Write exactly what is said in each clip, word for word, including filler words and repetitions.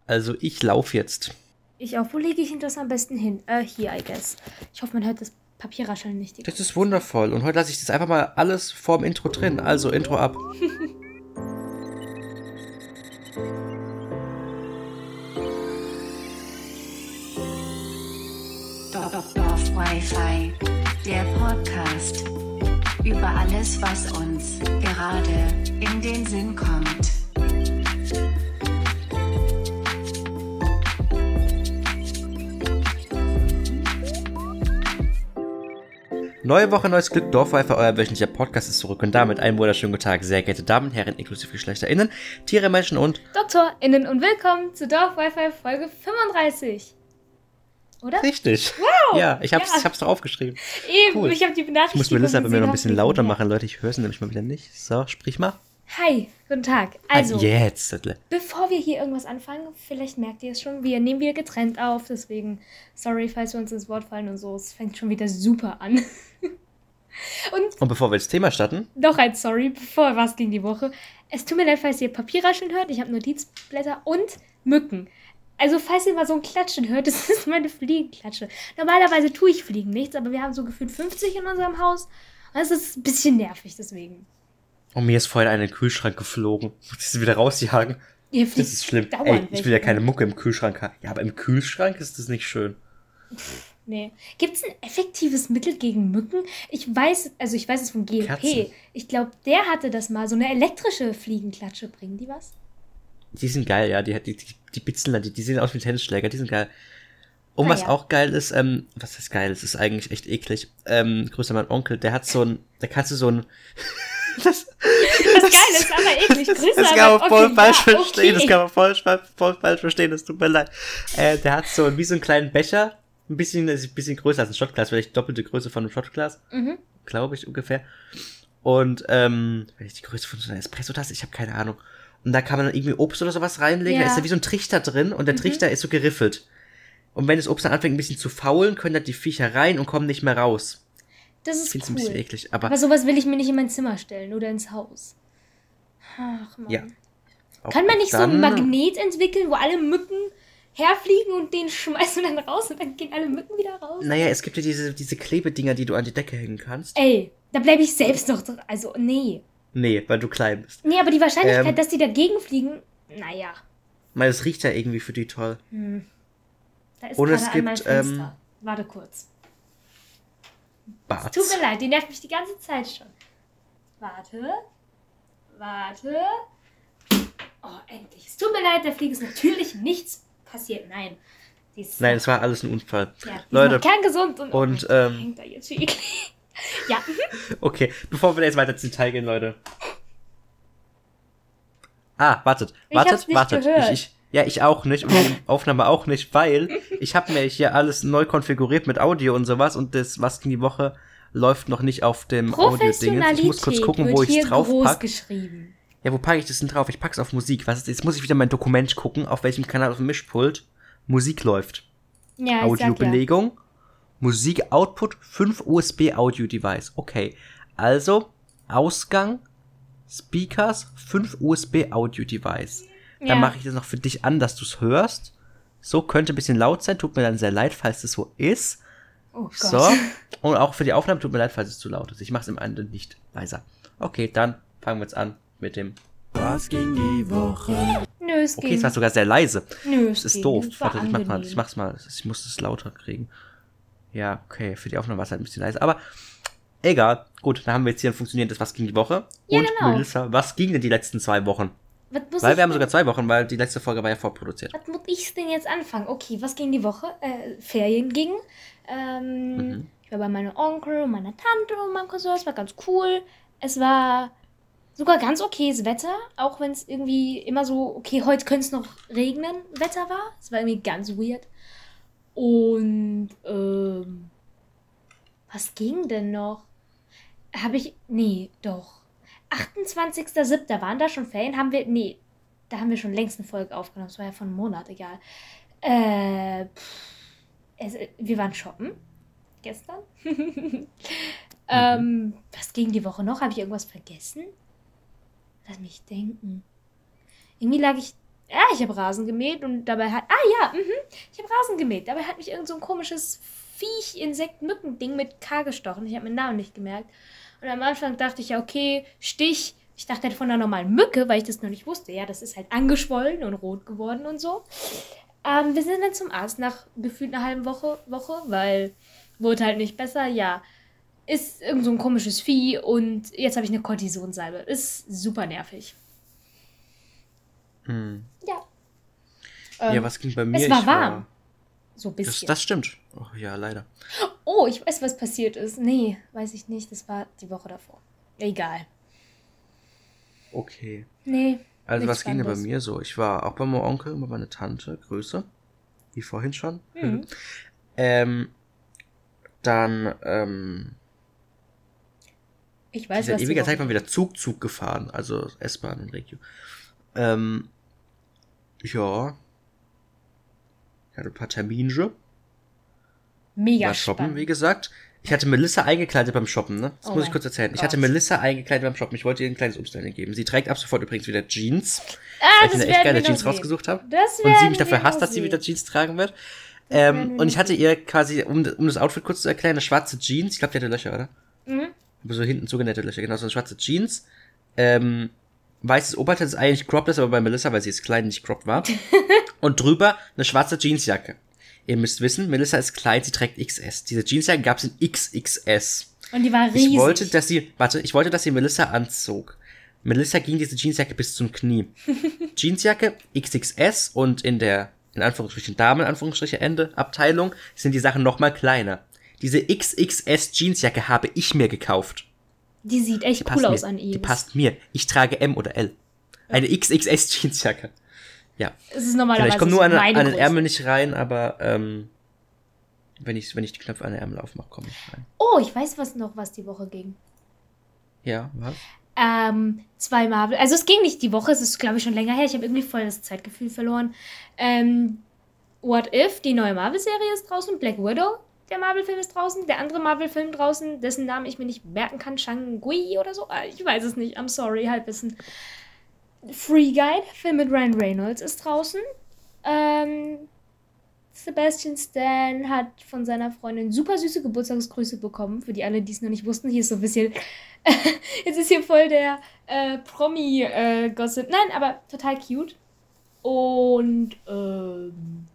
Also ich laufe jetzt. Ich auch. Wo lege ich das am besten hin? Äh, hier, I guess. Ich hoffe, man hört das Papierrascheln nicht. Die Das ist wundervoll. Und heute lasse ich das einfach mal alles vorm Intro drin. Also Intro ab. Dorf Wi-Fi, der Podcast über alles, was uns gerade in den Sinn kommt. Neue Woche, neues Glück, Dorf Wi-Fi, euer wöchentlicher Podcast ist zurück und damit einen wunderschönen guten Tag, sehr geehrte Damen und Herren, inklusive GeschlechterInnen, Tiere, Menschen und DoktorInnen und willkommen zu Dorf Wi-Fi Folge fünfunddreißig. Oder? Richtig. Wow! Ja, ich hab's, Ja. ich hab's doch aufgeschrieben. Eben, Cool. ich habe die Benachrichtigung Ich muss Melissa bei mir noch ein bisschen gesehen, lauter hab ich- machen, Leute, ich höre sie nämlich mal wieder nicht. So, sprich mal. Hi, guten Tag. Also, Ah, jetzt. Zettle. bevor wir hier irgendwas anfangen, vielleicht merkt ihr es schon, wir nehmen wieder getrennt auf, deswegen sorry, falls wir uns ins Wort fallen und so, es fängt schon wieder super an. Und Und bevor wir ins Thema starten, noch ein Sorry, bevor was ging die Woche. Es tut mir leid, falls ihr Papierrascheln hört. Ich habe Notizblätter und Mücken. Also falls ihr mal so ein Klatschen hört, das ist meine Fliegenklatsche. Normalerweise tue ich Fliegen nichts, aber wir haben so gefühlt fünfzig in unserem Haus. Und es ist ein bisschen nervig, deswegen. und mir ist vorhin einer in den Kühlschrank geflogen. Muss ich sie wieder rausjagen? Ihr Das ist schlimm. dauernd Ey, ich welche. will ja keine Mucke im Kühlschrank haben. Ja, aber im Kühlschrank ist das nicht schön. Nee. Gibt es ein effektives Mittel gegen Mücken? Ich weiß, also ich weiß es von G L P. Katzen. Ich glaube, der hatte das mal. So eine elektrische Fliegenklatsche. Bringen die was? Die sind geil, ja. Die, die, die, die Bitzeln, die, die sehen aus wie Tennisschläger. Die sind geil. Und Ah, was ja. auch geil ist, ähm, was heißt geil? Es ist eigentlich echt eklig. Ähm, grüßer mein Onkel, der hat so ein, da kannst du so ein, das, Das Geile ist aber eklig. Grüße das an kann man meinen voll Onkel. falsch Ja, verstehen, okay. das kann man voll, voll falsch verstehen, das tut mir leid. Äh, der hat so wie so einen kleinen Becher, ein bisschen, das ist ein bisschen größer als ein Shotglas, vielleicht doppelte Größe von einem Shotglas, Mhm. glaube ich ungefähr. Und, ähm, vielleicht die Größe von so einer Espresso-Tasse, ich habe keine Ahnung. Und da kann man dann irgendwie Obst oder sowas reinlegen, Ja. da ist da wie so ein Trichter drin und der Mhm. Trichter ist so geriffelt. Und wenn das Obst dann anfängt ein bisschen zu faulen, können da die Viecher rein und kommen nicht mehr raus. Das Ich ist finde es cool. ein bisschen eklig, aber, Aber sowas will ich mir nicht in mein Zimmer stellen oder ins Haus. Ach man. ja. Auch Kann man nicht so ein dann- Magnet entwickeln, wo alle Mücken herfliegen und den schmeißen dann raus und dann gehen alle Mücken wieder raus? Naja, es gibt ja diese, diese Klebedinger, die du an die Decke hängen kannst. Ey, da bleibe ich selbst noch drin. Also, nee. Nee, weil du klein bist. Nee, aber die Wahrscheinlichkeit, Ähm. dass die dagegen fliegen, naja. Weil es riecht ja irgendwie für die toll. Hm. Da ist Und gerade es an meinem gibt, Fenster. ähm, Warte kurz. Barts. Tut mir leid, die nervt mich die ganze Zeit schon. Warte. Warte. Oh, endlich. Es tut mir leid, der Fliege ist natürlich nichts passiert. Nein. Die ist Nein, noch, es war alles ein Unfall. ja, die Leute, ist noch kerngesund und, und, oh, ähm, hängt da jetzt wie eklig. Ja, mhm. Okay, bevor wir jetzt weiter ins Detail gehen, Leute. Ah, wartet, Ich wartet, hab's nicht wartet. gehört. Ich, ich, ja, ich auch nicht und die Aufnahme auch nicht, weil ich habe mir hier alles neu konfiguriert mit Audio und sowas und das, was ging die Woche, läuft noch nicht auf dem Audio-Ding. Ich muss kurz gucken, wo wird ich hier es drauf groß pack. geschrieben. Ja, wo packe ich das denn drauf? Ich pack's auf Musik. Was ist, jetzt muss ich wieder mein Dokument gucken, auf welchem Kanal auf dem Mischpult Musik läuft. Ja, ich sag ja. Audiobelegung. Musik Output fünf U S B Audio Device. Okay. Also Ausgang Speakers fünf U S B Audio Device. Ja. Dann mache ich das noch für dich an, dass du es hörst. So könnte ein bisschen laut sein, tut mir dann sehr leid, falls das so ist. Oh Gott. So. Und auch für die Aufnahme tut mir leid, falls es zu laut ist. Ich mache es im Ende nicht leiser. Okay, dann fangen wir jetzt an mit dem. Was ging die Woche? Nö, es Okay, ging. es war sogar sehr leise. Nö, Das es ist ging. doof. Es war Warte, ich mach mal, angenehm. ich mach's mal. Ich muss es lauter kriegen. Ja, okay, für die Aufnahme war es halt ein bisschen leise. Aber egal. Gut, dann haben wir jetzt hier ein funktionierendes Was ging die Woche. Ja, Und genau. Melissa, was ging denn die letzten zwei Wochen? Was muss Weil ich wir haben denn- sogar zwei Wochen, weil die letzte Folge war ja vorproduziert. Was muss ich denn jetzt anfangen? Okay, was ging die Woche? Äh, Ferien ging. Ähm, Mhm. Ich war bei meinem Onkel und meiner Tante und meinem Cousin. Es war ganz cool. Es war sogar ganz okayes Wetter, auch wenn es irgendwie immer so, okay, heute könnte es noch regnen, Wetter war. Es war irgendwie ganz weird. Und, ähm, was ging denn noch? Habe ich, nee, doch. achtundzwanzigster siebter waren da schon Ferien? Haben wir, nee, da haben wir schon längst eine Folge aufgenommen. Das war ja von einem Monat, egal. Äh, pff, es, wir waren shoppen. Gestern. ähm, was ging die Woche noch? Habe ich irgendwas vergessen? Lass mich denken. Irgendwie lag ich ja, ich habe Rasen gemäht und dabei hat, ah ja, mhm, ich habe Rasen gemäht. Dabei hat mich irgend so ein komisches Viech, Insekt, Mückending mit K gestochen. Ich habe meinen Namen nicht gemerkt. Und am Anfang dachte ich ja, okay, Stich. Ich dachte von einer normalen Mücke, weil ich das noch nicht wusste. Ja, das ist halt angeschwollen und rot geworden und so. Ähm, wir sind dann zum Arzt nach gefühlt einer halben Woche, Woche, weil wurde halt nicht besser. Ja, ist irgend so ein komisches Vieh und jetzt habe ich eine Kortisonsalbe. Ist super nervig. Hm. Ja. Ja, Ähm, was ging bei mir? es war Ich warm. So ein Das, bisschen. das stimmt. Oh ja, leider. Oh, ich weiß, was passiert ist. Nee, weiß ich nicht. Das war die Woche davor. Egal. Okay. Nee. Also nichts was ging denn bei Spannendes. mir so? Ich war auch bei meinem Onkel und bei meiner Tante. Grüße. Wie vorhin schon. Mhm. Ähm, dann, ähm, Ich weiß, seit was die ewiger Woche Zeit mal wieder Zug, Zug gefahren. Also S-Bahn und Regio. Ähm, ja. Ich hatte ein paar Termine. Mega War shoppen, spannend. wie gesagt. Ich hatte Melissa eingekleidet beim Shoppen, ne? Das Oh muss ich mein kurz erzählen. Ich Gott. hatte Melissa eingekleidet beim Shoppen. Ich wollte ihr ein kleines Umstellen geben. Sie trägt ab sofort übrigens wieder Jeans. Ah, weil ich das eine echt werden geile wir Jeans noch sehen. rausgesucht habe. Das Und sie werden mich dafür wir hasst, noch dass sie sehen. wieder Jeans tragen wird. Das werden Ähm, wir und ich noch hatte sehen. ihr quasi, um, um das Outfit kurz zu erklären, eine schwarze Jeans. Ich glaube, die hatte Löcher, oder? Mhm. Aber so hinten zugenähte Löcher. Genau, so eine schwarze Jeans. Ähm, weißes Oberteil, das eigentlich cropped ist, aber bei Melissa, weil sie ist klein, nicht cropped war. Und drüber eine schwarze Jeansjacke. Ihr müsst wissen, Melissa ist klein, sie trägt X S. Diese Jeansjacke gab es in X X S. Und die war riesig. Ich wollte, dass sie, warte, ich wollte, dass sie Melissa anzog. Melissa ging diese Jeansjacke bis zum Knie. Jeansjacke X X S und in der, in Anführungsstrichen, Damen, Anführungsstriche, Ende, Abteilung, sind die Sachen nochmal kleiner. Diese X X S Jeansjacke habe ich mir gekauft. Die sieht echt Die cool passt aus mir. an ihm. Die passt mir. Ich trage M oder L. Eine X X S Jeansjacke. Ja. Es ist Genau, normalerweise ich komme nur an, so an meine den Größe. Ärmel nicht rein, aber ähm, wenn ich, wenn ich die Knöpfe an den Ärmel aufmache, komme ich rein. Oh, ich weiß was noch, was die Woche ging. Ja, was? Ähm, zwei Marvel. Also es ging nicht die Woche, es ist, glaube ich, schon länger her. Ich habe irgendwie voll das Zeitgefühl verloren. Ähm, What If, die neue Marvel-Serie ist draußen. Black Widow, der Marvel-Film ist draußen. Der andere Marvel-Film draußen, dessen Namen ich mir nicht merken kann. Shang-Gui oder so. Ah, Ich weiß es nicht. I'm sorry, Halbwissen. Free Guide, Film mit Ryan Reynolds, ist draußen. Ähm, Sebastian Stan hat von seiner Freundin super süße Geburtstagsgrüße bekommen. Für die alle, die es noch nicht wussten. Hier ist so ein bisschen... Jetzt ist hier voll der äh, Promi-Gossip. Nein, aber total cute. Und ähm,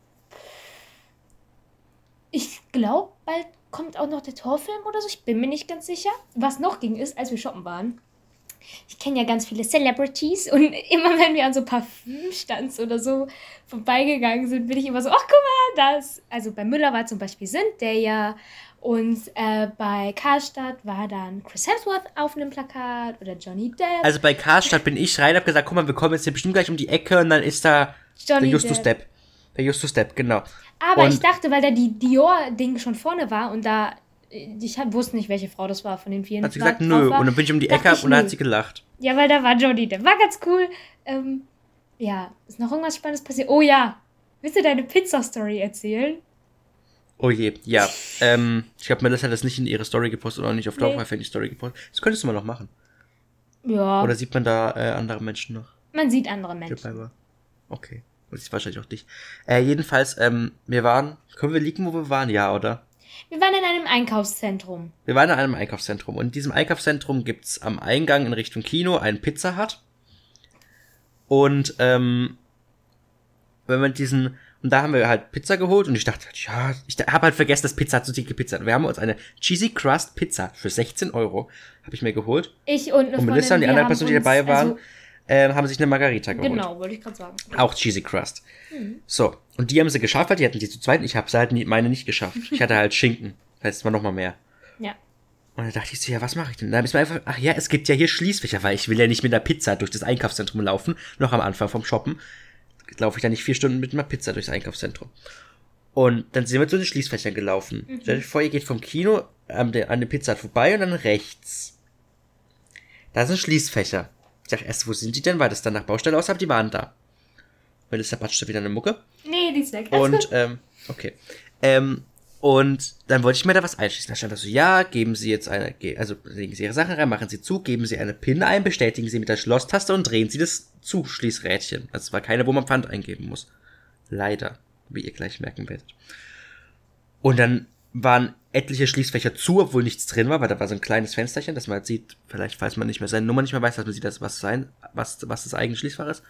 ich glaube, bald kommt auch noch der Torfilm oder so. Ich bin mir nicht ganz sicher. Was noch ging ist, als wir shoppen waren. Ich kenne ja ganz viele Celebrities und immer wenn wir an so Parfümstands oder so vorbeigegangen sind, bin ich immer so, ach guck mal, das. Also bei Müller war zum Beispiel Zendaya und äh, bei Karstadt war dann Chris Hemsworth auf einem Plakat oder Johnny Depp. Also bei Karstadt bin ich rein, hab gesagt, guck mal, wir kommen jetzt hier bestimmt gleich um die Ecke und dann ist da Johnny der Justus Depp. Depp. Der Justus Depp, genau. Aber und ich dachte, weil da die Dior-Ding schon vorne war und da, ich hab, wusste nicht, welche Frau das war von den vielen. Hat sie die gesagt, da nö. drauf war. Und dann bin ich um die Dachte Ecke ich, und dann nö. hat sie gelacht. Ja, weil da war Johnny Depp. War ganz cool. Ähm, ja, ist noch irgendwas Spannendes passiert? Oh ja, willst du deine Pizza-Story erzählen? Oh je, ja. ähm, ich glaube, Melissa hat das nicht in ihre Story gepostet oder nicht auf Nee. Dorfwife in die Story gepostet. Das könntest du mal noch machen. Ja, Oder sieht man da äh, andere Menschen noch? man sieht andere Die Menschen. dabei war? Okay. Das ist wahrscheinlich auch dich. Äh, jedenfalls, ähm, wir waren, können wir liegen, wo wir waren? Ja, oder? Wir waren in einem Einkaufszentrum. Wir waren in einem Einkaufszentrum und in diesem Einkaufszentrum gibt's am Eingang in Richtung Kino einen Pizza Hut. Und ähm, wenn man diesen, und da haben wir halt Pizza geholt und ich dachte, ja, ich habe halt vergessen, dass Pizza Hut so dicke Pizza hat. Wir haben uns eine Cheesy Crust Pizza für sechzehn Euro, habe ich mir geholt. Ich und eine Und Melissa und die wir anderen haben Personen, die uns- dabei waren, also, ähm, haben sich eine Margarita geholt. Genau, wollte ich gerade sagen. Auch Cheesy Crust. Mhm. So, und die haben sie geschafft, weil die hatten die zu zweit. Ich habe halt nie, meine nicht geschafft. Ich hatte halt Schinken. Das heißt, es war noch mal mehr. Ja. Und dann dachte ich so, ja, was mache ich denn? Dann ist mir einfach, ach ja, es gibt ja hier Schließfächer, weil ich will ja nicht mit einer Pizza durch das Einkaufszentrum laufen. Noch am Anfang vom Shoppen laufe ich da nicht vier Stunden mit einer Pizza durchs Einkaufszentrum. Und dann sind wir zu den Schließfächern gelaufen. Mhm. Stellt euch vor, ihr geht vom Kino an der, an der Pizza Hut vorbei und dann rechts. Da sind Schließfächer. Ich dachte erst, wo sind die denn? Weil das dann nach Baustelle aussah, aber die waren da. Weil das da patschte wieder eine Mucke. Nee, die ist weg. Alles Und, gut. ähm, okay. Ähm, Und dann wollte ich mir da was einschließen. Da stand da so, ja, geben Sie jetzt eine, also legen Sie Ihre Sachen rein, machen Sie zu, geben Sie eine PIN ein, bestätigen Sie mit der Schlosstaste und drehen Sie das Zuschließrädchen. Also es war keine, wo man Pfand eingeben muss. Leider, wie ihr gleich merken werdet. Und dann waren etliche Schließfächer zu, obwohl nichts drin war, weil da war so ein kleines Fensterchen, dass man halt sieht, vielleicht falls man nicht mehr seine Nummer nicht mehr weiß, dass man sieht, dass was sein, was, was das eigene Schließfach ist.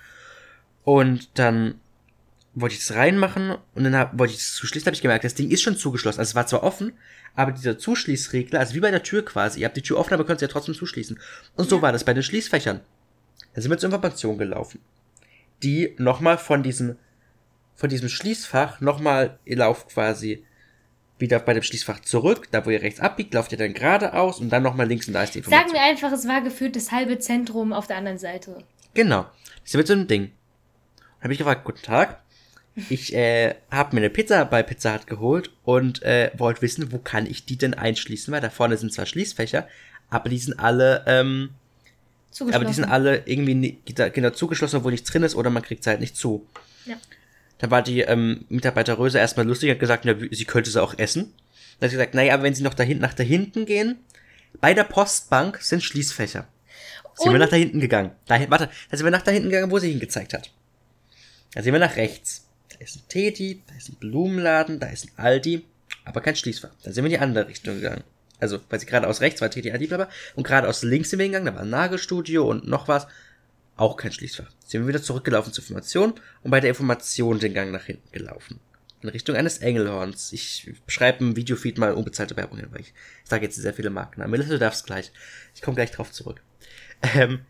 Und dann wollte ich das reinmachen und dann hab, wollte ich das zuschließen, habe ich gemerkt, das Ding ist schon zugeschlossen. Also es war zwar offen, aber dieser Zuschließregler, also wie bei der Tür quasi, ihr habt die Tür offen, aber könnt sie ja trotzdem zuschließen. Und so ja. war das bei den Schließfächern. Da sind wir zur Information gelaufen, die nochmal von diesem, von diesem Schließfach nochmal, ihr lauft quasi wieder bei dem Schließfach zurück, da wo ihr rechts abbiegt, lauft ihr dann geradeaus und dann nochmal links und da ist die Information. Sagen wir einfach, es war gefühlt das halbe Zentrum auf der anderen Seite. Genau. Das ist mit so einem Ding. Dann habe ich gefragt, guten Tag. Ich äh, habe mir eine Pizza bei Pizza Hut geholt und äh, wollte wissen, wo kann ich die denn einschließen, weil da vorne sind zwar Schließfächer, aber die sind alle, ähm, aber die sind alle irgendwie nie, genau zugeschlossen, obwohl nichts drin ist oder man kriegt es halt nicht zu. Ja. Da war die ähm, Mitarbeiter Röse erstmal lustig und hat gesagt, ja, sie könnte sie auch essen. Dann hat sie gesagt, naja, aber wenn sie noch da hinten nach da hinten gehen, bei der Postbank sind Schließfächer. Und? Sind wir nach da hinten gegangen. Da, warte, da sind wir nach da hinten gegangen, wo sie hingezeigt hat. Da sind wir nach rechts. Da ist ein Teddy, da ist ein Blumenladen, da ist ein Aldi, aber kein Schließfach. Dann sind wir in die andere Richtung gegangen. Also, weil sie geradeaus rechts war Teddy, Aldi, blablabla, und geradeaus links sind wir gegangen, da war ein Nagelstudio und noch was. Auch kein Schließfach. Sind wir wieder zurückgelaufen zur Information und bei der Information den Gang nach hinten gelaufen. In Richtung eines Engelhorns. Ich schreibe im Videofeed mal unbezahlte Werbung hin, weil ich sage jetzt sehr viele Markennamen. Melissa, du darfst gleich. Ich komme gleich drauf zurück. Ähm,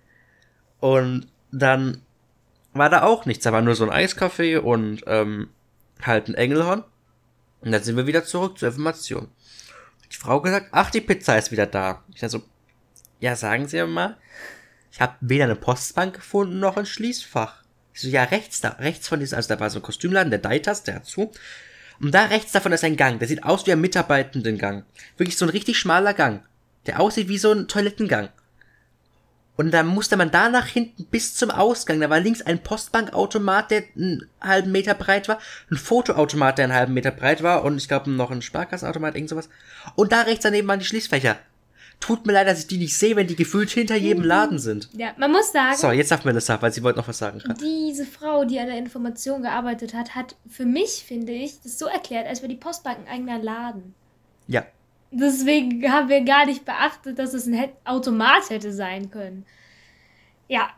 und dann war da auch nichts. Da war nur so ein Eiskaffee und ähm, halt ein Engelhorn. Und dann sind wir wieder zurück zur Information. Die Frau gesagt, ach, die Pizza ist wieder da. Ich dachte so, ja, sagen Sie mal. Ich habe weder eine Postbank gefunden, noch ein Schließfach. Ich so, ja, rechts da, rechts von diesem, also da war so ein Kostümladen, der Deitas, der hat zu. Und da rechts davon ist ein Gang, der sieht aus wie ein Mitarbeitendengang. Wirklich so ein richtig schmaler Gang, der aussieht wie so ein Toilettengang. Und dann musste man da nach hinten bis zum Ausgang, da war links ein Postbankautomat, der einen halben Meter breit war, ein Fotoautomat, der einen halben Meter breit war und ich glaube noch ein Sparkassenautomat, irgend sowas. Und da rechts daneben waren die Schließfächer. Tut mir leid, dass ich die nicht sehe, wenn die gefühlt hinter jedem Laden sind. Ja, man muss sagen... So, jetzt darf Melissa, weil sie wollte noch was sagen. Grad. Diese Frau, die an der Information gearbeitet hat, hat für mich, finde ich, das so erklärt, als wäre die Postbank ein eigener Laden. Ja. Deswegen haben wir gar nicht beachtet, dass es ein Automat hätte sein können. Ja.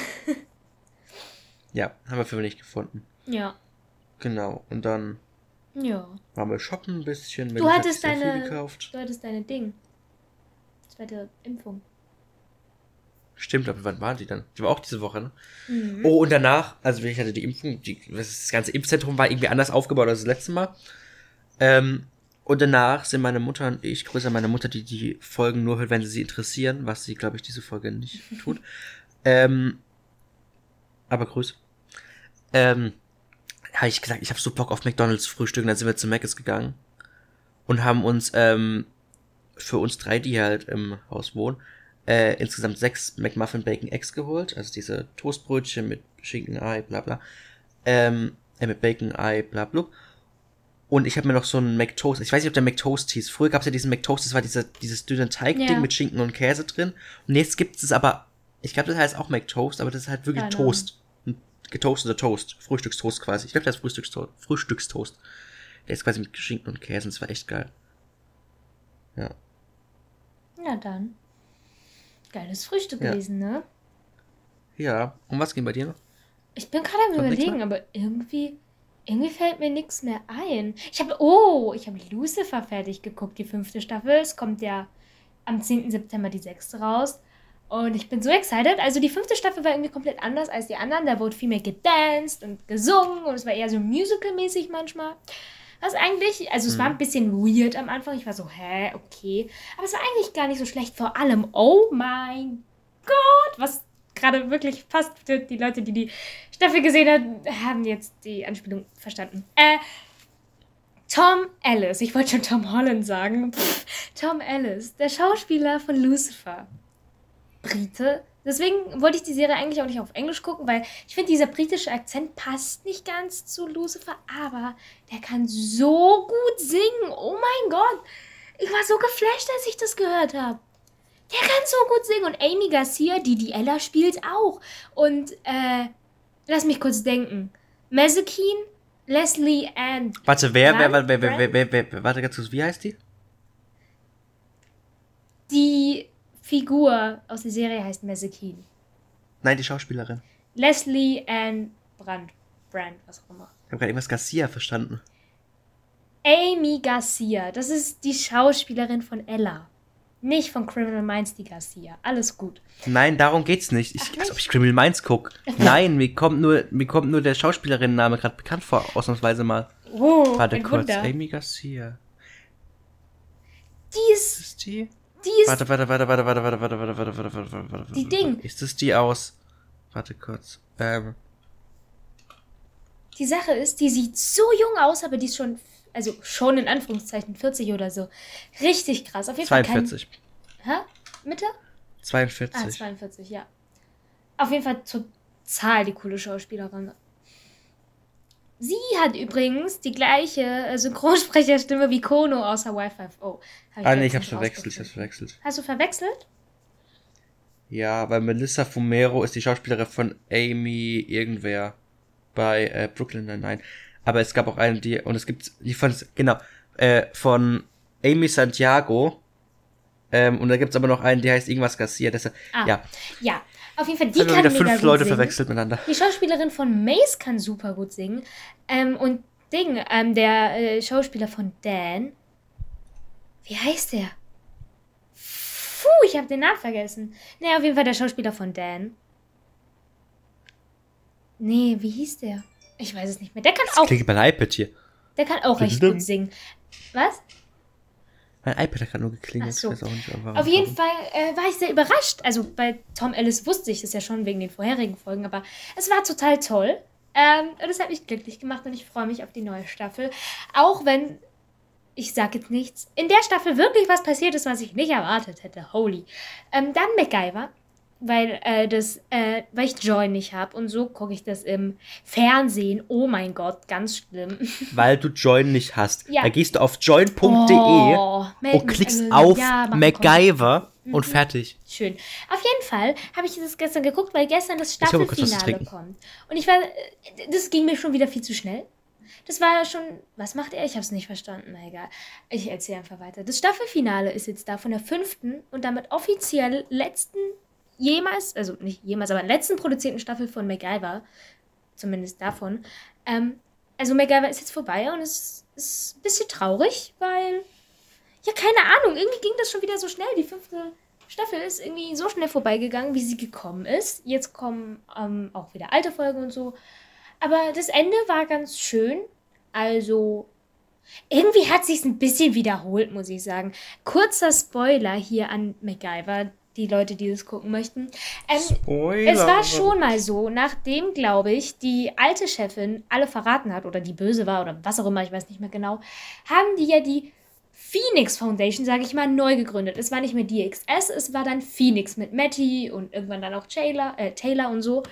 Ja, haben wir für mich nicht gefunden. Ja. Genau, und dann ja. waren wir shoppen ein bisschen. Du hattest deine, du hattest deine Ding. Zweite Impfung. Stimmt, aber wann war die dann? Die war auch diese Woche, ne? Mhm. Oh, und danach, also ich hatte die Impfung, die, das ganze Impfzentrum war irgendwie anders aufgebaut als das letzte Mal. Ähm, und danach sind meine Mutter und ich, grüße meine Mutter, die die Folgen nur hört, wenn sie sie interessieren, was sie, glaube ich, diese Folge nicht tut. ähm, aber Grüße. Ähm, habe ich gesagt, ich habe so Bock auf McDonald's Frühstück, und dann sind wir zu Mc's gegangen und haben uns, ähm, für uns drei, die hier halt im Haus wohnen, äh, insgesamt sechs McMuffin Bacon Eggs geholt, also diese Toastbrötchen mit Schinken, Ei, bla bla, ähm, äh, mit Bacon, Ei, bla bla. Und ich habe mir noch so einen McToast, ich weiß nicht, ob der McToast hieß, früher gab es ja diesen McToast, das war diese, dieses dünne Teigding ja. mit Schinken und Käse drin, und jetzt gibt es aber, ich glaube, das heißt auch McToast, aber das ist halt wirklich Keine. Toast, ein getoasteter Toast, Frühstückstoast quasi, ich glaube, das ist Frühstückstoast, Frühstückstoast, der ist quasi mit Schinken und Käse, das war echt geil. Ja. Na dann. Geiles Frühstück ja. gewesen, ne? Ja. Und was ging bei dir noch? Ich bin gerade am überlegen, aber irgendwie, irgendwie fällt mir nichts mehr ein. Ich habe, oh, ich habe Lucifer fertig geguckt, die fünfte Staffel. Es kommt ja am zehnten September die sechste raus. Und ich bin so excited. Also die fünfte Staffel war irgendwie komplett anders als die anderen. Da wurde viel mehr gedanced und gesungen und es war eher so musical-mäßig manchmal. Was eigentlich, also es hm. war ein bisschen weird am Anfang. Ich war so, hä, okay. Aber es war eigentlich gar nicht so schlecht. Vor allem, oh mein Gott, was gerade wirklich passt. Die Leute, die die Staffel gesehen haben, haben jetzt die Anspielung verstanden. Äh, Tom Ellis, ich wollte schon Tom Holland sagen. Pff, Tom Ellis, der Schauspieler von Lucifer. Brite, Deswegen wollte ich die Serie eigentlich auch nicht auf Englisch gucken, weil ich finde, dieser britische Akzent passt nicht ganz zu Lucifer, aber der kann so gut singen. Oh mein Gott. Ich war so geflasht, als ich das gehört habe. Der kann so gut singen. Und Amy Garcia, die die Ella spielt, auch. Und, äh, lass mich kurz denken. Mazikeen, Leslie Ann. Warte, wer, wer, wer, Brand? wer, wer, wer, wer, wer, warte ganz kurz, wie heißt die? Die Figur aus der Serie heißt Mazikeen. Nein, die Schauspielerin. Leslie Ann Brand. Brand, was auch immer. Ich habe gerade irgendwas Garcia verstanden. Amy Garcia. Das ist die Schauspielerin von Ella. Nicht von Criminal Minds, die Garcia. Alles gut. Nein, darum geht's nicht. Ich, Ach, als ob ich Criminal Minds gucke. Nein, mir kommt nur, mir kommt nur der Schauspielerinnenname gerade bekannt vor, ausnahmsweise mal. Oh, Warte ein kurz, Wunder. Amy Garcia. Die ist, Ist das die? die ist Warte, warte, warte, warte, warte, warte, warte, warte, warte, warte, warte, warte, warte. Die Ding. Ist das die aus? Warte kurz. Ähm, Die Sache ist, die sieht so jung aus, aber die ist schon, also schon in Anführungszeichen vierzig oder so. Richtig krass. Auf jeden zweiundvierzig. Fall kein... Hä? Mitte? Ah, zweiundvierzig. zweiundvierzig, ja. Auf jeden Fall total die coole Schauspielerin. Sie hat übrigens die gleiche äh, Synchronsprecherstimme wie Kono aus Hawaii Five-O. Hab Ah, nee, ich letztens hab's verwechselt, ich hab's rausgefunden. verwechselt. Hast du verwechselt? Ja, weil Melissa Fumero ist die Schauspielerin von Amy irgendwer bei äh, Brooklyn Nine-Nine. Aber es gab auch eine, die, und es gibt, die von, genau, äh, von Amy Santiago. Ähm, und da gibt's aber noch einen, die heißt irgendwas Garcia. Deshalb, Ah, ja, ja. Auf jeden Fall, die haben wir kann wieder mega fünf gut Leute singen. verwechselt miteinander. Die Schauspielerin von Mace kann super gut singen. Ähm, und Ding, ähm, der äh, Schauspieler von Dan. Wie heißt der? Puh, ich habe den Namen vergessen. Nee, auf jeden Fall der Schauspieler von Dan. Nee, wie hieß der? Ich weiß es nicht mehr. Der kann Das auch, klingt mein iPad hier. der kann auch recht Dum-dum. gut singen. Was? Mein iPad hat gerade nur geklingelt. Ach so. Ich weiß auch nicht, warum. Auf jeden Fall äh, war ich sehr überrascht. Also bei Tom Ellis wusste ich das ja schon wegen den vorherigen Folgen, aber es war total toll. Ähm, und es hat mich glücklich gemacht und ich freue mich auf die neue Staffel. Auch wenn, ich sage jetzt nichts, in der Staffel wirklich was passiert ist, was ich nicht erwartet hätte. Holy. Ähm, dann MacGyver, weil, äh, das, äh, weil ich Joy nicht habe und so gucke ich das im Fernsehen. Oh mein Gott, ganz schlimm. Weil du Join nicht hast. Ja. Da gehst du auf join punkt de Oh, meld und mich, klickst also, auf ja, mach MacGyver Mhm. und fertig. Schön. Auf jeden Fall habe ich das gestern geguckt, weil gestern das Ich hol mal kurz was zu Staffelfinale trinken. kommt. Und ich war, das ging mir schon wieder viel zu schnell. Das war schon, was macht er? Ich habe es nicht verstanden. Na egal. Ich erzähle einfach weiter. Das Staffelfinale ist jetzt da von der fünften und damit offiziell letzten, jemals, also nicht jemals, aber letzten produzierten Staffel von MacGyver. Zumindest davon. Ähm, also MacGyver ist jetzt vorbei und es ist ein bisschen traurig, weil ja, keine Ahnung, irgendwie ging das schon wieder so schnell. Die fünfte Staffel ist irgendwie so schnell vorbeigegangen, wie sie gekommen ist. Jetzt kommen ähm, auch wieder alte Folgen und so. Aber das Ende war ganz schön. Also, irgendwie hat sich's ein bisschen wiederholt, muss ich sagen. Kurzer Spoiler hier an MacGyver, die Leute, die das gucken möchten. Ähm, Spoiler. es war schon mal so, nachdem, glaube ich, die alte Chefin alle verraten hat oder die böse war oder was auch immer, ich weiß nicht mehr genau, haben die ja die Phoenix Foundation, sage ich mal, neu gegründet. Es war nicht mehr D X S, es war dann Phoenix mit Matty und irgendwann dann auch Taylor, äh, Taylor und so.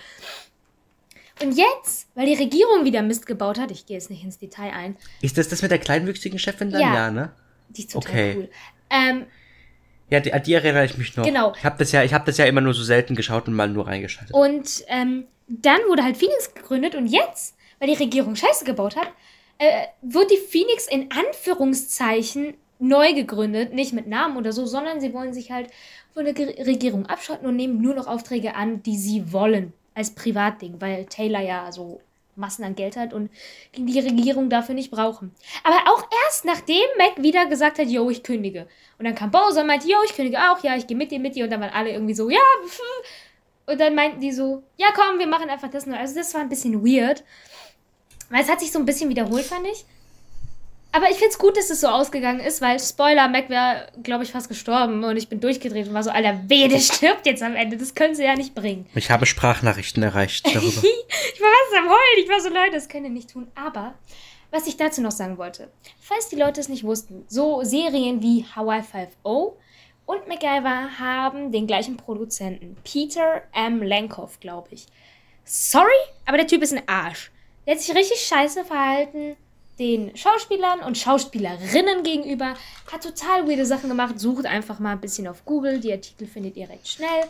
Und jetzt, weil die Regierung wieder Mist gebaut hat, ich gehe jetzt nicht ins Detail ein, Ist das das mit der kleinwüchsigen Chefin dann? Ja. Ja, ne? die ist total Okay. cool. Ähm, Ja, die, an die erinnere ich mich noch. Genau. Ich habe das ja, ich habe das ja immer nur so selten geschaut und mal nur reingeschaltet. Und ähm, dann wurde halt Phoenix gegründet und jetzt, weil die Regierung Scheiße gebaut hat, äh, wird die Phoenix in Anführungszeichen neu gegründet, nicht mit Namen oder so, sondern sie wollen sich halt von der Ge- Regierung abschotten und nehmen nur noch Aufträge an, die sie wollen, als Privatding, weil Taylor ja so Massen an Geld hat und die Regierung dafür nicht brauchen. Aber auch erst nachdem Mac wieder gesagt hat, yo, ich kündige. Und dann kam Bowser und meinte, yo, ich kündige auch, ja, ich gehe mit dir, mit dir. Und dann waren alle irgendwie so, ja, pf. Und dann meinten die so, ja, komm, wir machen einfach das nur. Also das war ein bisschen weird. Weil es hat sich so ein bisschen wiederholt, fand ich. Aber ich finde es gut, dass es so ausgegangen ist, weil, Spoiler, Mac wäre, glaube ich, fast gestorben und ich bin durchgedreht und war so, Alter, wehe, der stirbt jetzt am Ende. Das können sie ja nicht bringen. Ich habe Sprachnachrichten erreicht darüber. Ich war was am Heulen. Ich war so, Leute, das können wir nicht tun. Aber, was ich dazu noch sagen wollte, falls die Leute es nicht wussten, so Serien wie Hawaii Five-O und MacGyver haben den gleichen Produzenten. Peter M. Lankoff, glaube ich. Sorry, aber der Typ ist ein Arsch. Der hat sich richtig scheiße verhalten den Schauspielern und Schauspielerinnen gegenüber. Hat total weirde Sachen gemacht. Sucht einfach mal ein bisschen auf Google. Die Artikel findet ihr recht schnell.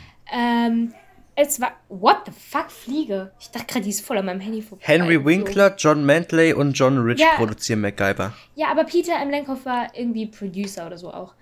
Ähm, es war... What the fuck, Fliege? Ich dachte gerade, die ist voll an meinem Handy vorbei. Henry Winkler, John Mantley und John Rich Ja. produzieren MacGyver. Ja, aber Peter M. Lankoff war irgendwie Producer oder so auch.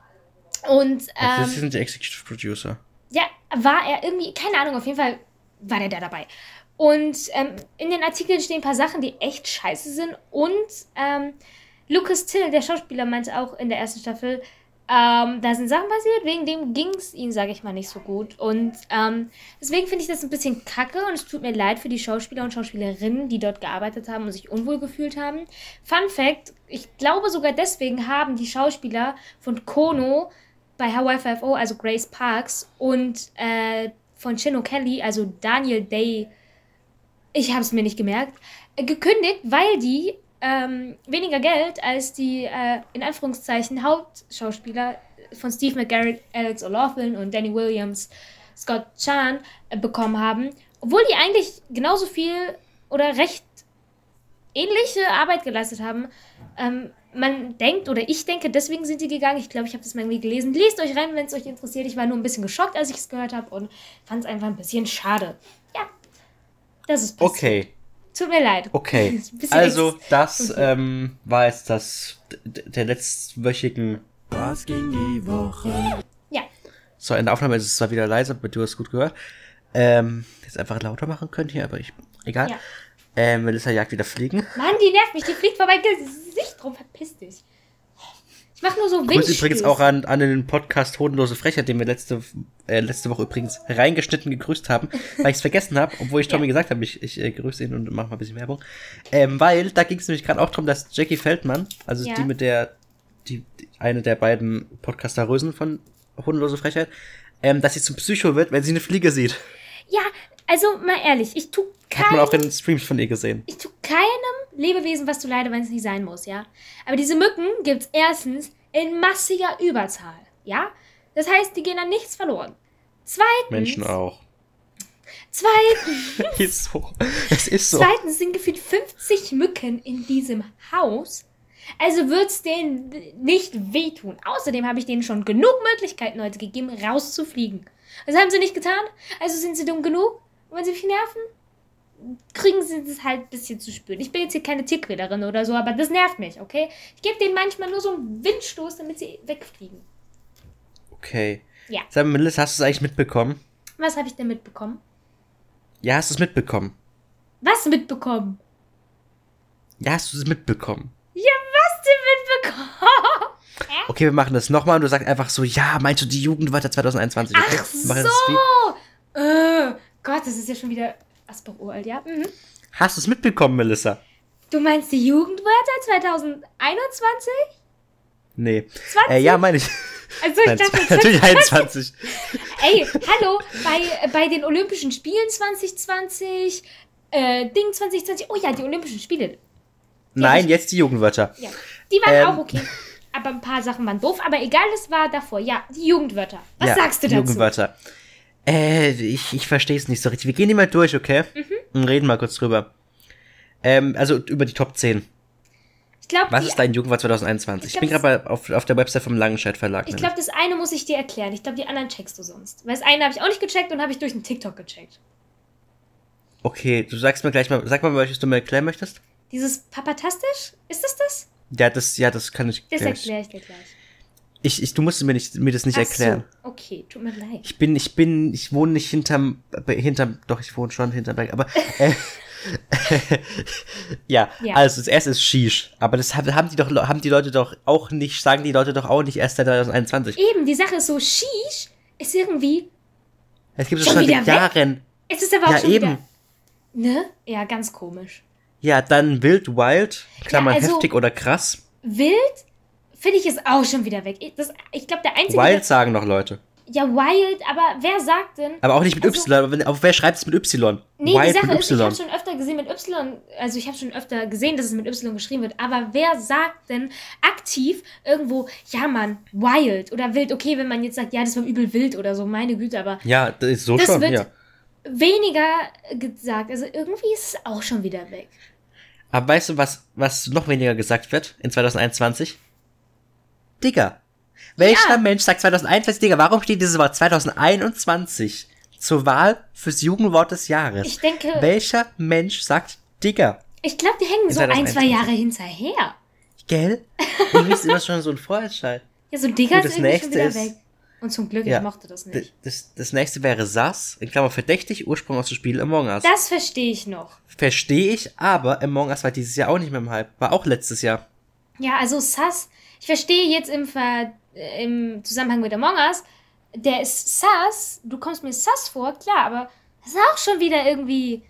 Und, Also das ähm, sind die Executive Producer. ja, war er irgendwie, keine Ahnung, auf jeden Fall war der da dabei. Und ähm, in den Artikeln stehen ein paar Sachen, die echt scheiße sind. Und ähm, Lucas Till, der Schauspieler, meinte auch in der ersten Staffel, ähm, da sind Sachen passiert, wegen dem ging es ihm, sage ich mal, nicht so gut. Und ähm, deswegen finde ich das ein bisschen kacke und es tut mir leid für die Schauspieler und Schauspielerinnen, die dort gearbeitet haben und sich unwohl gefühlt haben. Fun Fact, ich glaube sogar deswegen haben die Schauspieler von Kono bei Hawaii Five O, also Grace Parks, und äh, von Chin O'Kelly, also Daniel Day, ich habe es mir nicht gemerkt, äh, gekündigt, weil die ähm, weniger Geld als die, äh, in Anführungszeichen, Hauptschauspieler von Steve McGarrett, Alex O'Loughlin und Danny Williams, Scott Chan äh, bekommen haben, obwohl die eigentlich genauso viel oder recht ähnliche Arbeit geleistet haben. Ähm, man denkt, oder ich denke, deswegen sind die gegangen. Ich glaube, ich habe das mal irgendwie gelesen. Lest euch rein, wenn es euch interessiert. Ich war nur ein bisschen geschockt, als ich es gehört habe und fand es einfach ein bisschen schade. Ja, das ist passiert. Okay, Tut mir leid. okay. Ist ein bisschen Also ex- das Okay. ähm, war jetzt das d- der letztwöchigen... Was ging die Woche? Ja, So, in der Aufnahme ist es zwar wieder leise, aber du hast gut gehört. Ähm, jetzt einfach lauter machen können hier, aber ich... Egal. Ja. Ähm, Melissa jagt wieder Fliegen. Mann, die nervt mich. Die fliegt vor mein Gesicht rum. Verpiss dich. Ich mach nur so Grüße Windstöße. übrigens auch an, an den Podcast Hodenlose Frechheit, den wir letzte, äh, letzte Woche übrigens reingeschnitten gegrüßt haben, weil ich es vergessen habe, obwohl ich Tommy Ja. gesagt habe, ich, ich äh, grüße ihn und mache mal ein bisschen Werbung. Ähm, weil da ging es nämlich gerade auch darum, dass Jackie Feldmann, also Ja. die mit der, die, die eine der beiden Podcasterösen von Hodenlose Frechheit, ähm, dass sie zum Psycho wird, wenn sie eine Fliege sieht. Ja, also mal ehrlich. Ich tu Hat man auch keinem, in Streams von ihr gesehen. ich tu keinem Lebewesen was zu leide, wenn es nicht sein muss, ja. Aber diese Mücken gibt's erstens in massiger Überzahl, ja. Das heißt, die gehen an nichts verloren. Zweitens. Menschen auch. Zweitens. ist so. Es ist so. Zweitens sind gefühlt fünfzig Mücken in diesem Haus. Also wird's denen nicht wehtun. Außerdem habe ich denen schon genug Möglichkeiten heute gegeben, rauszufliegen. Das haben sie nicht getan. Also sind sie dumm genug. Und wenn sie mich nerven, kriegen sie das halt ein bisschen zu spüren. Ich bin jetzt hier keine Tierquälerin oder so, aber das nervt mich, okay? Ich gebe denen manchmal nur so einen Windstoß, damit sie wegfliegen. Okay. Ja. Sag mal, Melissa, hast du es eigentlich mitbekommen? Was habe ich denn mitbekommen? Ja, hast du es mitbekommen? Was mitbekommen? Ja, hast du es mitbekommen? Ja, was denn mitbekommen? Okay, wir machen das nochmal und du sagst einfach so, ja, meinst du die Jugendwörter zwanzig einundzwanzig? Okay? Ach Wir machen das wie- so! Äh, Gott, das ist ja schon wieder Asbach uralt, ja? Mhm. Hast du es mitbekommen, Melissa? Du meinst die Jugendwörter zwanzig einundzwanzig? Nee. zwanzig? Äh, ja, meine ich. Also ich Nein, dachte natürlich zwanzig. einundzwanzig. Ey, hallo, bei, bei den Olympischen Spielen zwanzig zwanzig, äh, Ding zwanzig zwanzig, oh ja, die Olympischen Spiele. Nein, ich- jetzt die Jugendwörter. Ja, die waren Ähm. auch okay. Aber ein paar Sachen waren doof, aber egal, das war davor. Ja, die Jugendwörter. Was ja, sagst du die dazu? Jugendwörter. Äh, ich, ich verstehe es nicht so richtig. Wir gehen die mal durch, okay? Mhm. Und reden mal kurz drüber. Ähm, also über die Top zehn. Ich glaube, Was ist dein Jugendwort zwanzig einundzwanzig? Ich Ich, bin glaub, gerade auf, auf der Website vom Langenscheidt Verlag. ich nämlich. glaube, das eine muss ich dir erklären. Ich glaube, die anderen checkst du sonst. Weil das eine habe ich auch nicht gecheckt und habe ich durch einen TikTok gecheckt. Okay, du sagst mir gleich mal, sag mal, welches du mir erklären möchtest. Dieses Papatastisch? Ist das das? Ja, das, ja, das kann ich. Das ja, erkläre ich dir gleich. ich, ich, du musst mir, nicht, mir das nicht Ach erklären. So. Okay, tut mir leid. Ich bin, ich bin, ich wohne nicht hinterm, äh, hinterm, doch, ich wohne schon hinterm Berg, aber, äh, ja, Ja. also das erste ist Shish, aber das haben, haben die doch, haben die Leute doch auch nicht, sagen die Leute doch auch nicht erst seit zwanzig einundzwanzig. Eben, die Sache ist so, Sheesh ist irgendwie, Es gibt es Schon schon wieder seit weg? Jahren. es ist aber auch Ja, schon eben. wieder, ne? Ja, ganz komisch. Ja, dann Wild, Wild, Klammern Ja, also- heftig oder krass. Wild, finde ich, ist auch schon wieder weg. Ich, das- ich glaube, der einzige, Wild der, sagen noch Leute. Ja, wild, aber wer sagt denn... Aber auch nicht mit Also- Y, aber wenn, aber wer schreibt es mit Y? Nee, Wild die Sache mit ist, ich Y. habe schon öfter gesehen mit Y, also ich habe schon öfter gesehen, dass es mit Y geschrieben wird, aber wer sagt denn aktiv irgendwo, ja Mann, wild oder wild, okay, wenn man jetzt sagt, ja, das war übel wild oder so, meine Güte, aber Ja, das ist so das schon, wird ja. weniger gesagt, also irgendwie ist es auch schon wieder weg. Aber weißt du, was, was noch weniger gesagt wird in zwanzig einundzwanzig? Digger. Welcher Ja. Mensch sagt zwanzig einundzwanzig Digger? Warum steht dieses Wort zwanzig einundzwanzig zur Wahl fürs Jugendwort des Jahres? Ich denke, Welcher Mensch sagt Digger? ich glaube, die hängen so ein, zwanzig zwei einundzwanzig. Jahre hinterher. Gell? Irgendwie ist immer schon so ein Vorurteil. Ja, so Digger Gut, ist das irgendwie schon nächste wieder ist- weg. Und zum Glück, Ja. ich mochte das D- nicht. Das, das nächste wäre Sass, in Klammer verdächtig, Ursprung aus dem Spiel Among Us. Das verstehe ich noch. Verstehe ich, aber Among Us war dieses Jahr auch nicht mehr im Hype. War auch letztes Jahr. Ja, also Sass, ich verstehe jetzt im, Ver äh, im Zusammenhang mit Among Us, der ist Sass, du kommst mir Sass vor, klar, aber das ist auch schon wieder irgendwie...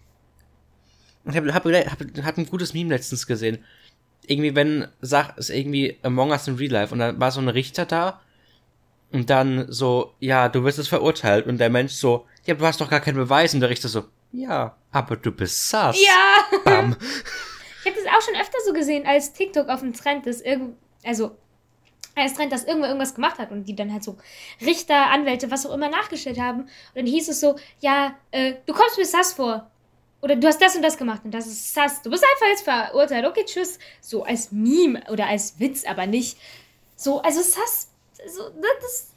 Ich habe hab, hab, hab ein gutes Meme letztens gesehen. Irgendwie, wenn, sag, ist irgendwie Among Us in Real Life und dann war so ein Richter da und dann so, ja, du wirst jetzt verurteilt und der Mensch so, ja, du hast doch gar keinen Beweis und der Richter so, ja, aber du bist sass. Ja! Bam. Ich habe das auch schon öfter so gesehen, als TikTok auf dem Trend ist, irgend, also als Trend, dass irgendwer irgendwas gemacht hat und die dann halt so Richter, Anwälte, was auch immer nachgestellt haben. Und dann hieß es so, ja, äh, du kommst mir sass vor. Oder du hast das und das gemacht und das ist sass. Du bist einfach jetzt verurteilt. Okay, tschüss. So als Meme oder als Witz, aber nicht so, also sass, so, das,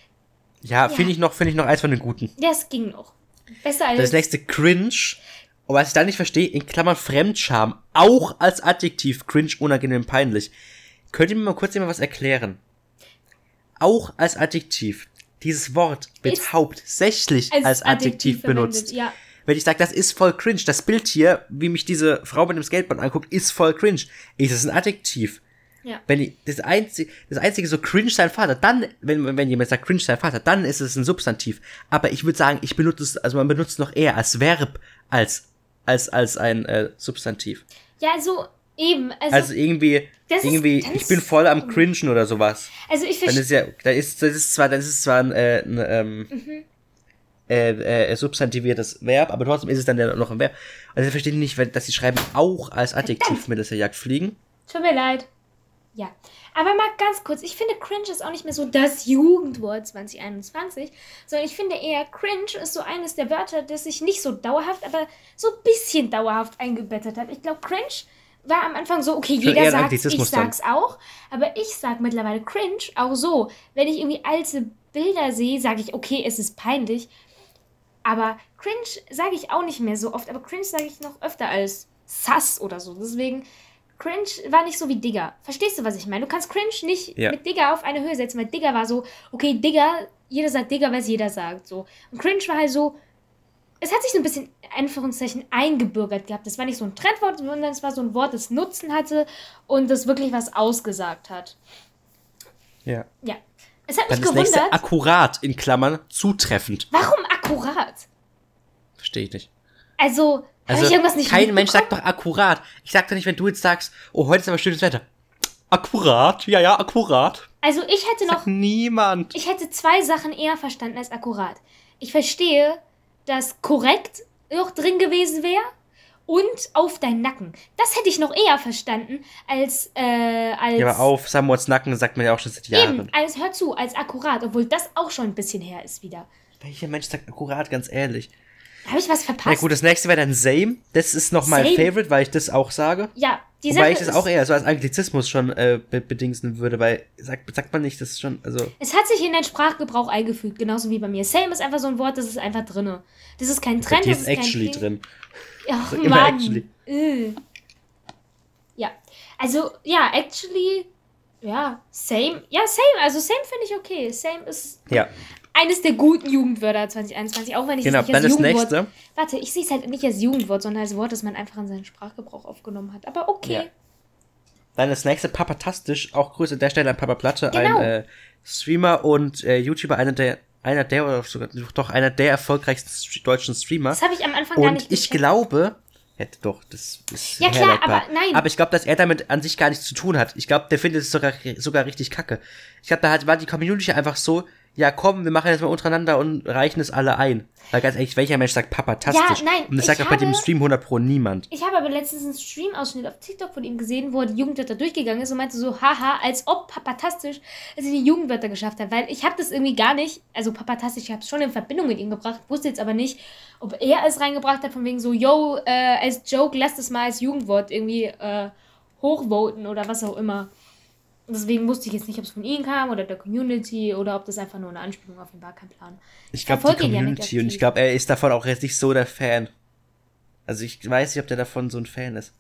Ja, Ja. finde ich noch, finde ich noch eins von den guten. das ging noch. Besser als... Das nächste Cringe. Und was ich da nicht verstehe, in Klammern Fremdscham, auch als Adjektiv, cringe, unangenehm, peinlich. Könnt ihr mir mal kurz jemand was erklären? Auch als Adjektiv. Dieses Wort wird Ist hauptsächlich als, Adjektiv, verwendet, benutzt. Ja. Wenn ich sage, das ist voll cringe, das Bild hier, wie mich diese Frau mit dem Skateboard anguckt, ist voll cringe. Ist es ein Adjektiv? Ja. Wenn ich, das einzige, das einzige so cringe sein Vater, dann, wenn, wenn jemand sagt cringe sein Vater, dann ist es ein Substantiv. Aber ich würde sagen, ich benutze es, also man benutzt es noch eher als Verb als, als, als ein äh, Substantiv. Ja, also eben. Also, Also irgendwie, das ist irgendwie, ganz ich bin voll am cringen oder sowas. also ich Dann verstehe. ist ja, da ist, das ist zwar, das ist zwar ein, äh, ein ähm, Mhm. äh, äh, substantiviertes Verb, aber trotzdem ist es dann ja noch ein Verb. Also ich verstehe nicht, weil- dass sie schreiben auch als Adjektiv mittels der Jagd fliegen. Tut mir leid. Ja. Aber mal ganz kurz, ich finde, cringe ist auch nicht mehr so das Jugendwort zwanzig einundzwanzig, sondern ich finde eher, cringe ist so eines der Wörter, das sich nicht so dauerhaft, aber so ein bisschen dauerhaft eingebettet hat. Ich glaube, cringe war am Anfang so, okay, Schon eher jeder ein sagt, ich Anglizismus dann. sag's auch, aber ich sag mittlerweile cringe auch so. Wenn ich irgendwie alte Bilder sehe, sage ich, okay, es ist peinlich, aber cringe sage ich auch nicht mehr so oft, aber cringe sage ich noch öfter als sass oder so. Deswegen, cringe war nicht so wie Digger. Verstehst du, was ich meine? Du kannst cringe nicht Ja. mit Digger auf eine Höhe setzen, weil Digger war so, okay, Digger, jeder sagt Digger, weil es jeder sagt. So. Und cringe war halt so, es hat sich so ein bisschen, Anführungszeichen, eingebürgert gehabt. Das war nicht so ein Trendwort, sondern es war so ein Wort, das Nutzen hatte und das wirklich was ausgesagt hat. Ja. Ja. Es hat mich Dann das nächste gewundert, akkurat in Klammern zutreffend. warum akkurat? Verstehe ich nicht. Also, habe Also ich irgendwas nicht kein Mensch mitbekommen? sagt doch akkurat. Ich sag doch nicht, wenn du jetzt sagst, oh, heute ist aber schönes Wetter. Akkurat? Ja, ja, akkurat. Also ich hätte noch, Sagt niemand. ich hätte zwei Sachen eher verstanden als akkurat. Ich verstehe, dass korrekt noch drin gewesen wäre und auf deinen Nacken. Das hätte ich noch eher verstanden als, äh, als... Ja, aber auf Samuels Nacken sagt man ja auch schon seit Jahren. Eben, als, hör zu, als akkurat, obwohl das auch schon ein bisschen her ist wieder. Welcher Mensch sagt akkurat, ganz ehrlich? Habe ich was Na verpasst? gut, das nächste wäre dann same. Das ist noch mein Same. Favorite, weil ich das auch sage. Ja, die Wobei Sache ich das ist, auch eher so als Anglizismus schon äh, be bedingsen würde, weil sagt, sagt man nicht, das ist schon, also. es hat sich in deinen Sprachgebrauch eingefügt, genauso wie bei mir. Same ist einfach so ein Wort, das ist einfach drinne. Das ist kein Trend, Hier das ist ist kein actually Ding. drin. Ach, Immer Mann. actually. Äh. Ja, also, ja, actually, ja, same. Ja, same, also same finde ich okay. Same ist Ja, eines der guten Jugendwörter zwanzig einundzwanzig, auch wenn ich genau. es nicht als Dann das Jugendwort... nächste. Warte, ich sehe es halt nicht als Jugendwort, sondern als Wort, das man einfach in seinen Sprachgebrauch aufgenommen hat. Aber okay. Ja. Dann das nächste, Papatastisch. Auch Grüße an der Stelle an Papa Platte, Genau. ein äh, Streamer und äh, YouTuber, einer der, einer der, oder sogar doch einer der erfolgreichsten st deutschen Streamer. Das habe ich am Anfang gar Und nicht ich gecheckt. glaube, ja, doch, das ist Ja, klar, herleitbar. aber nein. Aber ich glaube, dass er damit an sich gar nichts zu tun hat. Ich glaube, der findet es sogar, sogar richtig kacke. Ich glaube, da hat, war die Community einfach so, ja komm, wir machen jetzt mal untereinander und reichen es alle ein. Weil ganz ehrlich, welcher Mensch sagt papatastisch? Ja, nein, und das sagt ich auch bei dem habe- Stream hundert Pro niemand. Ich habe aber letztens einen Stream-Ausschnitt auf TikTok von ihm gesehen, wo er die Jugendwörter durchgegangen ist und meinte so, haha, als ob papatastisch es in die Jugendwörter geschafft hat. Weil ich habe das irgendwie gar nicht, also papatastisch, ich habe es schon in Verbindung mit ihm gebracht, wusste jetzt aber nicht, ob er es reingebracht hat, von wegen so, yo, äh, als Joke, lasst es mal als Jugendwort irgendwie äh, hochvoten oder was auch immer. Deswegen wusste ich jetzt nicht, ob es von ihm kam oder der Community oder ob das einfach nur eine Anspielung auf ihn war, kein Plan. Ich glaube, die verfolge ihn ja nicht Community und ich aktiv. glaube, er ist davon auch jetzt nicht so der Fan. Also ich weiß nicht, ob der davon so ein Fan ist.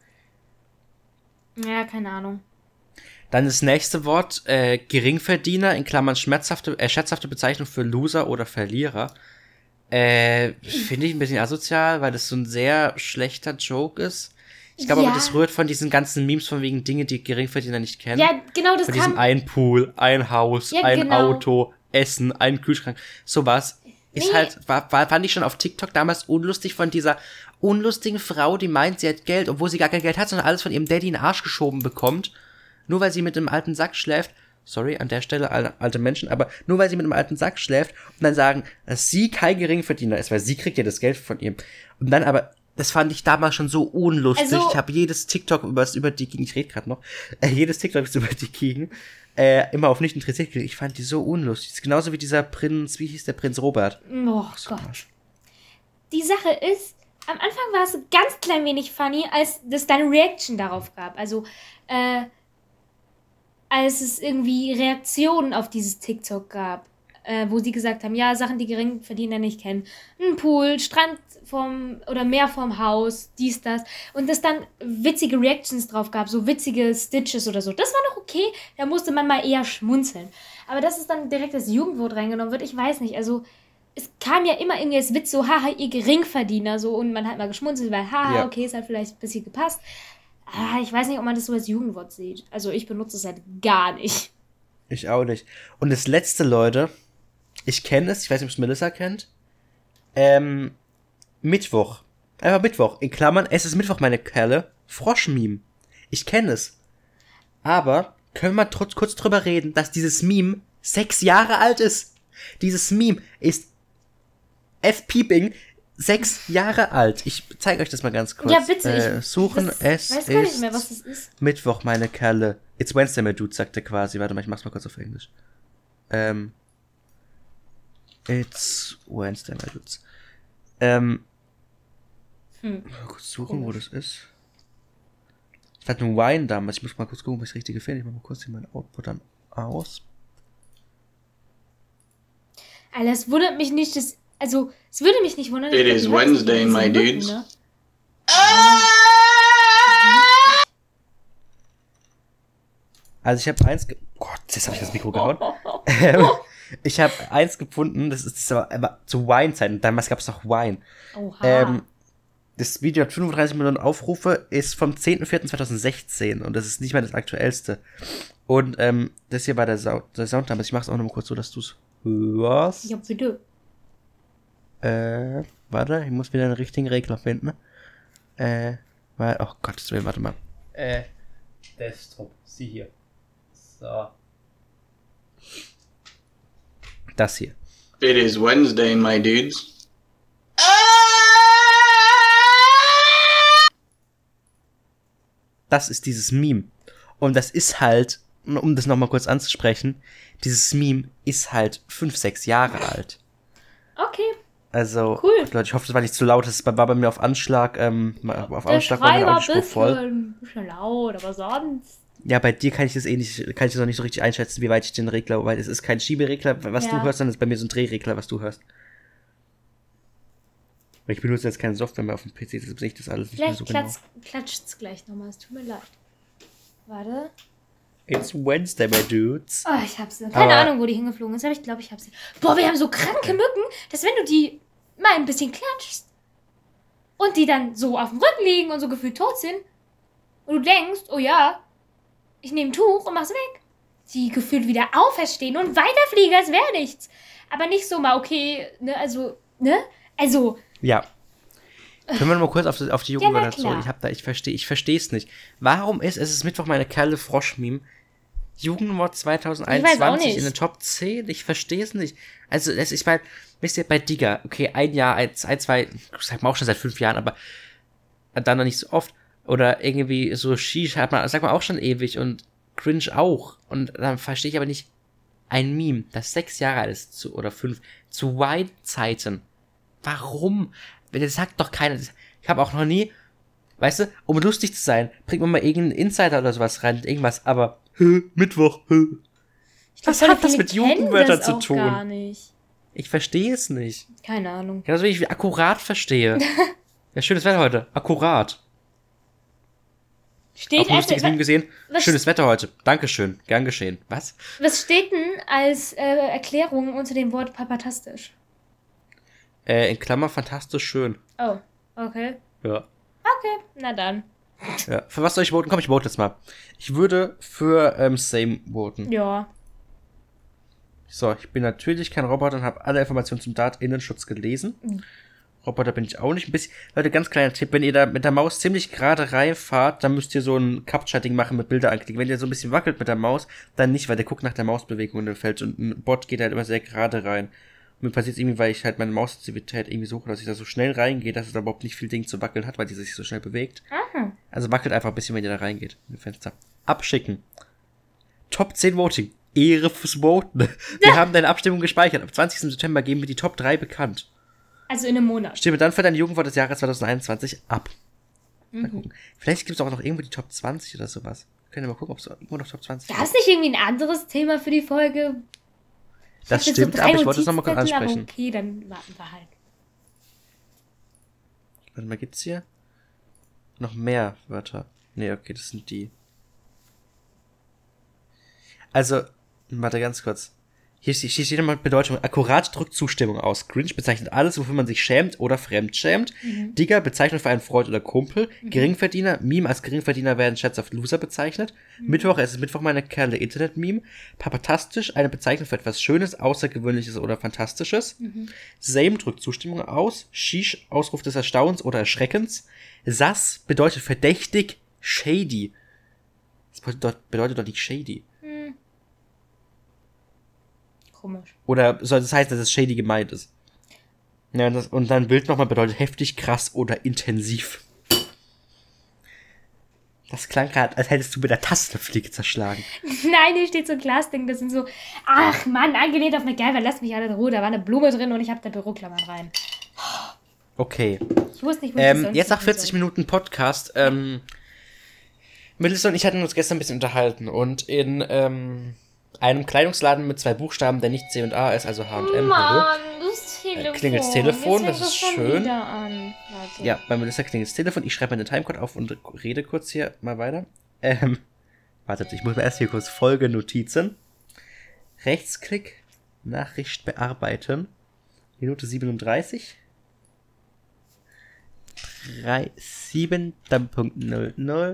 Ja, keine Ahnung. Dann das nächste Wort, äh, Geringverdiener, in Klammern schmerzhafte, äh, scherzhafte Bezeichnung für Loser oder Verlierer. Äh, finde ich ein bisschen asozial, weil das so ein sehr schlechter Joke ist. Ich glaube Ja. aber, das rührt von diesen ganzen Memes von wegen Dinge, die Geringverdiener nicht kennen. Ja, genau, das Von diesem kam... ein Pool, ein Haus, Ja, ein genau. Auto, Essen, ein Kühlschrank, sowas. Ist Nee. halt, war, war, fand ich schon auf TikTok damals unlustig von dieser unlustigen Frau, die meint, sie hat Geld, obwohl sie gar kein Geld hat, sondern alles von ihrem Daddy in den Arsch geschoben bekommt. Nur weil sie mit einem alten Sack schläft. Sorry, an der Stelle, alle, alte Menschen, aber nur weil sie mit einem alten Sack schläft und dann sagen, dass sie kein Geringverdiener ist, weil sie kriegt ja das Geld von ihm. Und dann aber, das fand ich damals schon so unlustig. Also- ich habe jedes TikTok über, über die Gegend, ich rede gerade noch, äh, jedes TikTok über die Gegend, äh, immer auf nicht interessiert geklickt. Ich fand die so unlustig. Das ist genauso wie dieser Prinz, wie hieß der Prinz Robert? Oh Gott. Die Sache ist, am Anfang war es so ganz klein wenig funny, als es dann Reaction darauf gab. Also, äh, als es irgendwie Reaktionen auf dieses TikTok gab, äh, wo sie gesagt haben, ja, Sachen, die Geringverdiener nicht kennen. Ein Pool, Strand vom, oder Meer vorm Haus, dies, das. Und es dann witzige Reactions drauf gab, so witzige Stitches oder so. Das war noch okay, da musste man mal eher schmunzeln. Aber dass es dann direkt als Jugendwort reingenommen wird, ich weiß nicht, also... Es kam ja immer irgendwie als Witz so, haha, ihr Geringverdiener, so, und man hat mal geschmunzelt, weil, haha, Ja. okay, es hat vielleicht ein bisschen gepasst. Ah, ich weiß nicht, ob man das so als Jugendwort sieht. Also ich benutze es halt gar nicht. Ich auch nicht. Und das letzte, Leute, ich kenne es, ich weiß nicht, ob es Melissa kennt, ähm, Mittwoch. Einfach Mittwoch. In Klammern, es ist Mittwoch, meine Kerle. Froschmeme. Ich kenne es. Aber können wir trotz kurz drüber reden, dass dieses Meme sechs Jahre alt ist. Dieses Meme ist F-Peeping sechs Jahre alt. Ich zeige euch das mal ganz kurz. Ja, bitte. Äh, ich suchen, das, es weiß gar nicht ist mehr, was das ist. Mittwoch, meine Kerle. It's Wednesday, my dude, sagt er quasi. Warte mal, ich mach's mal kurz auf Englisch. Ähm. It's Wednesday, my dudes. Ähm. Hm. Mal kurz suchen, wo das ist. Ich hatte einen Wine damals. Ich muss mal kurz gucken, ob ich das Richtige finde. Ich mach mal kurz hier mein Output dann aus. Alter, es wundert mich nicht, dass, also, es würde mich nicht wundern. It ich glaub, is die hören es nicht, Wednesday, diese my Mücken, dudes. ne? Also ich habe eins ge Gott, jetzt habe ich das Mikro gehauen. Ähm, ich habe eins gefunden, das ist, das ist aber, aber zu Wine-Zeiten. Damals gab es noch Wine. Oha. Ähm, das Video hat fünfunddreißig Millionen Aufrufe, ist vom zehnten vierten zweitausendsechzehn und das ist nicht mehr das aktuellste. Und ähm, das hier war der, Sau der Sound damals. Ich mach's auch noch mal kurz so, dass du's hörst. Ja, bitte. Äh, warte, ich muss wieder einen richtigen Regler finden. Äh, weil, oh Gottes Willen, warte mal. Äh, Desktop, sie hier. So. Das hier. It is Wednesday, my dudes. Das ist dieses Meme. Und das ist halt, um das nochmal kurz anzusprechen, dieses Meme ist halt fünf, sechs Jahre alt. Okay. Also, Cool. Leute, ich hoffe, das war nicht zu laut. Das war bei mir auf Anschlag, ähm, auf Der Anschlag war Schrei mein war ein Audiospruch voll. bisschen, bisschen laut, aber sonst. Ja, bei dir kann ich das eh nicht, kann ich das noch nicht so richtig einschätzen, wie weit ich den Regler, weil es ist kein Schieberegler, was Ja. du hörst, sondern es ist bei mir so ein Drehregler, was du hörst. Weil ich benutze jetzt keine Software mehr auf dem P C, deshalb sehe ich das alles nicht mehr Vielleicht so genau. klatsch, klatscht's gleich nochmal, es tut mir leid. Warte. It's Wednesday, my dudes. Oh, ich hab sie. Keine Aber- Ahnung, wo die hingeflogen ist, aber ich glaube, ich hab sie. Boah, wir haben so kranke Mücken, dass wenn du die mal ein bisschen klatschst und die dann so auf dem Rücken liegen und so gefühlt tot sind und du denkst, oh ja, ich nehme ein Tuch und mach's weg. Die gefühlt wieder auferstehen und weiterfliegen, als wäre nichts. Aber nicht so mal, okay, ne, also, ne? Also, Ja. Können wir noch mal kurz auf, das, auf die Ja, Jugendwörter na klar. zurück? Ich hab da, ich verstehe, ich verstehe es nicht. Warum ist, es ist Mittwoch meine Kerle Frosch-Meme Jugendwort Ich weiß auch zweitausendeinundzwanzig nicht. in den Top zehn? Ich verstehe es nicht. Also, das ist bei, wisst ihr, bei Digger, okay, ein Jahr, ein, ein zwei, ich sag mal auch schon seit fünf Jahren, aber dann noch nicht so oft. Oder irgendwie so Shish hat man, sagt man auch schon ewig und Cringe auch. Und dann verstehe ich aber nicht ein Meme, das sechs Jahre alt ist, zu, oder fünf, zu Wine-Zeiten. Warum? Das sagt doch keiner. Ich habe auch noch nie, weißt du, um lustig zu sein, bringt man mal irgendeinen Insider oder sowas rein, irgendwas, aber hä, Mittwoch, hä. Ich glaub, Was voll hat das viele mit kennen Jugendwörtern das zu auch tun? Gar nicht. Ich verstehe es nicht. Keine Ahnung. Genauso wie ich akkurat verstehe. Ja, schönes Wetter heute. Akkurat. Steht Auch ein lustiges also, Meme gesehen. was- Schönes Wetter heute. Dankeschön. Gern geschehen. Was? was steht denn als äh, Erklärung unter dem Wort papatastisch? Äh, in Klammer fantastisch schön. Oh, okay. Ja. Okay, na dann. Ja. Für was soll ich voten? Komm, ich vote jetzt mal. Ich würde für ähm, Same voten. Ja. So, ich bin natürlich kein Roboter und habe alle Informationen zum Dart-Innenschutz gelesen. Mhm. Roboter bin ich auch nicht. Ein bisschen, Leute, ganz kleiner Tipp, wenn ihr da mit der Maus ziemlich gerade reinfahrt, dann müsst ihr so ein Capture-Ding machen mit Bilder anklicken. Wenn ihr so ein bisschen wackelt mit der Maus, dann nicht, weil der guckt nach der Mausbewegung in dem Feld und ein Bot geht halt immer sehr gerade rein. Und mir passiert es irgendwie, weil ich halt meine Maussensitivität irgendwie suche, dass ich da so schnell reingehe, dass es da überhaupt nicht viel Ding zu wackeln hat, weil die sich so schnell bewegt. Aha. Also wackelt einfach ein bisschen, wenn ihr da reingeht in das Fenster. Abschicken. Top zehn Voting. Ehre fürs Voten. Wir haben deine Abstimmung gespeichert. Am zwanzigsten September geben wir die Top drei bekannt. Also in einem Monat. Stimme dann für dein Jugendwort des Jahres zweitausendeinundzwanzig ab. Mal gucken. Vielleicht gibt es auch noch irgendwo die Top zwanzig oder sowas. Können wir mal gucken, ob es irgendwo noch Top zwanzig Gab es nicht irgendwie ein anderes Thema für die Folge? Ich Das hab jetzt so stimmt, drei aber ich wollte es nochmal kurz Notizzettel, aber ansprechen. Okay, dann warten wir halt. Warte mal, gibt's hier noch mehr Wörter? Nee, okay, das sind die. Also, warte ganz kurz. Hier steht, hier steht nochmal Bedeutung. Akkurat drückt Zustimmung aus. Grinch bezeichnet alles, wofür man sich schämt oder fremdschämt. Mhm. Digger bezeichnet für einen Freund oder Kumpel. Geringverdiener, Meme als Geringverdiener werden scherzhaft Loser bezeichnet. Mhm. Mittwoch, es ist Mittwoch meine Kerle Internet-Meme. Papatastisch, eine Bezeichnung für etwas Schönes, Außergewöhnliches oder Fantastisches. Mhm. Same drückt Zustimmung aus. Shish, Ausruf des Erstaunens oder Erschreckens. Sass bedeutet verdächtig, shady. Das bedeutet doch, bedeutet doch nicht shady. Hm. Komisch. Oder soll das heißen, dass es shady gemeint ist? Ja, das, und dann Bild nochmal bedeutet heftig, krass oder intensiv. Das klang gerade, als hättest du mit der Tastenfliege zerschlagen. Nein, hier steht so ein Glasding, das sind so, ach Mann, angelehnt auf MacGyver, lass mich alle in Ruhe, da war eine Blume drin und ich habe da Büroklammern rein. Okay. Ich wusste nicht, wo ich das Ähm, sonst jetzt nach tun vierzig soll. Minuten Podcast, ähm, Melissa und ich hatten uns gestern ein bisschen unterhalten und in, ähm, einem Kleidungsladen mit zwei Buchstaben, der nicht C und A ist, also H und M. Mann, das Telefon. klingelt's Telefon, Jetzt das ist fängt schon schön. wieder an. Warte. Ja, bei Melissa klingelt das Telefon. Ich schreibe mir den Timecode auf und rede kurz hier mal weiter. Ähm, wartet, ich muss mir erst hier kurz Folgenotizen. Rechtsklick, Nachricht bearbeiten. Minute siebenunddreißig. sieben Punkt null null.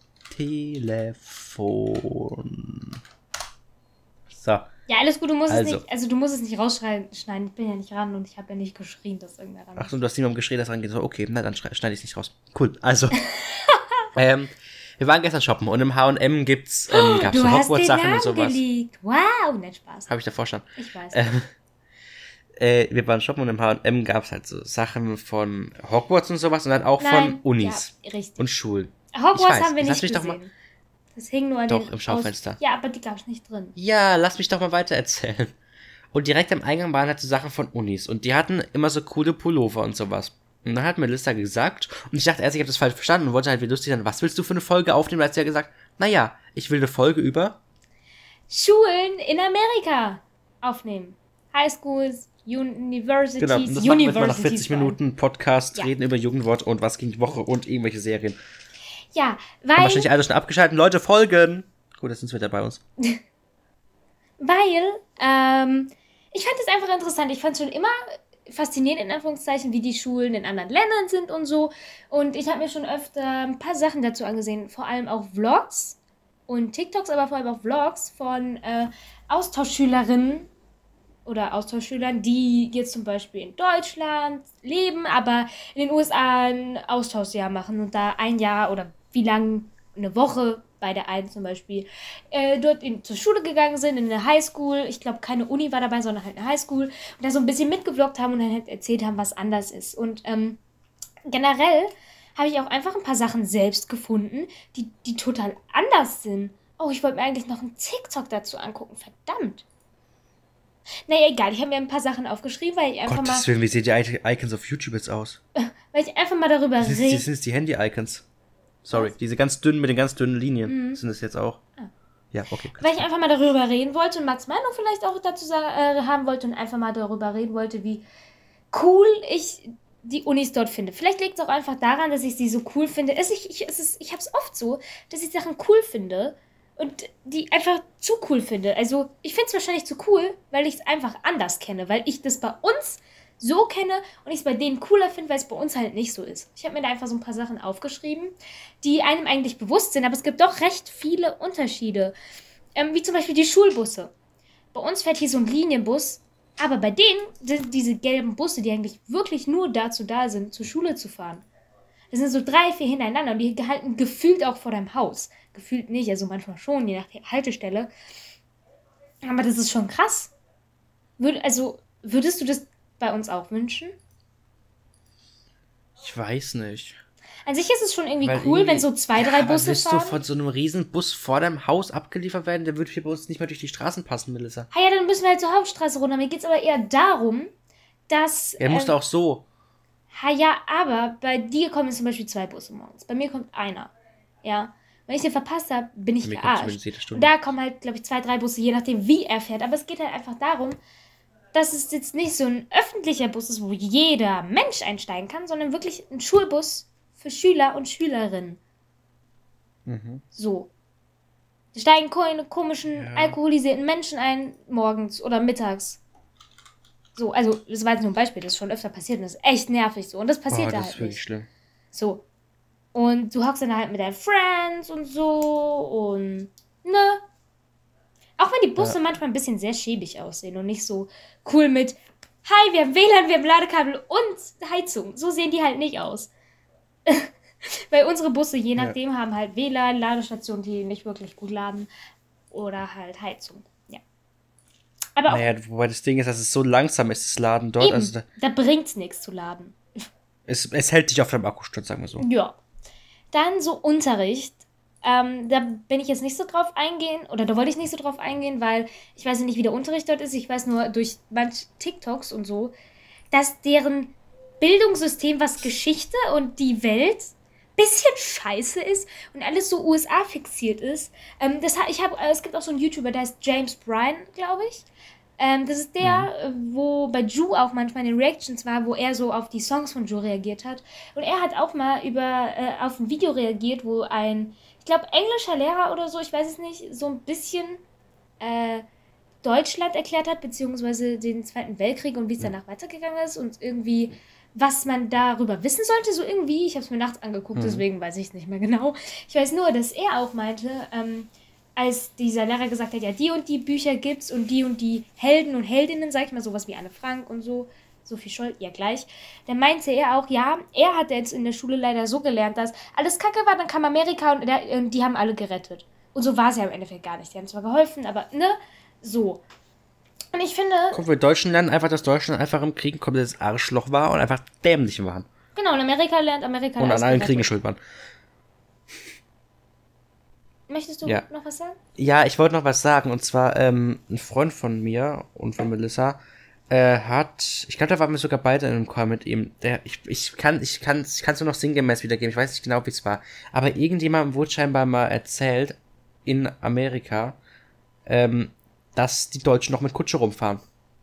Telefon. So. Ja, alles gut, du musst Also. es nicht, also du musst es nicht rausschneiden. Ich bin ja nicht ran und ich habe ja nicht geschrien, dass irgendwer ran Ach so, du hast niemandem geschrien, dass rangeht. So, okay, na dann schneide ich es nicht raus. Cool, also. ähm, wir waren gestern shoppen und im H und M gibt's, ähm, gab's Du so hast den Hogwarts-Sachen Namen und sowas. geleakt. Wow, nicht Spaß. Habe ich davor schon. Ich weiß. Ähm, äh, wir waren shoppen und im H und M gab's halt so Sachen von Hogwarts und sowas und dann auch Nein, von Unis Ja, richtig. und Schulen. Hogwarts ich weiß, haben wir jetzt lass nicht mich doch gesehen. mal- Das hing nur an Doch, den im Schaufenster. Aus- Ja, aber die gab's nicht drin. Ja, lass mich doch mal weiter erzählen. Und direkt am Eingang waren halt so Sachen von Unis. Und die hatten immer so coole Pullover und sowas. Und dann hat Melissa gesagt, und ich dachte erst, ich habe das falsch verstanden und wollte halt wie lustig sein, was willst du für eine Folge aufnehmen? Da hat sie ja gesagt, naja, ich will eine Folge über... Schulen in Amerika aufnehmen. Highschools, Universities, Genau, und das machen wir jetzt mal nach Universities vierzig vor allem. Minuten Podcast, Ja. reden über Jugendwort und was ging die Woche und irgendwelche Serien. Ja, Haben weil, wahrscheinlich alle schon abgeschaltet. Leute, folgen! Gut, jetzt sind sie wieder bei uns. weil, ähm, ich fand es einfach interessant. Ich fand es schon immer faszinierend, in Anführungszeichen, wie die Schulen in anderen Ländern sind und so. Und ich habe mir schon öfter ein paar Sachen dazu angesehen. Vor allem auch Vlogs und TikToks, aber vor allem auch Vlogs von äh, Austauschschülerinnen oder Austauschschülern, die jetzt zum Beispiel in Deutschland leben, aber in den U S A ein Austauschjahr machen und da ein Jahr oder wie lang, eine Woche beide einen zum Beispiel äh, dort in, zur Schule gegangen sind, in eine Highschool. Ich glaube, keine Uni war dabei, sondern halt eine Highschool. Und da so ein bisschen mitgevloggt haben und dann halt erzählt haben, was anders ist. Und ähm, generell habe ich auch einfach ein paar Sachen selbst gefunden, die, die total anders sind. Oh, ich wollte mir eigentlich noch einen TikTok dazu angucken. Verdammt. Naja, egal. Ich habe mir ein paar Sachen aufgeschrieben, weil ich einfach Gottes mal... Willen, wie sehen die I- Icons auf YouTube jetzt aus? Weil ich einfach mal darüber Das, ist, rede. das sind die Handy-Icons. Sorry, Was? diese ganz dünnen, mit den ganz dünnen Linien Mhm. sind es jetzt auch. Ah. Ja, okay. Weil ich einfach mal darüber reden wollte und Max Meinung vielleicht auch dazu sa- äh, haben wollte und einfach mal darüber reden wollte, wie cool ich die Unis dort finde. Vielleicht liegt es auch einfach daran, dass ich sie so cool finde. Es, ich ich, es ist, ich habe es oft so, dass ich Sachen cool finde und die einfach zu cool finde. Also ich finde es wahrscheinlich zu cool, weil ich es einfach anders kenne, weil ich das bei uns so kenne und ich es bei denen cooler finde, weil es bei uns halt nicht so ist. Ich habe mir da einfach so ein paar Sachen aufgeschrieben, die einem eigentlich bewusst sind, aber es gibt doch recht viele Unterschiede. Ähm, wie zum Beispiel die Schulbusse. Bei uns fährt hier so ein Linienbus, aber bei denen sind diese gelben Busse, die eigentlich wirklich nur dazu da sind, zur Schule zu fahren. Das sind so drei, vier hintereinander und die halten gefühlt auch vor deinem Haus. Gefühlt nicht, also manchmal schon, je nach Haltestelle. Aber das ist schon krass. Würd, also, würdest du das bei uns auch wünschen? Ich weiß nicht. An sich ist es schon irgendwie Weil cool, irgendwie- wenn so zwei, drei aber Busse willst fahren. du von so einem riesen Bus vor deinem Haus abgeliefert werden? Der würde hier bei uns nicht mehr durch die Straßen passen, Melissa. Ah ja, dann müssen wir halt zur Hauptstraße runter. Mir geht es aber eher darum, dass... Er musste ähm, auch so. Ha, ja, aber bei dir kommen zum Beispiel zwei Busse morgens. Bei mir kommt einer. Ja. Wenn ich den verpasst habe, bin ich Bei mir kommt verarscht. zumindest jede Und Stunde. da kommen halt, glaube ich, zwei, drei Busse, je nachdem, wie er fährt. Aber es geht halt einfach darum, dass es jetzt nicht so ein öffentlicher Bus ist, wo jeder Mensch einsteigen kann, sondern wirklich ein Schulbus für Schüler und Schülerinnen. Mhm. So. Da steigen keine komischen, Ja. alkoholisierten Menschen ein, morgens oder mittags. So, also, das war jetzt nur ein Beispiel, das ist schon öfter passiert und das ist echt nervig so. Und das passiert Boah, da das halt ist wirklich nicht. schlimm. So. Und du hockst dann halt mit deinen Friends und so und, ne? Auch wenn die Busse Ja. manchmal ein bisschen sehr schäbig aussehen und nicht so cool mit, hi, wir haben W L A N, wir haben Ladekabel und Heizung. So sehen die halt nicht aus. Weil unsere Busse, je Ja. nachdem, haben halt W L A N, Ladestationen, die nicht wirklich gut laden oder halt Heizung. Ja. Aber auch Naja, wobei das Ding ist, dass es so langsam ist, das Laden dort. eben, Also da, da bringt's nichts zu laden. es, es hält dich auf deinem Akkustand, sagen wir so. Ja. Dann so Unterricht. Ähm, da bin ich jetzt nicht so drauf eingehen, oder da wollte ich nicht so drauf eingehen, weil ich weiß ja nicht, wie der Unterricht dort ist. Ich weiß nur durch manche TikToks und so, dass deren Bildungssystem, was Geschichte und die Welt bisschen scheiße ist und alles so U S A fixiert ist. Ähm, das, ha- ich hab, äh, es gibt auch so einen YouTuber, der heißt James Bryan, glaube ich. Ähm, das ist der, äh, wo bei Ju auch manchmal in den Reactions war, wo er so auf die Songs von Ju reagiert hat. Und er hat auch mal über äh, auf ein Video reagiert, wo ein, ich glaube, englischer Lehrer oder so, ich weiß es nicht, so ein bisschen äh, Deutschland erklärt hat, beziehungsweise den Zweiten Weltkrieg und wie es danach weitergegangen ist und irgendwie, was man darüber wissen sollte, so irgendwie. Ich habe es mir nachts angeguckt, Mhm. deswegen weiß ich es nicht mehr genau. Ich weiß nur, dass er auch meinte, ähm, als dieser Lehrer gesagt hat, ja, die und die Bücher gibt's und die und die Helden und Heldinnen, sag ich mal, sowas wie Anne Frank und so, Sophie Scholl, ja gleich, dann meinte er auch, ja, er hat jetzt in der Schule leider so gelernt, dass alles Kacke war, dann kam Amerika und, der, und die haben alle gerettet. Und so war es ja im Endeffekt gar nicht. Die haben zwar geholfen, aber, ne, so. Und ich finde, Guck, wir Deutschen lernen einfach, dass Deutschland einfach im Krieg ein komplettes Arschloch war und einfach dämlich waren. genau, in Amerika lernt Amerika Und alles an allen gerettet. Kriegen schuld waren. Möchtest du Ja. noch was sagen? Ja, ich wollte noch was sagen. Und zwar, ähm, ein Freund von mir und von Melissa äh, hat, ich glaube, da waren wir sogar beide in einem Call mit ihm. Der, ich, ich kann, ich kann, ich kann es nur noch sinngemäß wiedergeben. Ich weiß nicht genau, wie es war. Aber irgendjemandem wurde scheinbar mal erzählt in Amerika, ähm, dass die Deutschen noch mit Kutsche rumfahren.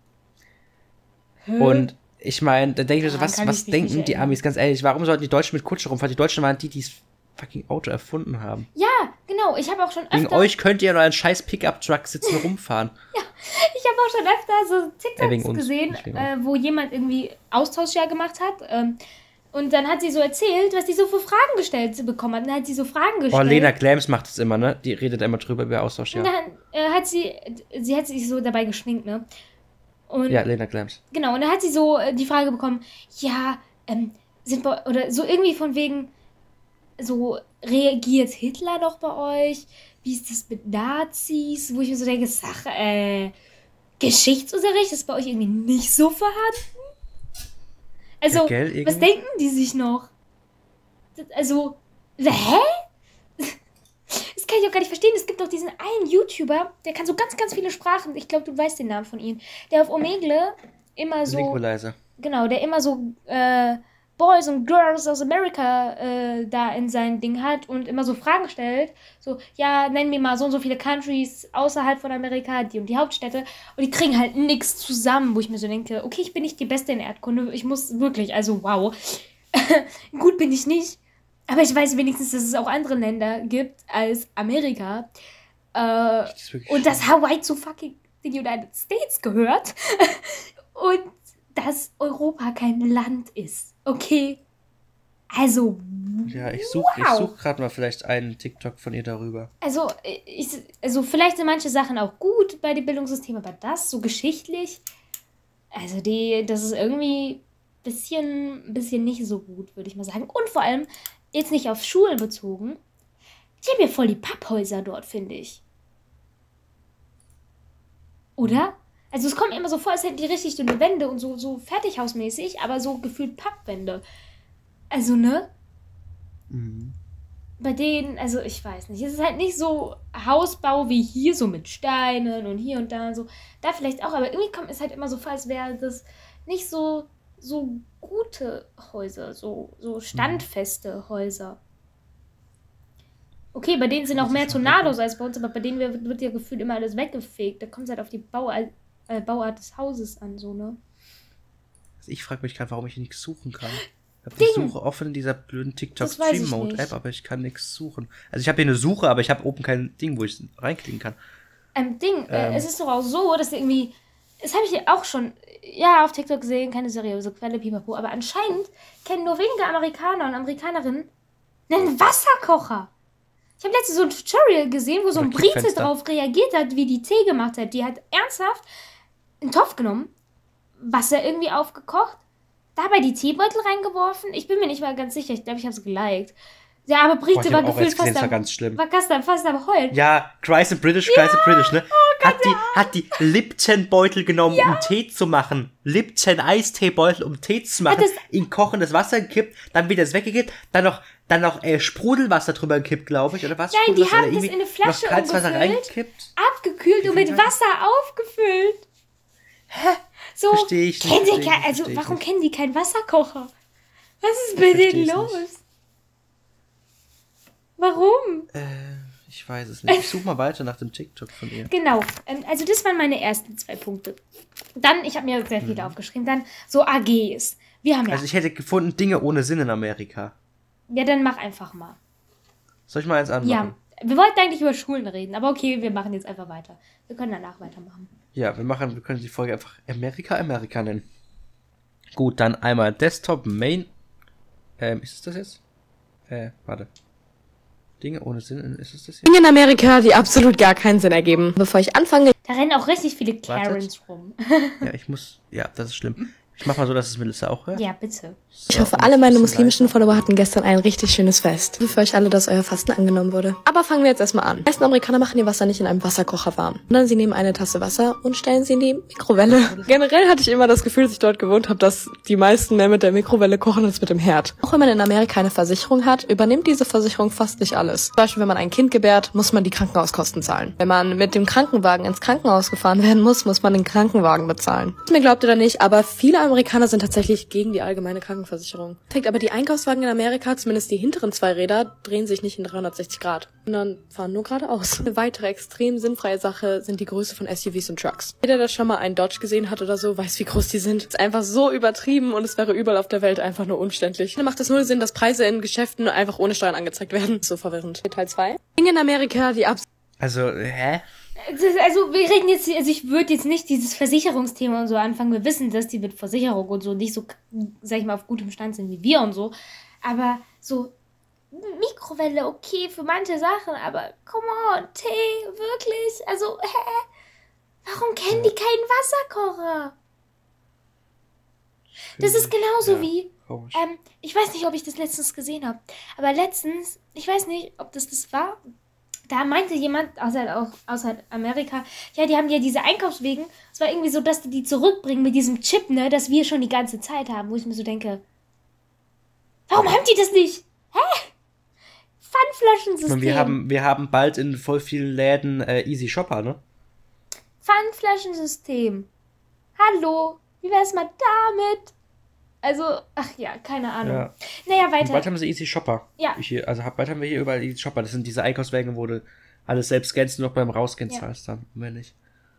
Und ich meine, da denke ich mir so, Daran was, kann was ich mich denken nicht die erinnern. Amis, ganz ehrlich, warum sollten die Deutschen mit Kutsche rumfahren? Die Deutschen waren die, die das fucking Auto erfunden haben. Ja, genau. Ich habe auch schon Wegen öfter... euch könnt ihr in euren scheiß Pickup-Truck sitzen und rumfahren. Ich habe auch schon öfter so Äh, wegen TikToks uns, gesehen, nicht wegen äh, wo jemand irgendwie Austauschjahr gemacht hat. Ähm, und dann hat sie so erzählt, was sie so für Fragen gestellt bekommen hat. Und dann hat sie so Fragen Oh, gestellt. Lena Glams macht das immer, ne? Die redet immer drüber über Austausch, Und ja. dann äh, hat sie, sie hat sich so dabei geschminkt, ne? Und Ja, Lena Glams. genau, und dann hat sie so äh, die Frage bekommen, ja, ähm, sind bei, oder so irgendwie von wegen, so, reagiert Hitler noch bei euch? Wie ist das mit Nazis? Wo ich mir so denke, Sache, äh, Geschichtsunterricht ist bei euch irgendwie nicht so vorhanden? Also, Ja, gell, irgendwie. was denken die sich noch? Das- Also, hä? Das kann ich auch gar nicht verstehen. Es gibt doch diesen einen YouTuber, der kann so ganz, ganz viele Sprachen. Ich glaube, du weißt den Namen von ihm. Der auf Omegle immer so... Linkolizer. Genau, der immer so äh, Boys und Girls aus Amerika äh, da in sein Ding hat und immer so Fragen stellt. So, ja, nenn mir mal so und so viele Countries außerhalb von Amerika, die und die Hauptstädte. Und die kriegen halt nichts zusammen, wo ich mir so denke, okay, ich bin nicht die Beste in Erdkunde. Ich muss wirklich, also wow. Gut bin ich nicht. Aber ich weiß wenigstens, dass es auch andere Länder gibt als Amerika. Äh, Das ist wirklich und dass Hawaii zu fucking den United States gehört. Und dass Europa kein Land ist. Okay? Also, Ja, ich suche ich wow. such gerade mal vielleicht einen TikTok von ihr darüber. Also, ich, also, vielleicht sind manche Sachen auch gut bei dem Bildungssystem, aber das so geschichtlich, also die, das ist irgendwie ein bisschen, bisschen nicht so gut, würde ich mal sagen. Und vor allem, jetzt nicht auf Schulen bezogen, die haben ja voll die Papphäuser dort, finde ich. Oder? Also es kommt mir immer so vor, als hätten die richtig dünne Wände und so, so fertighausmäßig, aber so gefühlt Pappwände. Also, ne? Mhm. Bei denen, also ich weiß nicht, es ist halt nicht so Hausbau wie hier, so mit Steinen und hier und da und so. Da vielleicht auch, aber irgendwie kommt es halt immer so vor, als wäre das nicht so, so gute Häuser, so, so standfeste Häuser. Okay, bei denen sind auch Das mehr ist schon Tornados als bei uns, aber bei denen wird, wird ja gefühlt immer alles weggefegt. Da kommt es halt auf die Bauart, äh, Bauart des Hauses an, so, ne? Also ich frage mich gerade, warum ich nichts suchen kann. Ich habe Ding. die Suche offen in dieser blöden TikTok Das weiß ich Stream Mode nicht. App, aber ich kann nichts suchen. Also ich habe hier eine Suche, aber ich habe oben kein Ding, wo ich reinklicken kann. Ähm, Ding, Ähm. äh, es ist doch auch so, dass irgendwie, das habe ich ja auch schon, ja, auf TikTok gesehen, keine seriöse Quelle, pipapo, aber anscheinend kennen nur wenige Amerikaner und Amerikanerinnen einen Wasserkocher. Ich habe letztens so ein Tutorial gesehen, wo so ein Oder Brite Kippfenster. drauf reagiert hat, wie die Tee gemacht hat. Die hat ernsthaft einen Topf genommen, Wasser irgendwie aufgekocht, dabei die Teebeutel reingeworfen. Ich bin mir nicht mal ganz sicher, ich glaube, ich habe es geliked. Der arme Boah, Brite ich war hab auch gefühlt erst gesehen, fast das war am, ganz schlimm. war fast am, fast am Heulen. Ja, Christ and British, Christ and British, ne? hat die, hat die Lipton-Beutel genommen, um Tee zu machen. Lipton-Eisteebeutel, um Tee zu machen. Hat das- in kochendes Wasser gekippt, dann wieder das weggekippt, dann noch, dann noch äh, Sprudelwasser drüber gekippt, glaube ich, oder was? Nein, die Sprudelwasser haben oder das irgendwie in eine Flasche noch kaltes Wasser umgefüllt. reingekippt. Abgekühlt und mit viel Zeit? Wasser aufgefüllt. Hä? So, Versteh ich nicht, kennen die versteh ich kein, nicht, also versteh ich warum nicht. kennen die keinen Wasserkocher? Was ist bei versteh denen es los? nicht. Warum? Äh, ich weiß es nicht. Ich suche mal weiter nach dem TikTok von ihr. Genau, ähm, also das waren meine ersten zwei Punkte. Dann, ich habe mir sehr viele aufgeschrieben, dann so A Gs. Wir haben ja, Mhm. Also ich hätte gefunden, Dinge ohne Sinn in Amerika. ja, dann mach einfach mal. Soll ich mal eins anmachen? Ja, wir wollten eigentlich über Schulen reden, aber okay, wir machen jetzt einfach weiter. Wir können danach weitermachen. Ja, wir machen, wir können die Folge einfach Amerika, Amerika nennen. Gut, dann einmal Desktop, Main. Ähm, ist es das jetzt? Äh, warte. Dinge ohne Sinn, ist es das hier? Dinge in Amerika, die absolut gar keinen Sinn ergeben. Bevor ich anfange, Da rennen auch richtig viele Wartet. Karens rum. Ja, ich muss, ja, das ist schlimm. Ich mach mal so, dass es Melissa auch hört. Ja, bitte. So, ich hoffe, und alle jetzt meine ein bisschen muslimischen leiser. Follower hatten gestern ein richtig schönes Fest. Ich hoffe für euch alle, dass euer Fasten angenommen wurde. Aber fangen wir jetzt erstmal an. Die meisten Amerikaner machen ihr Wasser nicht in einem Wasserkocher warm, sondern sie nehmen eine Tasse Wasser und stellen sie in die Mikrowelle. Generell hatte ich immer das Gefühl, als ich dort gewohnt habe, dass die meisten mehr mit der Mikrowelle kochen als mit dem Herd. Auch wenn man in Amerika eine Versicherung hat, übernimmt diese Versicherung fast nicht alles. Zum Beispiel, wenn man ein Kind gebärt, muss man die Krankenhauskosten zahlen. Wenn man mit dem Krankenwagen ins Krankenhaus gefahren werden muss, muss man den Krankenwagen bezahlen. Mir glaubt ihr da nicht, aber viele Amerikaner sind tatsächlich gegen die allgemeine Krankenversicherung. Trägt aber die Einkaufswagen in Amerika, zumindest die hinteren zwei Räder, drehen sich nicht in dreihundertsechzig Grad, sondern fahren nur geradeaus. Eine weitere extrem sinnfreie Sache sind die Größe von S U Vs und Trucks. Jeder, der schon mal einen Dodge gesehen hat oder so, weiß, wie groß die sind. Ist einfach so übertrieben und es wäre überall auf der Welt einfach nur umständlich. Dann macht es nur Sinn, dass Preise in Geschäften einfach ohne Steuern angezeigt werden. So verwirrend. Teil zwei. Dinge in Amerika, die abs Also, hä? Das, also wir reden jetzt, also ich würde jetzt nicht dieses Versicherungsthema und so anfangen. Wir wissen, dass die mit Versicherung und so nicht so, sag ich mal, auf gutem Stand sind wie wir und so. Aber so Mikrowelle, okay, für manche Sachen, aber come on, Tee, wirklich? Also, hä? Warum kennen die keinen Wasserkocher? Das ist genauso Ja, wie, Komisch. Ähm, ich weiß nicht, ob ich das letztens gesehen habe. Aber letztens, ich weiß nicht, ob das das war. Da meinte jemand aus, aus, aus Amerika, ja, die haben ja diese Einkaufswegen. Es war irgendwie so, dass die die zurückbringen mit diesem Chip, ne, das wir schon die ganze Zeit haben. Wo ich mir so denke, warum haben die das nicht? Hä? Pfandflaschensystem. Wir haben, wir haben bald in voll vielen Läden äh, Easy Shopper, ne? Pfandflaschensystem. Hallo, wie wär's mal damit? Also, ach ja, keine Ahnung. Ja. Naja, Und weiter. bald haben sie Easy Shopper. Ja. Hier, also hab- bald haben wir hier überall Easy Shopper. Das sind diese Einkaufswagen, wo du alles selbst scannst und noch beim Rausgehen Ja. zahlst dann, mehr nicht.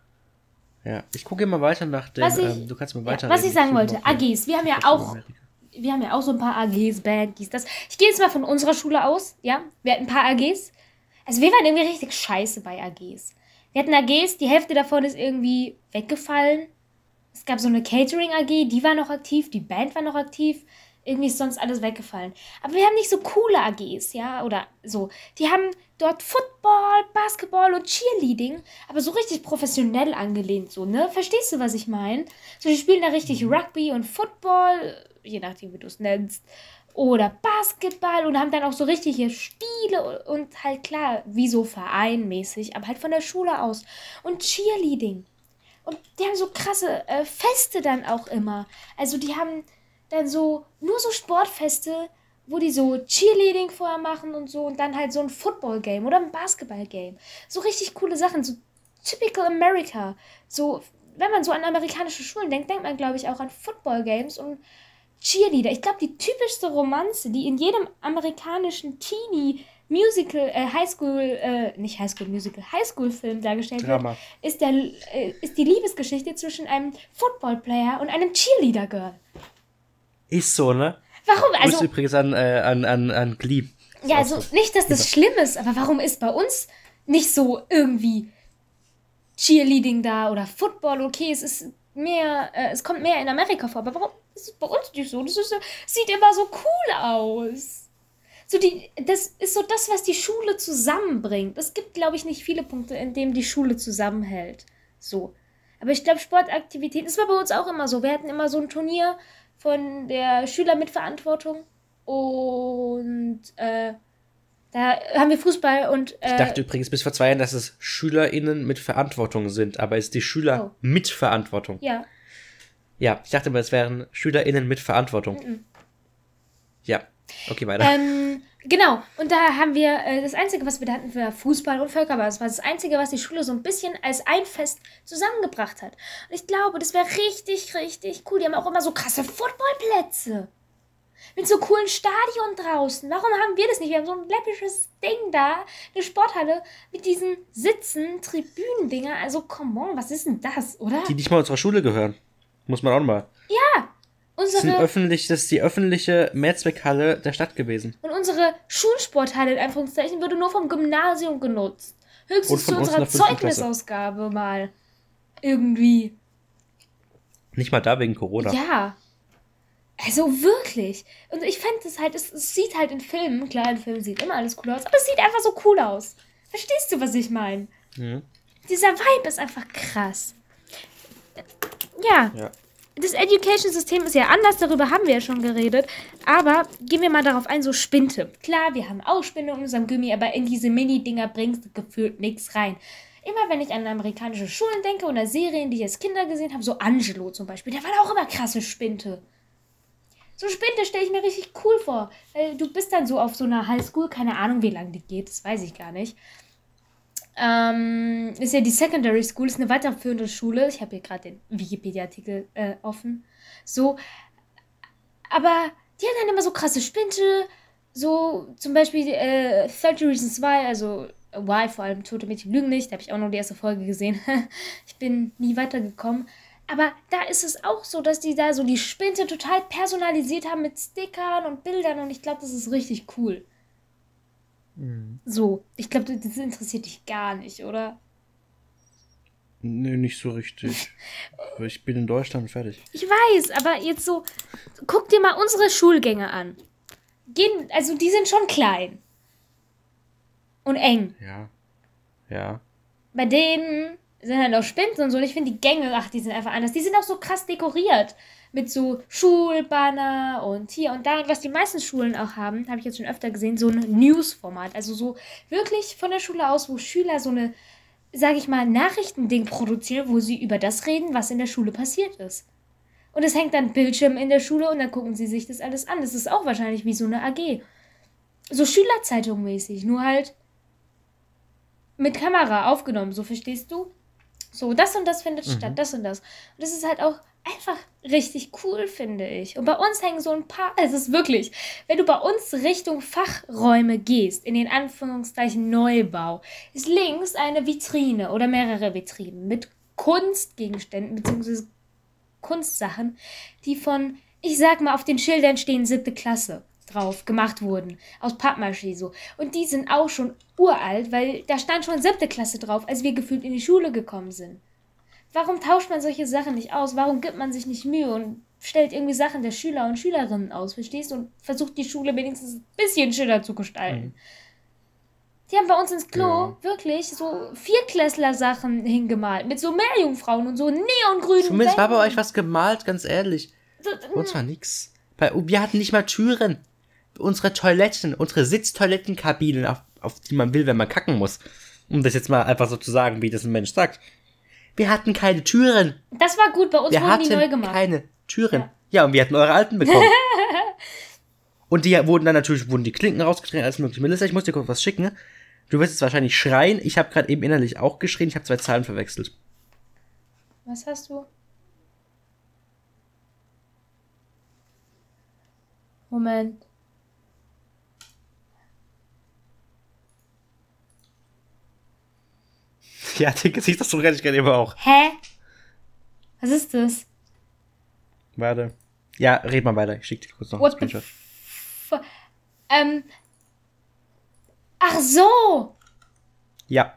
Ja, ich gucke immer weiter nach dem, Was ich- ähm, du kannst mir Ja, weiter was ich sagen suche wollte, noch A hier. Gs. Wir haben ja Was über auch, Amerika. wir haben ja auch so ein paar A Gs, Band, dies, das. Ich gehe jetzt mal von unserer Schule aus, ja. Wir hatten ein paar A Gs. Also wir waren irgendwie richtig scheiße bei A Gs. Wir hatten A Gs, die Hälfte davon ist irgendwie weggefallen. Es gab so eine Catering-A G, die war noch aktiv, die Band war noch aktiv. Irgendwie ist sonst alles weggefallen. Aber wir haben nicht so coole A Gs, ja, oder so. Die haben dort Football, Basketball und Cheerleading, aber so richtig professionell angelehnt, so, ne? Verstehst du, was ich meine? So, die spielen da richtig Rugby und Football, je nachdem, wie du es nennst, oder Basketball und haben dann auch so richtige Spiele und halt klar, wie so vereinmäßig, aber halt von der Schule aus. Und Cheerleading. Und die haben so krasse äh, Feste dann auch immer. Also die haben dann so, nur so Sportfeste, wo die so Cheerleading vorher machen und so und dann halt so ein Football-Game oder ein Basketball-Game. So richtig coole Sachen, so typical America. So, wenn man so an amerikanische Schulen denkt, denkt man, glaube ich, auch an Football-Games und Cheerleader. Ich glaube, die typischste Romanze, die in jedem amerikanischen Teenie Musical, äh, Highschool, äh, nicht Highschool Musical, Highschool-Film dargestellt Drama. wird, ist, der, äh, ist die Liebesgeschichte zwischen einem Football-Player und einem Cheerleader-Girl. Ist so, ne? Warum? Also, Also, übrigens an, äh, an, an, an Glee. ja, also nicht, dass das schlimm ist, aber warum ist bei uns nicht so irgendwie Cheerleading da oder Football? Okay, es ist mehr, äh, es kommt mehr in Amerika vor, aber warum ist es bei uns nicht so? Das ist so, sieht immer so cool aus. So die, das ist so das, was die Schule zusammenbringt. Es gibt, glaube ich, nicht viele Punkte, in denen die Schule zusammenhält. So. Aber ich glaube, Sportaktivitäten, das war bei uns auch immer so. Wir hatten immer so ein Turnier von der Schüler mit Verantwortung und äh, da haben wir Fußball und äh, Ich dachte übrigens bis vor zwei Jahren, dass es SchülerInnen mit Verantwortung sind, aber es ist die Schüler Oh. mit Verantwortung. ja, Ja, ich dachte immer, es wären SchülerInnen mit Verantwortung. Mhm. Ja, okay, weiter. Ähm, genau, und da haben wir, äh, das Einzige, was wir da hatten, war Fußball und Völkerball. Das war das Einzige, was die Schule so ein bisschen als ein Fest zusammengebracht hat. Und ich glaube, das wäre richtig, richtig cool. Die haben auch immer so krasse Footballplätze. Mit so coolen Stadion draußen. Warum haben wir das nicht? Wir haben so ein läppisches Ding da, eine Sporthalle mit diesen Sitzen, Tribünendinger. Also, come on, was ist denn das, oder? Die nicht mal unserer Schule gehören. Muss man auch mal. Das, sind Unsere, öffentlich, das ist die öffentliche Mehrzweckhalle der Stadt gewesen. und unsere Schulsporthalle, in Anführungszeichen, wurde nur vom Gymnasium genutzt. Und Höchstens von zu uns in unserer der fünften Klasse. Zeugnisausgabe mal. Irgendwie. Nicht mal da wegen Corona. Ja. Also wirklich. Und ich fände es halt, es, es sieht halt in Filmen, klar, in Filmen sieht immer alles cool aus, aber es sieht einfach so cool aus. Verstehst du, was ich meine? Mhm. Dieser Vibe ist einfach krass. Ja. Ja. Das Education-System ist ja anders, darüber haben wir ja schon geredet. Aber gehen wir mal darauf ein, so Spinte. Klar, wir haben auch Spinde in unserem Gummi, aber in diese Mini-Dinger bringst du gefühlt nichts rein. Immer wenn ich an amerikanische Schulen denke oder Serien, die ich als Kinder gesehen habe, so Angelo zum Beispiel, der war auch immer krasse Spinte. So Spinte stelle ich mir richtig cool vor. Weil du bist dann so auf so einer Highschool, keine Ahnung, wie lange die geht, das weiß ich gar nicht. Ähm, ist ja die Secondary School, ist eine weiterführende Schule. Ich habe hier gerade den Wikipedia-Artikel äh, offen. So, aber die haben dann immer so krasse Spinte. So zum Beispiel äh, thirty Reasons Why, also Why, vor allem Tote Mädchen lügen nicht. Da habe ich auch noch die erste Folge gesehen. Ich bin nie weitergekommen. Aber da ist es auch so, dass die da so die Spinte total personalisiert haben mit Stickern und Bildern. Und ich glaube, das ist richtig cool. So, ich glaube, das interessiert dich gar nicht, oder? Nee, nicht so richtig. Ich bin in Deutschland fertig. Ich weiß, aber jetzt so, guck dir mal unsere Schulgänge an. Gehen, also die sind schon klein. Und eng. Ja. Ja. Bei denen sind halt auch Spinden und so. Und ich finde die Gänge, ach, die sind einfach anders. Die sind auch so krass dekoriert. Mit so Schulbanner und hier und da. Und was die meisten Schulen auch haben, habe ich jetzt schon öfter gesehen, so ein News-Format. Also so wirklich von der Schule aus, wo Schüler so eine, sage ich mal, Nachrichtending produzieren, wo sie über das reden, was in der Schule passiert ist. Und es hängt dann Bildschirm in der Schule und dann gucken sie sich das alles an. Das ist auch wahrscheinlich wie so eine A G. So Schülerzeitung mäßig, nur halt mit Kamera aufgenommen, so verstehst du? So, das und das findet mhm. statt, das und das. Und das ist halt auch einfach richtig cool, finde ich. Und bei uns hängen so ein paar, es ist wirklich, wenn du bei uns Richtung Fachräume gehst, in den Anführungszeichen Neubau, ist links eine Vitrine oder mehrere Vitrinen mit Kunstgegenständen bzw. Kunstsachen, die von, ich sag mal, auf den Schildern stehen siebte Klasse drauf gemacht wurden, aus Pappmaché so. Und die sind auch schon uralt, weil da stand schon siebte Klasse drauf, als wir gefühlt in die Schule gekommen sind. Warum tauscht man solche Sachen nicht aus? Warum gibt man sich nicht Mühe und stellt irgendwie Sachen der Schüler und Schülerinnen aus, verstehst du? Und versucht die Schule wenigstens ein bisschen schöner zu gestalten. Mhm. Die haben bei uns ins Klo ja. wirklich so Viertklässler-Sachen hingemalt, mit so Meerjungfrauen und so neongrünen Zumindest war bei euch was gemalt, ganz ehrlich. Bei uns war nix. Bei, wir hatten nicht mal Türen. Unsere Toiletten, unsere Sitztoilettenkabinen, auf, auf die man will, wenn man kacken muss. Um das jetzt mal einfach so zu sagen, wie das ein Mensch sagt. Wir hatten keine Türen. Das war gut, bei uns wir wurden die neu hatten gemacht. keine Türen. Ja. ja, und wir hatten eure alten bekommen. Und die wurden dann natürlich, wurden die Klinken rausgedreht, alles mögliche. Melissa, ich muss dir kurz was schicken. Du wirst jetzt wahrscheinlich schreien. Ich habe gerade eben innerlich auch geschrien. Ich habe zwei Zahlen verwechselt. Was hast du? Moment. Ja, den Gesichtsausdruck hätte ich gerade eben auch. Hä? Was ist das? Warte. Ja, red mal weiter. Ich schicke dir kurz noch What einen Screenshot. F- ähm. Ach so! Ja.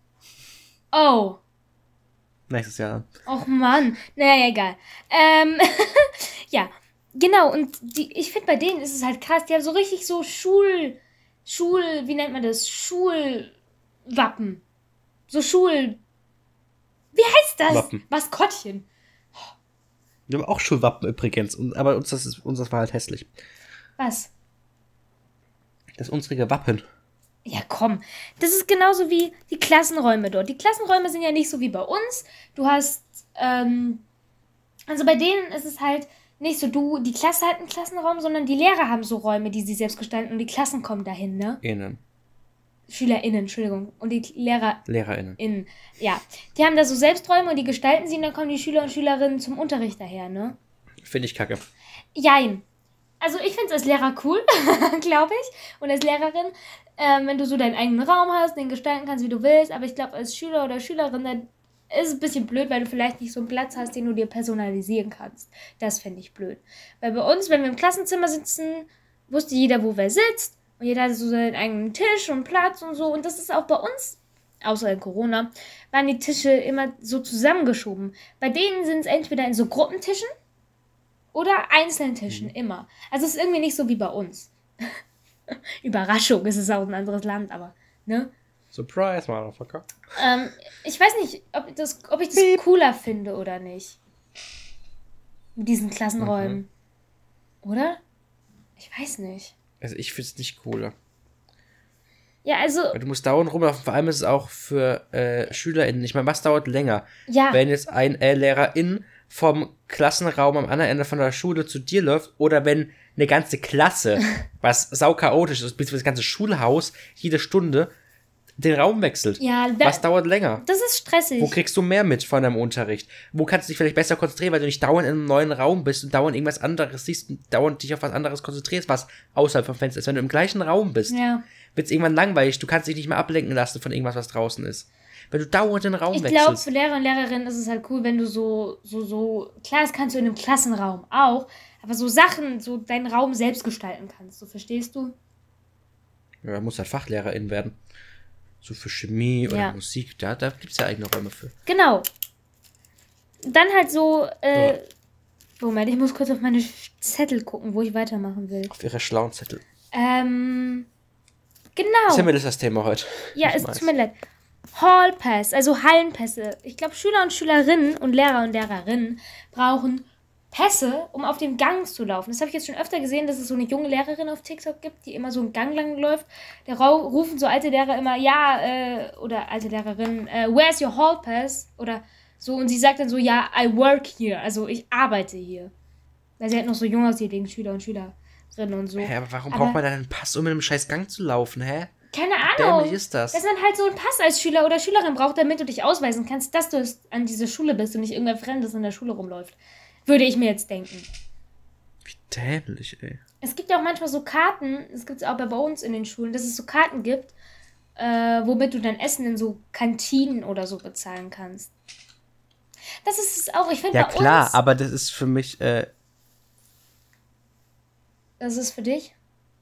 Oh. Nächstes Jahr. Och Mann. Naja, egal. Ähm, ja. Genau, und die, ich finde, bei denen ist es halt krass. Die haben so richtig so Schul... Schul... Wie nennt man das? Schulwappen. So Schul... Wie heißt das? Wappen. Maskottchen. Wir haben auch Schulwappen übrigens. Und, aber uns das, ist, uns das war halt hässlich. Was? Das unsere Wappen. Ja, komm. Das ist genauso wie die Klassenräume dort. Die Klassenräume sind ja nicht so wie bei uns. Du hast, ähm... Also bei denen ist es halt nicht so, du, die Klasse hat einen Klassenraum, sondern die Lehrer haben so Räume, die sie selbst gestalten und die Klassen kommen dahin, ne? Innen. SchülerInnen, Entschuldigung. Und die Lehrer... LehrerInnen. Innen. Ja. Die haben da so Selbsträume und die gestalten sie und dann kommen die Schüler und Schülerinnen zum Unterricht daher, ne? Finde ich kacke. Jein. Also ich finde es als Lehrer cool, glaube ich. Und als Lehrerin, ähm, wenn du so deinen eigenen Raum hast, den gestalten kannst, wie du willst. Aber ich glaube, als Schüler oder Schülerin, dann ist es ein bisschen blöd, weil du vielleicht nicht so einen Platz hast, den du dir personalisieren kannst. Das finde ich blöd. Weil bei uns, wenn wir im Klassenzimmer sitzen, wusste jeder, wo wer sitzt. Und jeder hatte so seinen eigenen Tisch und Platz und so. Und das ist auch bei uns, außer in Corona, waren die Tische immer so zusammengeschoben. Bei denen sind es entweder in so Gruppentischen oder einzelnen Tischen, mhm. immer. Also es ist irgendwie nicht so wie bei uns. Überraschung, es ist auch ein anderes Land, aber, ne? Surprise, Motherfucker. Ähm, ich weiß nicht, ob, das, ob ich das Beep. cooler finde oder nicht. Mit diesen Klassenräumen. Mhm. Oder? Ich weiß nicht. Also ich finde es nicht cooler. Ja, also... Weil du musst dauernd rumlaufen, vor allem ist es auch für äh, SchülerInnen. Ich meine, was dauert länger? Ja. Wenn jetzt ein äh, LehrerIn vom Klassenraum am anderen Ende von der Schule zu dir läuft oder wenn eine ganze Klasse, was sauchaotisch ist, beziehungsweise das ganze Schulhaus, jede Stunde den Raum wechselt. Ja, da, was dauert länger? Das ist stressig. Wo kriegst du mehr mit von deinem Unterricht? Wo kannst du dich vielleicht besser konzentrieren, weil du nicht dauernd in einem neuen Raum bist und dauernd irgendwas anderes siehst und dauernd dich auf was anderes konzentrierst, was außerhalb vom Fenster ist. Wenn du im gleichen Raum bist, ja. wird es irgendwann langweilig. Du kannst dich nicht mehr ablenken lassen von irgendwas, was draußen ist. Wenn du dauernd den Raum ich wechselst. Ich glaube, für Lehrer und Lehrerinnen ist es halt cool, wenn du so, so, so, klar, das kannst du in einem Klassenraum auch, aber so Sachen, so deinen Raum selbst gestalten kannst, so verstehst du? Ja, muss halt Fachlehrerin werden. So für Chemie oder ja. Musik, da, da gibt es ja eigene Räume für. Genau. Dann halt so, äh, ja. Moment, ich muss kurz auf meine Zettel gucken, wo ich weitermachen will. Auf ihre schlauen Zettel. Ähm, genau. Das ist ja mir das Thema heute. Ja, es tut mir leid. Hall Pass, also Hallenpässe. Ich glaube, Schüler und Schülerinnen und Lehrer und Lehrerinnen brauchen Pässe, um auf den Gang zu laufen. Das habe ich jetzt schon öfter gesehen, dass es so eine junge Lehrerin auf TikTok gibt, die immer so einen Gang lang läuft. Da rau- rufen so alte Lehrer immer, ja, äh, oder alte Lehrerinnen, äh, where's your Hall Pass? Oder so, und sie sagt dann so, ja, I work here, also ich arbeite hier. Weil sie halt noch so jung aussieht wegen Schüler und Schülerinnen und so. Hä, aber warum Aber- braucht man dann einen Pass, um in einem scheiß Gang zu laufen, hä? Keine Ahnung. Dämlich ist das. Dass man halt so einen Pass als Schüler oder Schülerin braucht, damit du dich ausweisen kannst, dass du an dieser Schule bist und nicht irgendwer Fremdes in der Schule rumläuft. Würde ich mir jetzt denken. Wie dämlich, ey. Es gibt ja auch manchmal so Karten, das gibt es auch bei uns in den Schulen, dass es so Karten gibt, äh, womit du dein Essen in so Kantinen oder so bezahlen kannst. Das ist es auch. Ich finde Ja bei klar, uns... aber das ist für mich, äh, Das ist für dich?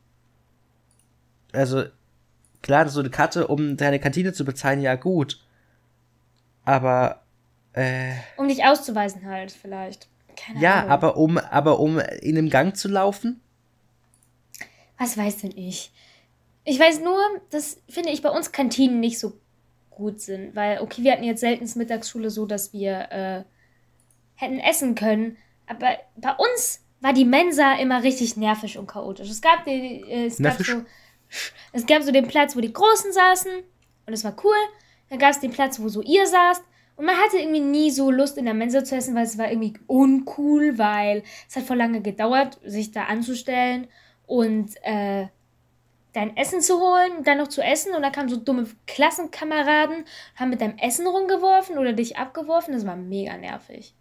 also, klar, so eine Karte, um deine Kantine zu bezahlen, ja gut. Aber, äh, Um dich auszuweisen halt, vielleicht. Keine ja, Ahnung. aber um, aber um in einem Gang zu laufen? Was weiß denn ich? Ich weiß nur, dass, finde ich, bei uns Kantinen nicht so gut sind. Weil, okay, wir hatten jetzt selten Mittagsschule so, dass wir äh, hätten essen können. Aber bei uns war die Mensa immer richtig nervig und chaotisch. Es gab, die, äh, es gab, Nervig? so, es gab so den Platz, wo die Großen saßen. Und es war cool. Dann gab es den Platz, wo so ihr saßt. Und man hatte irgendwie nie so Lust, in der Mensa zu essen, weil es war irgendwie uncool, weil es hat voll lange gedauert, sich da anzustellen und äh, dein Essen zu holen und dann noch zu essen. Und dann kamen so dumme Klassenkameraden, haben mit deinem Essen rumgeworfen oder dich abgeworfen. Das war mega nervig.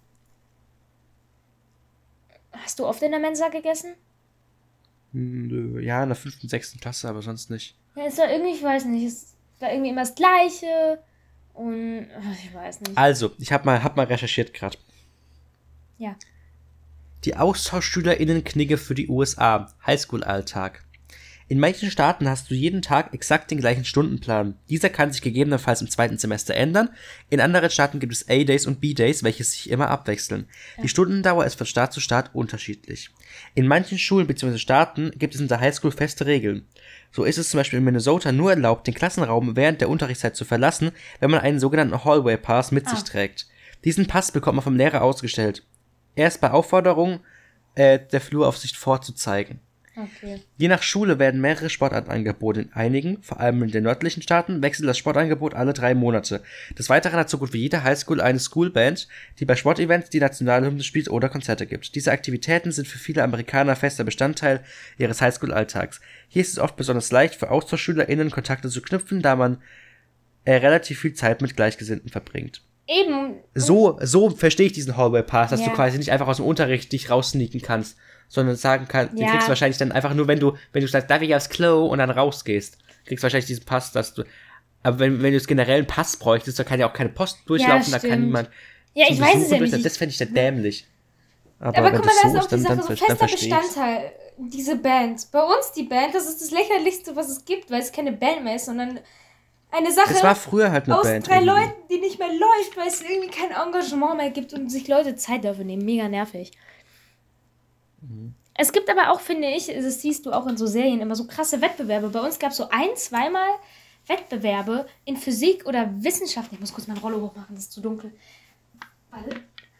Hast du oft in der Mensa gegessen? Hm, nö, ja, in der fünften, sechsten Klasse, aber sonst nicht. Ja, es war irgendwie, ich weiß nicht, es war irgendwie immer das Gleiche. Und ach, ich weiß nicht. Also, ich hab mal, hab mal recherchiert gerade. Ja. Die AustauschschülerInnen-Knigge für die U S A. Highschool-Alltag. In manchen Staaten hast du jeden Tag exakt den gleichen Stundenplan. Dieser kann sich gegebenenfalls im zweiten Semester ändern. In anderen Staaten gibt es A-Days und B-Days, welche sich immer abwechseln. Die Stundendauer ist von Staat zu Staat unterschiedlich. In manchen Schulen bzw. Staaten gibt es in der Highschool feste Regeln. So ist es zum Beispiel in Minnesota nur erlaubt, den Klassenraum während der Unterrichtszeit zu verlassen, wenn man einen sogenannten Hallway Pass mit sich Ah. trägt. Diesen Pass bekommt man vom Lehrer ausgestellt. Erst bei Aufforderung, äh, der Fluraufsicht vorzuzeigen. Okay. Je nach Schule werden mehrere Sportarten angeboten. In einigen, vor allem in den nördlichen Staaten, wechselt das Sportangebot alle drei Monate. Des Weiteren hat so gut wie jede Highschool eine Schoolband, die bei Sportevents die Nationalhymne spielt oder Konzerte gibt. Diese Aktivitäten sind für viele Amerikaner fester Bestandteil ihres Highschool-Alltags. Hier ist es oft besonders leicht für AustauschschülerInnen Kontakte zu knüpfen, da man äh, relativ viel Zeit mit Gleichgesinnten verbringt. Eben. So, so verstehe ich diesen Hallway Pass, dass Ja. du quasi nicht einfach aus dem Unterricht dich raussneaken kannst, sondern sagen kannst, den Ja. kriegst du wahrscheinlich dann einfach nur, wenn du, wenn du sagst, darf ich aufs Klo und dann rausgehst, kriegst du wahrscheinlich diesen Pass, dass du, aber wenn, wenn du jetzt generell einen Pass bräuchtest, da kann ja auch keine Post durchlaufen, da kann stimmt. niemand Ja, ich zum weiß es Besuchen ja durch, nicht. das fände ich dann dämlich. Aber, Aber wenn guck mal, das da so ist auch ist, die dann, Sache, dann, so dann fester verstehe ich's. Bestandteil, diese Band. Bei uns die Band, das ist das Lächerlichste, was es gibt, weil es keine Band mehr ist, sondern eine Sache Das war früher halt eine aus Band. drei irgendwie. Leuten, die nicht mehr läuft, weil es irgendwie kein Engagement mehr gibt und sich Leute Zeit dafür nehmen. Mega nervig. Mhm. Es gibt aber auch, finde ich, das siehst du auch in so Serien, immer so krasse Wettbewerbe. Bei uns gab es so ein-, zweimal Wettbewerbe in Physik oder Wissenschaft. Ich muss kurz mein Rollo hochmachen, das ist zu dunkel. Warte.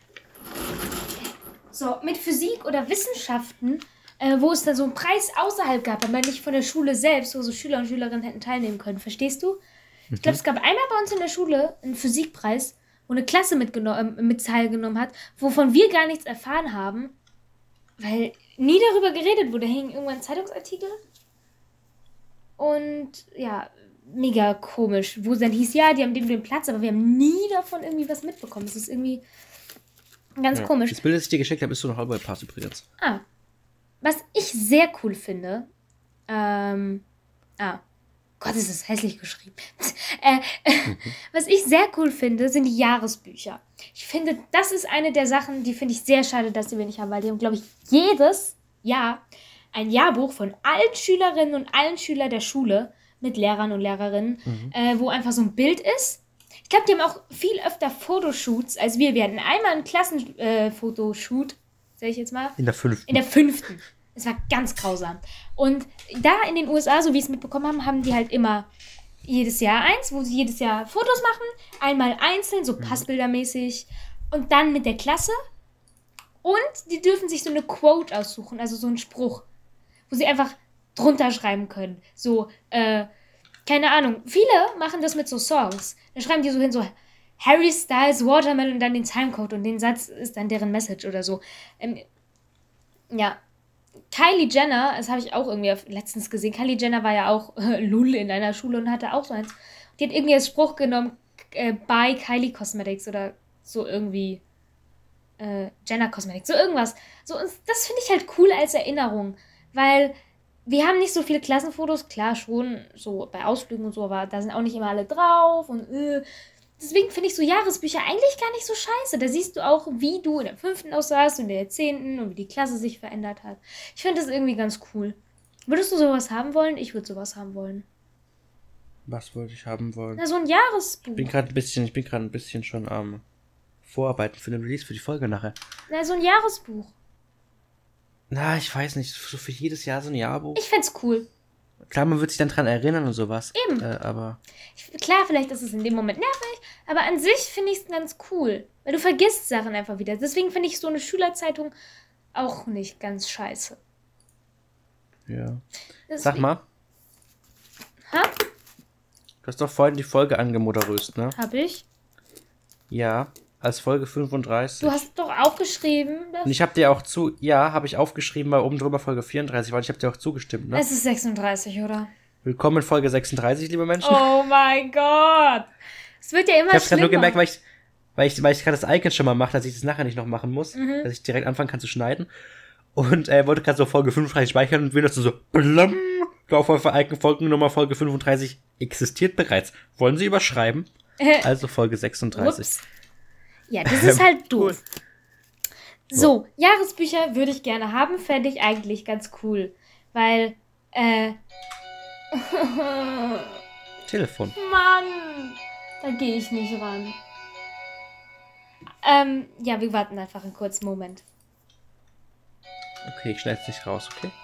So, mit Physik oder Wissenschaften, äh, wo es dann so einen Preis außerhalb gab, aber nicht von der Schule selbst, wo so Schüler und Schülerinnen hätten teilnehmen können. Verstehst du? Ich glaube, es gab einmal bei uns in der Schule einen Physikpreis, wo eine Klasse mitgeno- äh, mit teilgenommen hat, wovon wir gar nichts erfahren haben, weil nie darüber geredet wurde. Da hingen irgendwann Zeitungsartikel. Und ja, mega komisch, wo es dann hieß, ja, die haben den, den Platz, aber wir haben nie davon irgendwie was mitbekommen. Das ist irgendwie ganz Ja. komisch. Das Bild, das ich dir geschickt habe, ist so ein Hallway Pass übrigens. Ah, was ich sehr cool finde, ähm, ah, Gott, ist das hässlich geschrieben. äh, Mhm. Was ich sehr cool finde, sind die Jahresbücher. Ich finde, das ist eine der Sachen, die finde ich sehr schade, dass die wir nicht haben, weil die haben, glaube ich, jedes Jahr ein Jahrbuch von allen Schülerinnen und allen Schülern der Schule mit Lehrern und Lehrerinnen, Mhm. äh, wo einfach so ein Bild ist. Ich glaube, die haben auch viel öfter Fotoshoots als wir. Wir hatten einmal einen Klassenfotoshoot, äh, Fotoshoot, sag ich jetzt mal, In der fünften. in der fünften. Es war ganz grausam. Und da in den U S A, so wie ich es mitbekommen habe, haben die halt immer jedes Jahr eins, wo sie jedes Jahr Fotos machen. Einmal einzeln, so passbildermäßig. Und dann mit der Klasse. Und die dürfen sich so eine Quote aussuchen, also so einen Spruch, wo sie einfach drunter schreiben können. So, äh, keine Ahnung. Viele machen das mit so Songs. Da schreiben die so hin, so Harry Styles Watermelon und dann den Timecode und den Satz ist dann deren Message oder so. Ähm, ja. Kylie Jenner, das habe ich auch irgendwie letztens gesehen. Kylie Jenner war ja auch äh, Lul in einer Schule und hatte auch so eins. Die hat irgendwie als Spruch genommen, äh, by Kylie Cosmetics oder so irgendwie. Äh, Jenner Cosmetics, so irgendwas. So, und das finde ich halt cool als Erinnerung, weil wir haben nicht so viele Klassenfotos, klar schon, so bei Ausflügen und so, aber da sind auch nicht immer alle drauf und äh. Deswegen finde ich so Jahresbücher eigentlich gar nicht so scheiße. Da siehst du auch, wie du in der fünften aussahst und in der zehnten und wie die Klasse sich verändert hat. Ich finde das irgendwie ganz cool. Würdest du sowas haben wollen? Ich würde sowas haben wollen. Was wollte ich haben wollen? Na, so ein Jahresbuch. Ich bin gerade ein bisschen, ich bin gerade ein bisschen schon am Vorarbeiten für den Release für die Folge nachher. Na, so ein Jahresbuch. Na, ich weiß nicht, so für jedes Jahr so ein Jahrbuch. Ich fänd's cool. Klar, man wird sich dann dran erinnern und sowas. Eben. Äh, aber Ich, klar, vielleicht ist es in dem Moment nervig, aber an sich finde ich es ganz cool. Weil du vergisst Sachen einfach wieder. Deswegen finde ich so eine Schülerzeitung auch nicht ganz scheiße. ja. Deswegen, Sag mal, Ha? du hast doch vorhin die Folge angemoderiert, ne? Hab ich? Ja, als Folge fünfunddreißig. Du hast doch aufgeschrieben, dass Und ich habe dir auch zu, ja, habe ich aufgeschrieben, weil oben drüber Folge vierunddreißig war. Ich habe dir auch zugestimmt, ne? es ist sechsunddreißig, oder? Willkommen in Folge sechsunddreißig, liebe Menschen. Oh mein Gott! Es wird ja immer ich habe es gerade schlimmer. nur gemerkt, weil ich, weil ich, weil ich gerade das Icon schon mal mache, dass ich das nachher nicht noch machen muss, Mhm. dass ich direkt anfangen kann zu schneiden. Und er äh, wollte gerade so Folge fünfunddreißig speichern und will das so blam. Icon Folgennummer Folge fünfunddreißig existiert bereits. Wollen Sie überschreiben? Also Folge sechsunddreißig. Ups. Ja, das ist halt doof. So, Jahresbücher würde ich gerne haben, fände ich eigentlich ganz cool. Weil, äh. Telefon. Mann! Da gehe ich nicht ran. Ähm, ja, wir warten einfach einen kurzen Moment. Okay, ich schneide es nicht raus, okay?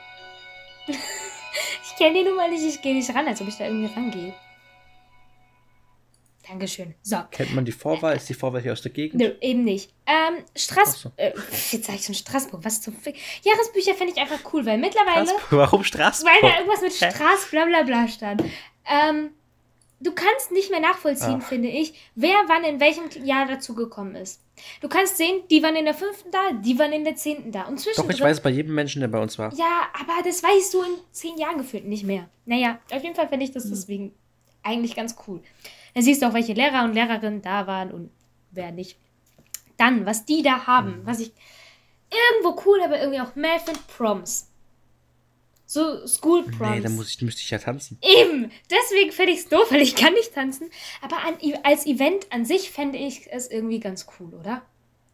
Ich kenne die Nummer nicht, ich gehe nicht ran, als ob ich da irgendwie rangehe. Dankeschön. So. Kennt man die Vorwahl? Ist die Vorwahl hier aus der Gegend? Nö, eben nicht. Ähm, Straß... Ach so. Äh, jetzt sag ich schon Straßburg. Was zum Fick? Jahresbücher finde ich einfach cool, weil mittlerweile... Straßburg. Warum Straßburg? Weil da irgendwas mit Hä? Straß bla bla bla stand. Ähm, du kannst nicht mehr nachvollziehen, Ach. finde ich, wer wann in welchem Jahr dazugekommen ist. Du kannst sehen, die waren in der fünften da, die waren in der zehnten da. Und Doch, zwischendrin... ich weiß es bei jedem Menschen, der bei uns war. Ja, aber das weißt du in zehn Jahren gefühlt nicht mehr. Naja, auf jeden Fall finde ich das deswegen eigentlich ganz cool. Dann siehst du auch, welche Lehrer und Lehrerinnen da waren und wer nicht. Dann, was die da haben, was ich irgendwo cool, aber irgendwie auch Math and Proms. So School Proms. Nee, dann muss ich, müsste ich ja tanzen. Eben, deswegen fände ich es doof, weil ich kann nicht tanzen. Aber an, als Event an sich fände ich es irgendwie ganz cool, oder?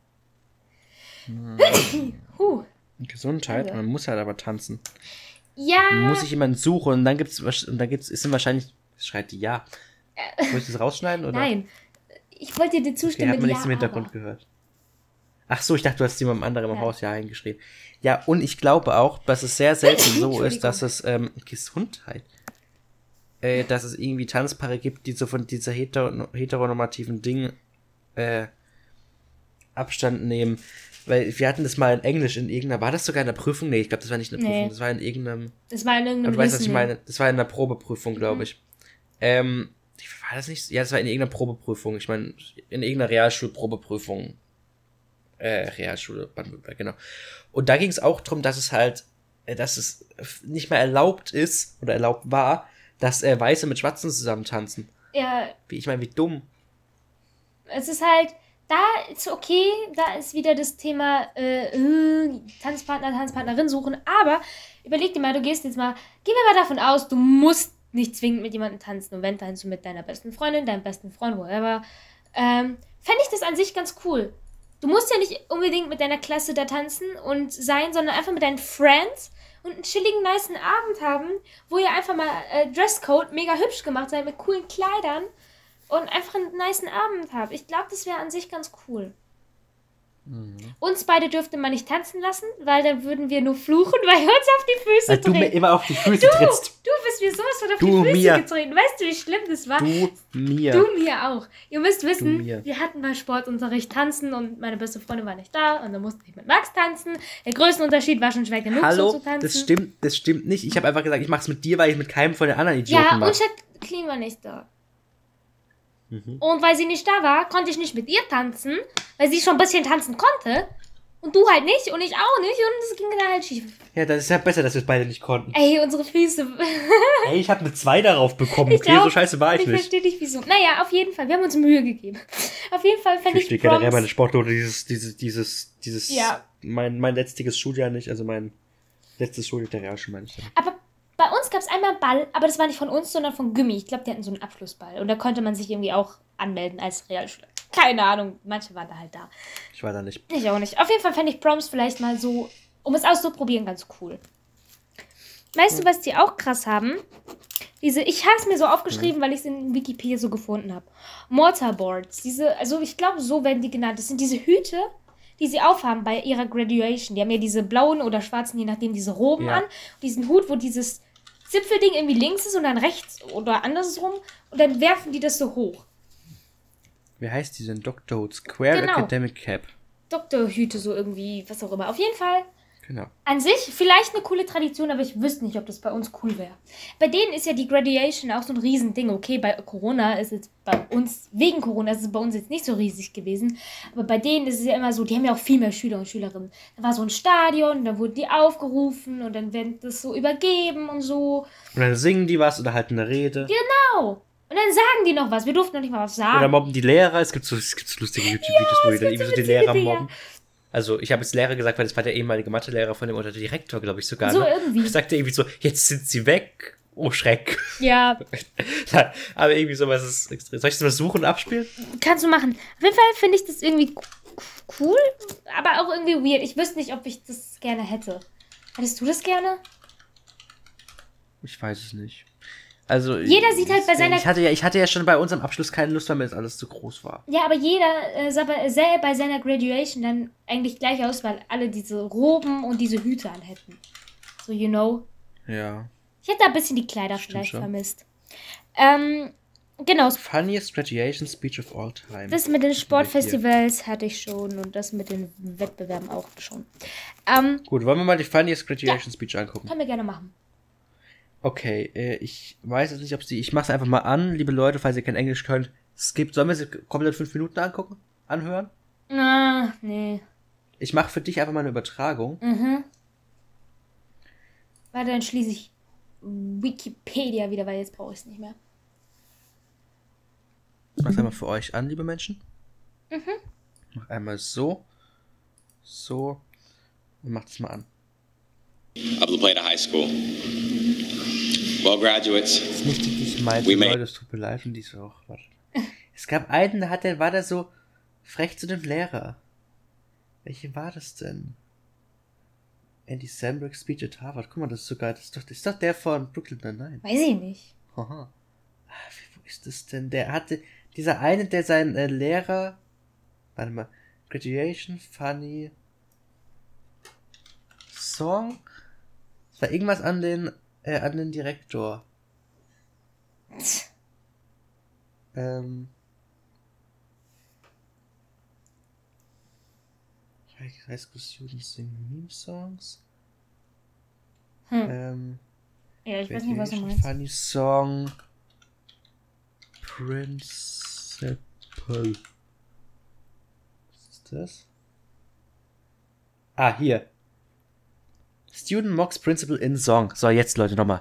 huh. Gesundheit, Danke. man muss halt aber tanzen. Ja, Man muss sich jemanden suchen und dann gibt's, und dann gibt's, ist dann wahrscheinlich, schreit die ja. Soll ich das rausschneiden, oder? nein. Ich wollte dir Okay, zustimmen. hat man ja, nichts im Hintergrund aber. gehört. Ach so, ich dachte, du hast jemandem anderen im Ja. Haus ja eingeschrieben. Ja, und ich glaube auch, dass es sehr selten so ist, Entschuldigung. dass es, ähm, Gesundheit, äh, dass es irgendwie Tanzpaare gibt, die so von dieser heter heteronormativen Ding, äh, Abstand nehmen. Weil wir hatten das mal in Englisch in irgendeiner, war das sogar in der Prüfung? Nee, ich glaube, das war nicht in der Prüfung, Nee. das war in irgendeinem, Das war in aber irgendeinem du weißt, was ich Listening. meine, das war in der Probeprüfung, glaube Mhm. ich. Ähm, war das nicht? Ja, das war in irgendeiner Probeprüfung. Ich meine, in irgendeiner Realschulprobeprüfung. Äh, Realschule, Baden-Württemberg, genau. Und da ging es auch darum, dass es halt, äh, dass es nicht mehr erlaubt ist, oder erlaubt war, dass äh, Weiße mit Schwarzen zusammen tanzen. Ja, Wie, ich meine, wie dumm. es ist halt, da ist okay, da ist wieder das Thema äh, äh, Tanzpartner, Tanzpartnerin suchen, aber überleg dir mal, du gehst jetzt mal, gehen wir mal davon aus, du musst nicht zwingend mit jemandem tanzen und wenn, tanzt du mit deiner besten Freundin, deinem besten Freund, whatever, ähm, fände ich das an sich ganz cool. Du musst ja nicht unbedingt mit deiner Klasse da tanzen und sein, sondern einfach mit deinen Friends und einen chilligen, nicen Abend haben, wo ihr einfach mal äh, Dresscode mega hübsch gemacht seid mit coolen Kleidern und einfach einen nicen Abend habt. Ich glaube, das wäre an sich ganz cool. Mhm. Uns beide dürfte man nicht tanzen lassen, weil dann würden wir nur fluchen, weil wir uns auf die Füße Weil du mir treten. immer auf die Füße Du, trittst. du bist mir sowas von auf Du die Füße mir. getreten. Weißt du, wie schlimm das war? Du mir. Du mir auch. Ihr müsst wissen, mir. wir hatten bei Sportunterricht tanzen und meine beste Freundin war nicht da und dann musste ich mit Max tanzen. Der Größenunterschied war schon schwer genug, Hallo, so zu tanzen. das stimmt, das stimmt nicht. Ich habe einfach gesagt, ich mach's mit dir, weil ich mit keinem von den anderen Idioten Ja, mache. und Jacqueline war nicht da. Mhm. Und weil sie nicht da war, konnte ich nicht mit ihr tanzen, weil sie schon ein bisschen tanzen konnte. Und du halt nicht und ich auch nicht und es ging dann halt schief. Ja, das ist ja besser, dass wir es beide nicht konnten. Ey, unsere Füße. Ey, ich habe eine zwei darauf bekommen. Ich Okay, glaub, so scheiße war ich Ich nicht. verstehe nicht, wieso. Naja, auf jeden Fall. Wir haben uns Mühe gegeben. Auf jeden Fall fände Ich ich verstehe generell meine Proms... Sportnote, dieses, dieses, dieses, dieses, Ja. mein, mein letztiges Schuljahr nicht, also mein letztes Schuljahr der Realschule meine ich dann. Aber bei uns gab es einmal einen Ball, aber das war nicht von uns, sondern von Gummi. Ich glaube, die hatten so einen Abschlussball. Und da konnte man sich irgendwie auch anmelden als Realschule. Keine Ahnung, manche waren da halt da. Ich war da nicht. Ich auch nicht. Auf jeden Fall fände ich Proms vielleicht mal so, um es auszuprobieren, ganz cool. Weißt du, was die auch krass haben? Diese, ich habe es mir so aufgeschrieben, weil ich es in Wikipedia so gefunden habe. Mortarboards. Diese, also ich glaube, so werden die genannt. Das sind diese Hüte, die sie aufhaben bei ihrer Graduation. Die haben ja diese blauen oder schwarzen, je nachdem, diese Roben Ja. an. Und diesen Hut, wo dieses Zipfelding irgendwie links ist und dann rechts oder andersrum. Und dann werfen die das so hoch. Wie heißt die denn? Doctor Square Genau. Academic Cap. Doktorhüte so irgendwie, was auch immer. Auf jeden Fall Genau. an sich vielleicht eine coole Tradition, aber ich wüsste nicht, ob das bei uns cool wäre. Bei denen ist ja die Graduation auch so ein Riesending. Okay, bei Corona ist es bei uns, wegen Corona ist es bei uns jetzt nicht so riesig gewesen, aber bei denen ist es ja immer so, die haben ja auch viel mehr Schüler und Schülerinnen. Da war so ein Stadion, da wurden die aufgerufen und dann werden das so übergeben und so. Und dann singen die was oder halten eine Rede. Genau. Und dann sagen die noch was. Wir durften noch nicht mal was sagen. Oder mobben die Lehrer. Es gibt so, es gibt so lustige YouTube-Videos, wo die dann gibt irgendwie so so die witzige Lehrer Dinger. mobben. Also, ich habe jetzt Lehrer gesagt, weil das war der ehemalige Mathelehrer von dem, oder der Direktor, glaube ich sogar. So ne? irgendwie. Ich sagte irgendwie so, jetzt sind sie weg. Oh, Schreck. Ja, Aber irgendwie sowas ist extrem. Soll ich das mal suchen und abspielen? kannst du machen. Auf jeden Fall finde ich das irgendwie cool, aber auch irgendwie weird. Ich wüsste nicht, ob ich das gerne hätte. Hättest du das gerne? Ich weiß es nicht. Also, Jeder sieht halt bei seiner- Ich hatte ja, ich hatte ja schon bei unserem Abschluss keine Lust, weil mir das alles zu groß war. Ja, aber jeder äh, sah bei, sähe bei seiner Graduation dann eigentlich gleich aus, weil alle diese Roben und diese Hüte anhätten. So, you know. Ja. Ich hätte da ein bisschen die Kleider Stimmt vielleicht schon. vermisst. Ähm, genau. Funniest graduation speech of all time. Das mit den Sportfestivals hatte ich schon und das mit den Wettbewerben auch schon. Ähm, Gut, wollen wir mal die funniest graduation speech angucken? können wir gerne machen. Okay, äh, ich weiß jetzt nicht, ob sie. Ich mach's einfach mal an, liebe Leute, falls ihr kein Englisch könnt. Skip, sollen wir sie komplett fünf Minuten angucken? Anhören? Ah, nee. Ich mache für dich einfach mal eine Übertragung. Mhm. Warte, dann schließe ich Wikipedia wieder, weil jetzt brauche ich es nicht mehr. Ich mach's einmal für euch an, liebe Menschen. Mhm. Mach einmal so. So. Und mach das mal an. of La Plata High School. Well, graduates, Das ist nicht die, die ich meinte, We may- Leute, es tut mir leid und die so, auch, warte. Es gab einen, da hat der, war der so frech zu dem Lehrer. Welche war das denn? Andy Samberg's Speech at Harvard. Guck mal, das ist sogar, das ist doch, das ist doch der von Brooklyn Nine-Nine. Weiß ich nicht. Aha. Ah, wie- wo ist das denn? Der hatte, dieser eine, der sein äh, Lehrer, warte mal, Graduation Funny Song? Das war irgendwas an den, äh, an den Direktor. Ähm. High School Students sing Meme Songs. Hm. Ähm. Ja, ich weiß nicht, was du Graduation meinst. Funny Song. Principal. Was ist das? Ah, hier. Student mocks principal in song. So, jetzt Leute, nochmal.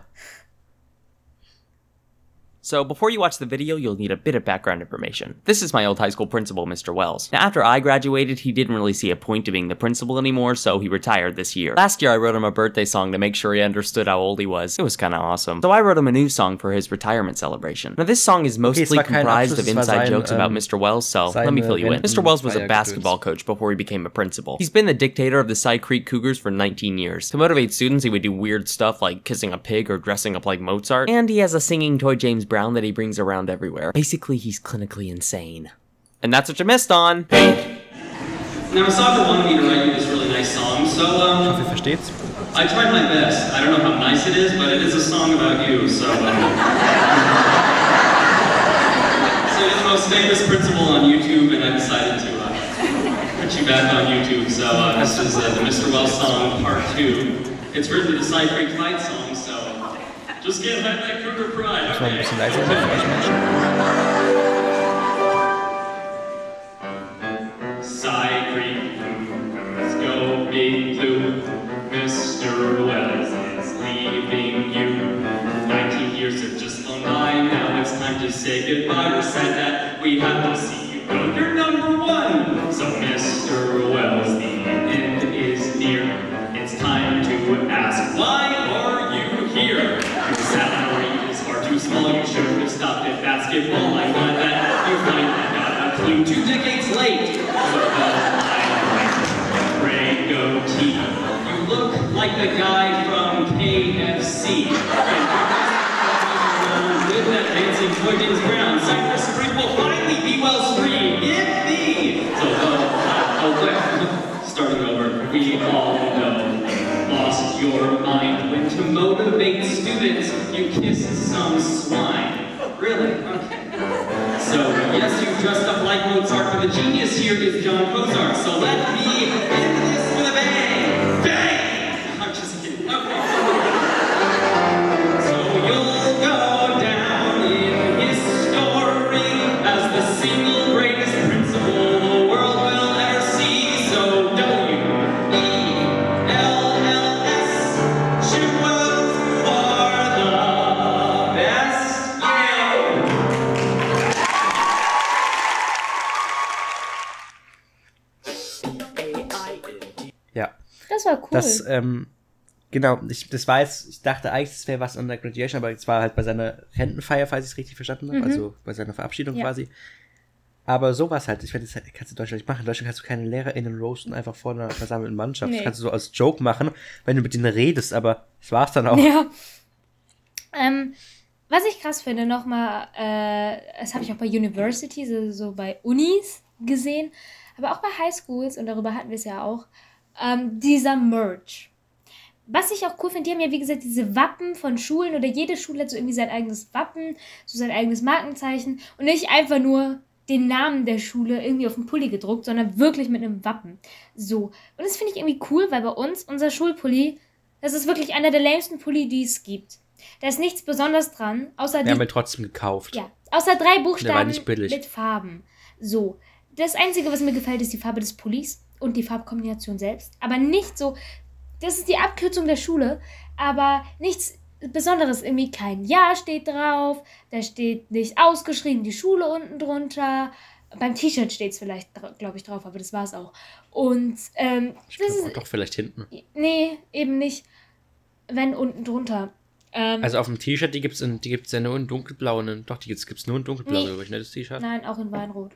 So, before you watch the video, you'll need a bit of background information. This is my old high school principal, Mister Wells. Now, after I graduated, he didn't really see a point to being the principal anymore, so he retired this year. Last year, I wrote him a birthday song to make sure he understood how old he was. It was kinda awesome. So I wrote him a new song for his retirement celebration. Now, this song is mostly war kein comprised Abschluss, of es war inside sein, jokes about ähm, Mister Wells, so let seine me fill you in. Renten- Mister Wells was a Feiergedöns. basketball coach before he became a principal. He's been the dictator of the Cy Creek Cougars for nineteen years. To motivate students, he would do weird stuff like kissing a pig or dressing up like Mozart. And he has a singing toy James Brown that he brings around everywhere. Basically, he's clinically insane. And that's what you missed on. Now, soccer wanted me to write you this really nice song, so, um... Ich hoffe, ihr versteht's. I tried my best. I don't know how nice it is, but it is a song about you, so, um... so you're the most famous principal on YouTube, and I decided to, uh, put you back on YouTube, so, uh, this is uh, the Mister Wells song, part two. It's written to the Side Creek Clyde song, so... Just can't have that Cougar pride, Das war ein okay? bisschen leiser für euch Menschen. Side Creek Cougars go big blue. Mister Wells is leaving you. Nineteen years have just flown by. Now it's time to say goodbye. We're sad that we have to see you go. You're number one. So Mister Wells, the end is near. It's time to ask, why are you here? Your salary is far too small. You should have stopped at basketball. I'm glad that you finally got a clue. Two decades late. Gray goatee. You look like the guy from K F C. With that dancing Hoytons Brown, Cypress Creek will finally be Wells free. Yippee! So, uh, oh, well, starting over, we all know. Lost your mind when to motivate students you kissed some swine. Really? Okay. So, yes, you dressed up like Mozart, but the genius here is John Cozart. So let me end this with a bang! Bang! I'm just kidding. Okay. So you'll go down in history as the single greatest principal the world will ever see. So W E L L S, Chip Wells for the best. Yeah! Ja. Das war cool. Das, ähm, genau, ich, das war jetzt, ich dachte eigentlich, das wäre was an der Graduation, aber es war halt bei seiner Rentenfeier, falls ich es richtig verstanden habe, Mhm. also bei seiner Verabschiedung Ja. quasi. Aber sowas halt, ich finde, das halt- kannst du in Deutschland nicht machen. In Deutschland kannst du keine LehrerInnen roasten, einfach vor einer versammelten Mannschaft. Nee. Das kannst du so als Joke machen, wenn du mit denen redest, aber das war's dann auch. Ja. Ähm, was ich krass finde, nochmal, äh, das habe ich auch bei Universities, also so bei Unis gesehen, aber auch bei Highschools, und darüber hatten wir es ja auch, ähm, dieser Merch. Was ich auch cool finde, die haben ja, wie gesagt, diese Wappen von Schulen, oder jede Schule hat so irgendwie sein eigenes Wappen, so sein eigenes Markenzeichen, und nicht einfach nur den Namen der Schule irgendwie auf den Pulli gedruckt, sondern wirklich mit einem Wappen. So. Und das finde ich irgendwie cool, weil bei uns, unser Schulpulli, das ist wirklich einer der lamesten Pulli, die es gibt. Da ist nichts Besonderes dran, außer Wir die, haben ihn trotzdem gekauft. ja, außer drei Der war Buchstaben nicht billig. mit Farben. So. Das Einzige, was mir gefällt, ist die Farbe des Pullis und die Farbkombination selbst. Aber nicht so, das ist die Abkürzung der Schule, aber nichts Besonderes. Irgendwie kein Jahr steht drauf, da steht nicht ausgeschrieben die Schule unten drunter. Beim T-Shirt steht es vielleicht, glaube ich, drauf, aber das war es auch. Und, ähm, Ich das glaub, ist, doch, vielleicht hinten. nee, eben nicht, wenn unten drunter. Ähm, Also auf dem T-Shirt, die gibt's in, die gibt's ja nur in dunkelblau. Ne? Doch, die gibt's, gibt's nur in dunkelblau, Nee. glaube ich, ne, das T-Shirt. nein, auch in Weinrot.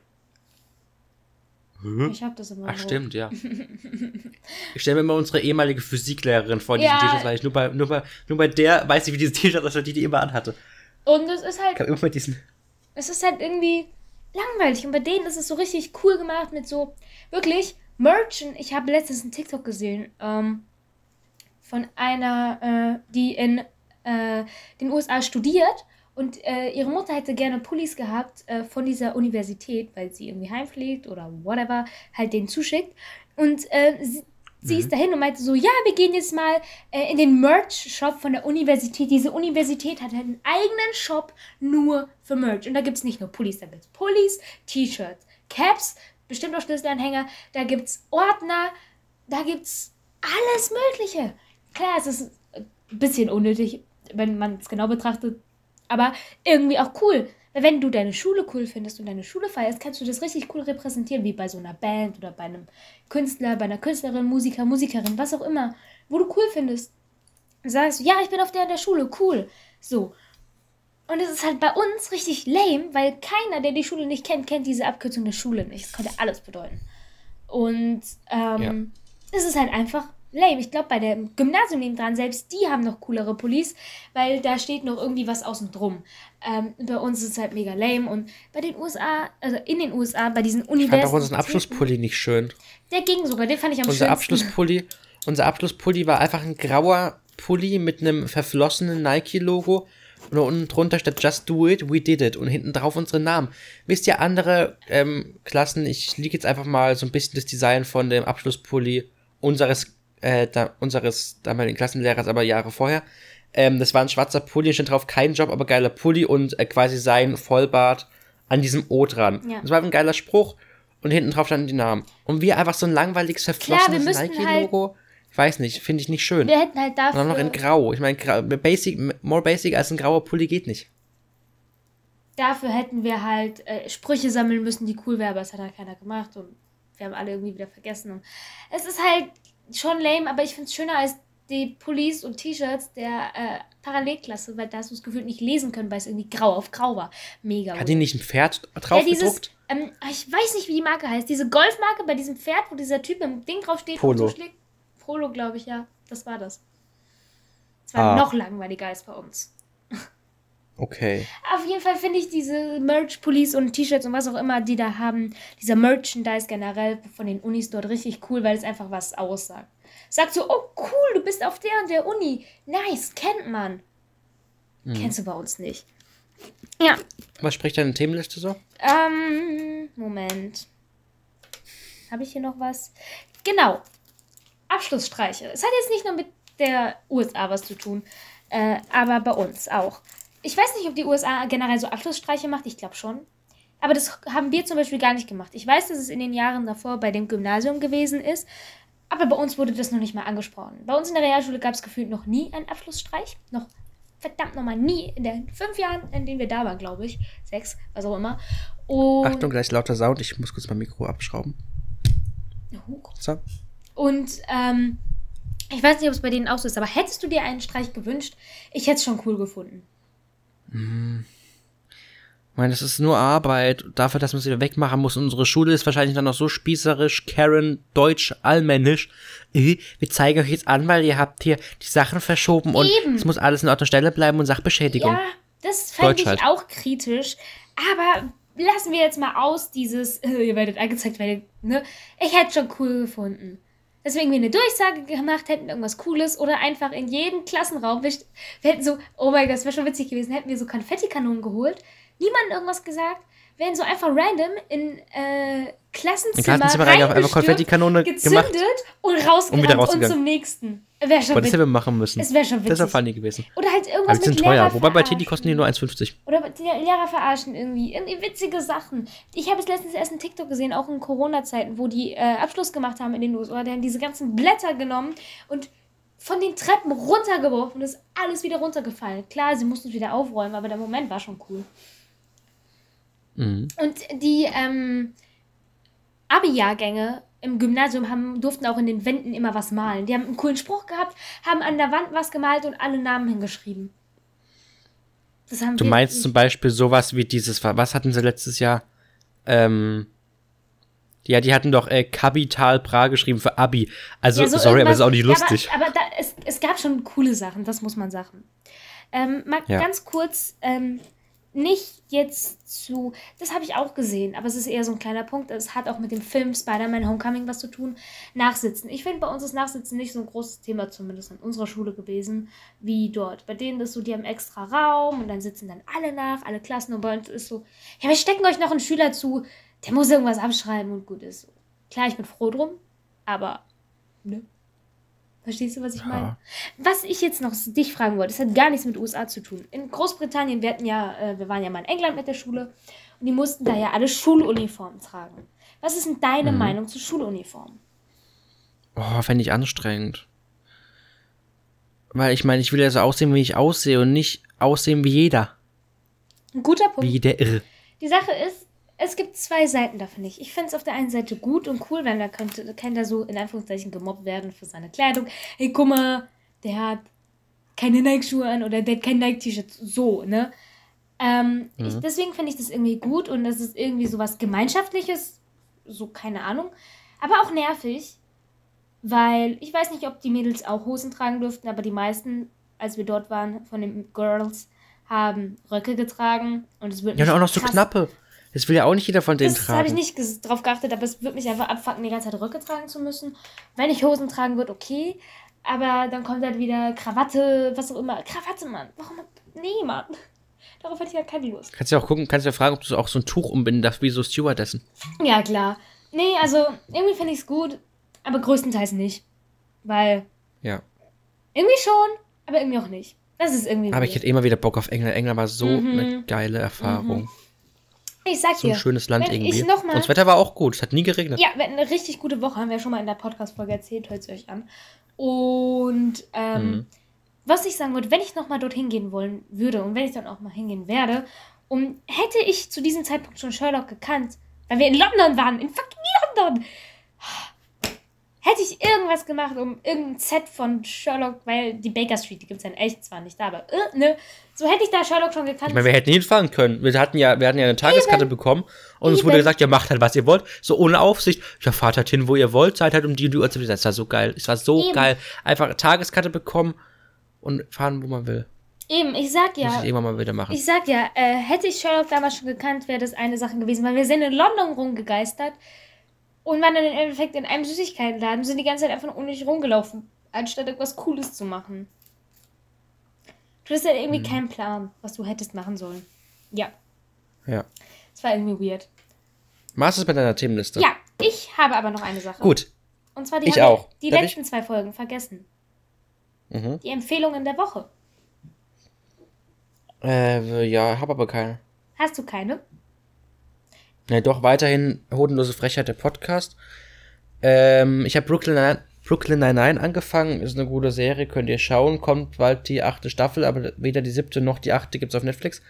Hä? Ich hab das in Weinrot. Ach, stimmt, ja. Ich stelle mir immer unsere ehemalige Physiklehrerin vor, die Ja. diesen T-Shirts, weil ich nur bei, nur, bei, nur bei der weiß ich, wie dieses T-Shirt aussieht, die die immer anhatte. Und es ist halt Ich habe immer mit diesen... es ist halt irgendwie langweilig. Und bei denen ist es so richtig cool gemacht mit so, wirklich, Merch. Und ich habe letztens einen TikTok gesehen, ähm, von einer, äh, die in äh, den U S A studiert. Und äh, ihre Mutter hätte gerne Pullis gehabt äh, von dieser Universität, weil sie irgendwie heimfliegt oder whatever, halt denen zuschickt. Und äh, sie, sie ist dahin und meinte so, ja, wir gehen jetzt mal äh, in den Merch-Shop von der Universität. Diese Universität hat halt einen eigenen Shop nur für Merch. Und da gibt es nicht nur Pullis, da gibt es Pullis, T-Shirts, Caps, bestimmt auch Schlüsselanhänger, da gibt es Ordner, da gibt es alles Mögliche. Klar, es ist ein bisschen unnötig, wenn man es genau betrachtet, aber irgendwie auch cool. Weil wenn du deine Schule cool findest und deine Schule feierst, kannst du das richtig cool repräsentieren, wie bei so einer Band oder bei einem Künstler, bei einer Künstlerin, Musiker, Musikerin, was auch immer, wo du cool findest. Und sagst du, ja, ich bin auf der in der Schule, cool. So. Und es ist halt bei uns richtig lame, weil keiner, der die Schule nicht kennt, kennt diese Abkürzung der Schule nicht. Das könnte alles bedeuten. Und ähm, Ja. es ist halt einfach lame. Ich glaube, bei dem Gymnasium neben dran, selbst die haben noch coolere Pullis, weil da steht noch irgendwie was außen drum. Ähm, bei uns ist es halt mega lame und bei den U S A, also in den U S A, bei diesen Ich Universitäten... fand auch unseren Abschlusspulli nicht schön. Der ging sogar, den fand ich am Unser schönsten. Abschlusspulli, unser Abschlusspulli war einfach ein grauer Pulli mit einem verflossenen Nike-Logo und unten drunter steht Just Do It, We Did It und hinten drauf unsere Namen. Wisst ihr, andere ähm, Klassen, ich liege jetzt einfach mal so ein bisschen das Design von dem Abschlusspulli unseres, äh, da, unseres damaligen Klassenlehrers, aber Jahre vorher. Ähm, das war ein schwarzer Pulli, steht drauf, kein Job, aber geiler Pulli und äh, quasi sein Vollbart an diesem O dran. Ja. Das war ein geiler Spruch und hinten drauf standen die Namen. Und wir einfach so ein langweiliges, verflossenes müssten Nike-Logo. Ich weiß nicht, finde ich nicht schön. Wir hätten halt Und dann noch dafür, in Grau. Ich meine, grau, basic, more basic als ein grauer Pulli geht nicht. dafür hätten wir halt äh, Sprüche sammeln müssen, die cool wären, aber das hat halt keiner gemacht und wir haben alle irgendwie wieder vergessen. Und es ist halt schon lame, aber ich finde es schöner als die Pullis und T-Shirts der äh, Parallelklasse, weil da hast du das Gefühl nicht lesen können, weil es irgendwie grau auf grau war. Mega. Hat die nicht ein Pferd ja, drauf dieses, gedruckt? ähm, ich weiß nicht, wie die Marke heißt. Diese Golfmarke bei diesem Pferd, wo dieser Typ mit dem Ding draufsteht Polo. und so schlägt. Polo, glaube ich, ja. Das war das. Es war Ah. noch langweiliger als bei uns. Okay. Auf jeden Fall finde ich diese Merch-Pullis und T-Shirts und was auch immer, die da haben, dieser Merchandise generell von den Unis dort richtig cool, weil es einfach was aussagt. Sagt so, oh cool, du bist auf der und der Uni. Nice, kennt man. Mhm. Kennst du bei uns nicht. Ja, Was spricht deine Themenliste so? ähm, Moment. Habe ich hier noch was? Genau. Abschlussstreiche. Es hat jetzt nicht nur mit der U S A was zu tun, äh, aber bei uns auch. Ich weiß nicht, ob die U S A generell so Abschlussstreiche macht. Ich glaube schon. Aber das haben wir zum Beispiel gar nicht gemacht. Ich weiß, dass es in den Jahren davor bei dem Gymnasium gewesen ist, aber bei uns wurde das noch nicht mal angesprochen. Bei uns in der Realschule gab es gefühlt noch nie einen Abschlussstreich. Noch verdammt nochmal nie in den fünf Jahren, in denen wir da waren, glaube ich. Sechs, was auch immer. Und Achtung, gleich lauter Sound. Ich muss kurz mein Mikro abschrauben. Huch. So. Und ähm, ich weiß nicht, ob es bei denen auch so ist, aber hättest du dir einen Streich gewünscht? Ich hätte es schon cool gefunden. Ich meine, das ist nur Arbeit. Dafür, dass man sie wieder wegmachen muss. Unsere Schule ist wahrscheinlich dann noch so spießerisch, Karen, deutsch, allmännisch. Äh, wir zeigen euch jetzt an, weil ihr habt hier die Sachen verschoben und Eben. es muss alles in Ort und Stelle bleiben und Sachbeschädigung. Ja, das fände ich Deutsch halt. auch kritisch. Aber lassen wir jetzt mal aus dieses, äh, ihr werdet angezeigt, weil ihr, ne? Ich hätte es schon cool gefunden. Deswegen wir eine Durchsage gemacht hätten, irgendwas Cooles oder einfach in jeden Klassenraum. Wir, wir hätten so, oh mein Gott, das wäre schon witzig gewesen, hätten wir so Konfettikanonen geholt, niemandem irgendwas gesagt, wären so einfach random in äh, Klassenzimmer, Im Klassenzimmer rein, einfach reingestürmt, Konfettikanone gezündet gemacht und rausgerannt und wieder und, rausgegangen. zum nächsten. Wäre schon Aber das witzig. hätten wir machen müssen. Es wäre schon Das wäre witzig. funny gewesen. Oder halt Aber irgendwas die sind mit teuer. Lehrer Wobei bei verarschen. Teddy kosten die nur eins fünfzig. Oder die Lehrer verarschen irgendwie. Irgendwie witzige Sachen. Ich habe jetzt letztens erst einen TikTok gesehen, auch in Corona-Zeiten, wo die äh, Abschluss gemacht haben in den U S A. Die haben diese ganzen Blätter genommen und von den Treppen runtergeworfen und ist alles wieder runtergefallen. Klar, sie mussten es wieder aufräumen, aber der Moment war schon cool. Mhm. Und die ähm, Abi-Jahrgänge im Gymnasium haben, durften auch in den Wänden immer was malen. Die haben einen coolen Spruch gehabt, haben an der Wand was gemalt und alle Namen hingeschrieben. Das haben Du wir meinst nicht. zum Beispiel sowas wie dieses, was hatten sie letztes Jahr? Ähm, ja, die hatten doch äh, Kapital Bra geschrieben für Abi. Also, Ja, so sorry, aber das irgendwas- ist auch nicht lustig. Ja, aber aber da, es, es gab schon coole Sachen, das muss man sagen. Ähm, mal Ja. ganz kurz, ähm, nicht jetzt zu, das habe ich auch gesehen, aber es ist eher so ein kleiner Punkt. Es hat auch mit dem Film Spider-Man Homecoming was zu tun. Nachsitzen. Ich finde, bei uns ist Nachsitzen nicht so ein großes Thema, zumindest an unserer Schule gewesen, wie dort. Bei denen ist so, die haben extra Raum und dann sitzen dann alle nach, alle Klassen und bei uns ist so, ja, wir stecken euch noch einen Schüler zu, der muss irgendwas abschreiben und gut ist. Klar, ich bin froh drum, aber, ne? Verstehst du, was ich meine? Was ich jetzt noch dich fragen wollte, das hat gar nichts mit U S A zu tun. In Großbritannien, wir hatten ja, äh, wir waren ja mal in England mit der Schule und die mussten da ja alle Schuluniformen tragen. Was ist denn deine Mhm. Meinung zu Schuluniformen? Oh, fände ich anstrengend. Weil ich meine, ich will ja so aussehen, wie ich aussehe und nicht aussehen wie jeder. Ein guter Punkt. Wie der Irre. Die Sache ist, es gibt zwei Seiten davon nicht. Ich finde es auf der einen Seite gut und cool, wenn da könnte, kann da so in Anführungszeichen gemobbt werden für seine Kleidung. Hey, guck mal, der hat keine Nike-Schuhe an oder der hat kein Nike-T-Shirt. So, ne? Ähm, Mhm. ich, deswegen finde ich das irgendwie gut und das ist irgendwie so was Gemeinschaftliches. So, keine Ahnung. Aber auch nervig. weil ich weiß nicht, ob die Mädels auch Hosen tragen durften, aber die meisten, als wir dort waren, von den Girls, haben Röcke getragen und es wird Ja, und mich auch noch so krass- knappe. Das will ja auch nicht jeder von denen Das habe ich tragen. nicht ges- drauf geachtet, aber es wird mich einfach abfucken, die ganze Zeit Röcke tragen zu müssen. Wenn ich Hosen tragen würde, okay. Aber dann kommt halt wieder Krawatte, was auch immer. Krawatte, Mann. Warum? Nee, Mann. Darauf hätte ich ja keine Lust. Kannst ja auch gucken, kannst ja fragen, ob du auch so ein Tuch umbinden darfst, wie so Stewardessen. Ja, klar. Nee, also irgendwie finde ich es gut, aber größtenteils nicht. Weil Ja. irgendwie schon, aber irgendwie auch nicht. Das ist irgendwie Aber ich weird. hätte immer wieder Bock auf England. England war so Mhm. eine geile Erfahrung. Ich sag So ein dir, schönes Land wenn irgendwie. ich noch mal- Und das Wetter war auch gut. Es hat nie geregnet. ja, wir hatten eine richtig gute Woche, haben wir schon mal in der Podcast-Folge erzählt, hört es euch an. Und ähm, Mhm. was ich sagen wollte, wenn ich nochmal dorthin gehen wollen würde und wenn ich dann auch mal hingehen werde, und hätte ich zu diesem Zeitpunkt schon Sherlock gekannt, weil wir in London waren, in fucking London, hätte ich irgendwas gemacht, um irgendein Set von Sherlock, weil die Baker Street, die gibt es ja in echt zwar nicht da, aber äh, ne, so hätte ich da Sherlock schon gekannt. Ich meine, wir hätten hinfahren können. Wir hatten ja, wir hatten ja eine Tageskarte bekommen und es wurde Eben. gesagt, ja, macht halt, was ihr wollt. So ohne Aufsicht. Ja, fahrt halt hin, wo ihr wollt. Seid halt um die Uhrzeit. Das war so geil. Es war so Eben. geil. Einfach eine Tageskarte bekommen und fahren, wo man will. Eben, ich sag Muss ja, ich irgendwann mal wieder machen. ich sag ja, äh, hätte ich Sherlock damals schon gekannt, wäre das eine Sache gewesen, weil wir sind in London rumgegeistert und waren dann im Endeffekt in einem Süßigkeitenladen und sind die ganze Zeit einfach nur unnötig rumgelaufen, anstatt irgendwas Cooles zu machen. Du hast ja irgendwie Mhm. keinen Plan, was du hättest machen sollen. Ja, Ja. es war irgendwie weird. Machst du es mit deiner Themenliste? Ja, ich habe aber noch eine Sache. Gut. Und zwar die Ich haben wir auch. die Darf letzten zwei Folgen vergessen. Mhm. Die Empfehlungen der Woche. Äh, ja, hab aber keine. Hast du keine? Ne, doch, weiterhin Hodenlose Frechheit, der Podcast. Ähm, ich habe Brooklyn, Nine- Brooklyn Nine-Nine angefangen. Ist eine gute Serie, könnt ihr schauen. Kommt bald die achte Staffel, aber weder die siebte noch die achte gibt's auf Netflix.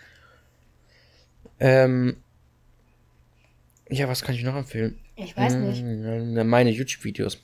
Ähm, ja, was kann ich noch empfehlen? Ich weiß nicht. Mm, Meine YouTube-Videos.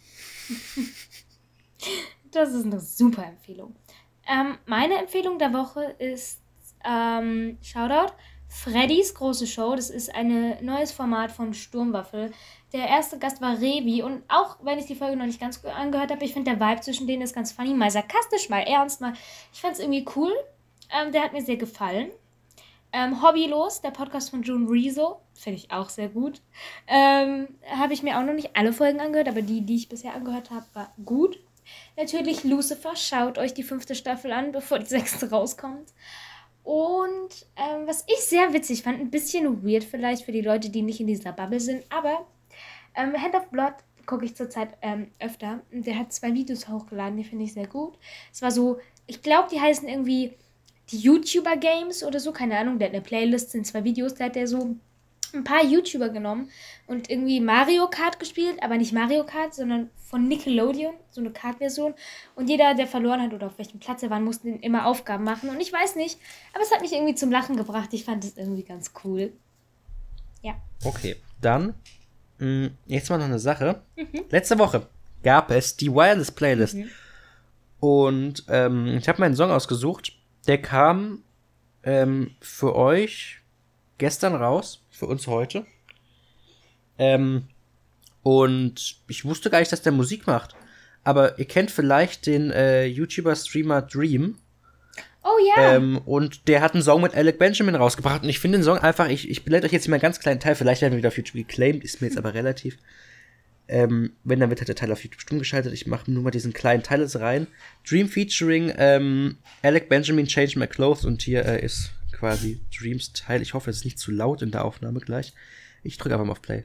Das ist eine super Empfehlung. Ähm, meine Empfehlung der Woche ist, ähm, Shoutout, Freddys große Show. Das ist ein neues Format von Sturmwaffel. Der erste Gast war Revi und auch wenn ich die Folge noch nicht ganz angehört habe, ich finde der Vibe zwischen denen ist ganz funny. Mal sarkastisch, mal ernst, mal. Ich fand es irgendwie cool. Ähm, der hat mir sehr gefallen. Ähm, Hobbylos, der Podcast von June Rezo, finde ich auch sehr gut. Ähm, habe ich mir auch noch nicht alle Folgen angehört, aber die, die ich bisher angehört habe, war gut. Natürlich Lucifer, schaut euch die fünfte Staffel an, bevor die sechste rauskommt. Und ähm, was ich sehr witzig fand, ein bisschen weird vielleicht für die Leute, die nicht in dieser Bubble sind, aber ähm, Hand of Blood gucke ich zurzeit ähm, öfter. Und der hat zwei Videos hochgeladen, die finde ich sehr gut. Es war so, ich glaube, die heißen irgendwie die YouTuber Games oder so, keine Ahnung, der hat eine Playlist, sind zwei Videos, da hat der so ein paar YouTuber genommen und irgendwie Mario Kart gespielt, aber nicht Mario Kart, sondern von Nickelodeon, so eine Kart-Version. Und jeder, der verloren hat oder auf welchem Platz er war, musste immer Aufgaben machen. Und ich weiß nicht, aber es hat mich irgendwie zum Lachen gebracht. Ich fand es irgendwie ganz cool. Ja. Okay, dann mh, jetzt mal noch eine Sache. Letzte Woche gab es die Wireless Playlist. Mhm. Und ähm, ich habe meinen Song ausgesucht. Der kam ähm, für euch gestern raus, für uns heute. Ähm, und ich wusste gar nicht, dass der Musik macht. Aber ihr kennt vielleicht den äh, YouTuber-Streamer Dream. Oh ja. Ähm, und der hat einen Song mit Alec Benjamin rausgebracht. Und ich finde den Song einfach, ich, ich blende euch jetzt hier mal einen ganz kleinen Teil. Vielleicht werden wir wieder auf YouTube geclaimed, ist mir jetzt aber relativ. Ähm, wenn, dann wird halt der Teil auf YouTube stumm geschaltet. Ich mache nur mal diesen kleinen Teil jetzt rein. Dream featuring ähm, Alec Benjamin, Change My Clothes. Und hier äh, ist quasi Dreams Teil. Ich hoffe, es ist nicht zu laut in der Aufnahme gleich. Ich drücke einfach mal auf Play.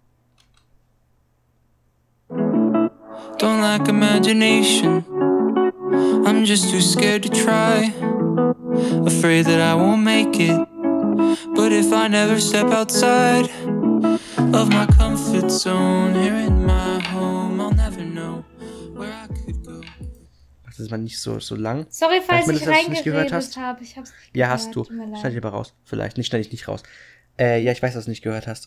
Don't lack imagination. I'm just too scared to try. Afraid that I won't make it. But if I never step outside of my comfort zone here in my home, I'll never know where I could go. Das ist mal nicht so, so lang. Sorry, falls Vielleicht, ich dass du nicht gehört reingeredet hast. habe. Ich hab's nicht Ja, gehört. hast du. Tut mir leid. Schneid ich aber raus. Vielleicht. Nicht, schneid ich nicht raus. Äh, ja, ich weiß, dass du nicht gehört hast.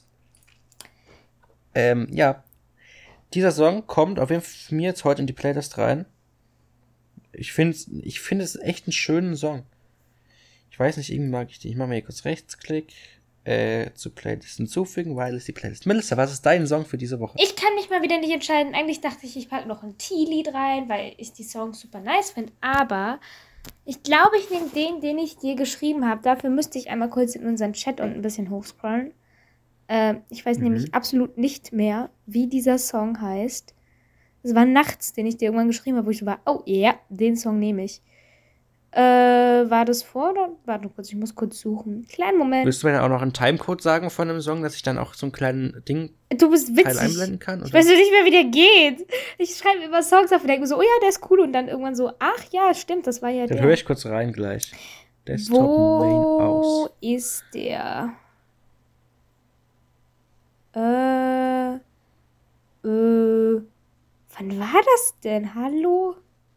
Ähm, ja. Dieser Song kommt auf jeden Fall von mir jetzt heute in die Playlist rein. Ich finde ich find es echt einen schönen Song. Ich weiß nicht, irgendwie mag ich den. Ich mache mal hier kurz Rechtsklick. Äh, zu Playlist hinzufügen, weil es die Playlist. Melissa, was ist dein Song für diese Woche? Ich kann mich mich mal wieder nicht entscheiden. Eigentlich dachte ich, ich packe noch ein T-Lied rein, weil ich die Songs super nice finde. Aber ich glaube, ich nehme den, den ich dir geschrieben habe. Dafür müsste ich einmal kurz in unseren Chat und ein bisschen hochscrollen. Äh, ich weiß Mhm. nämlich absolut nicht mehr, wie dieser Song heißt. Es war nachts, den ich dir irgendwann geschrieben habe, wo ich so war, oh ja, den Song nehme ich. Äh, war das vor oder? Warte kurz, ich muss kurz suchen. Kleinen Moment. Willst du mir dann auch noch einen Timecode sagen von einem Song, dass ich dann auch so einen kleinen Ding Du bist Teil witzig. einblenden kann? Ich Oder? weiß nur nicht mehr, wie der geht. Ich schreibe immer Songs auf und denke mir so, oh ja, der ist cool. Und dann irgendwann so, ach ja, stimmt, das war ja Dann der. höre ich kurz rein gleich. Desktop Main Wo aus. ist der? Äh, äh, wann war das denn? Hallo?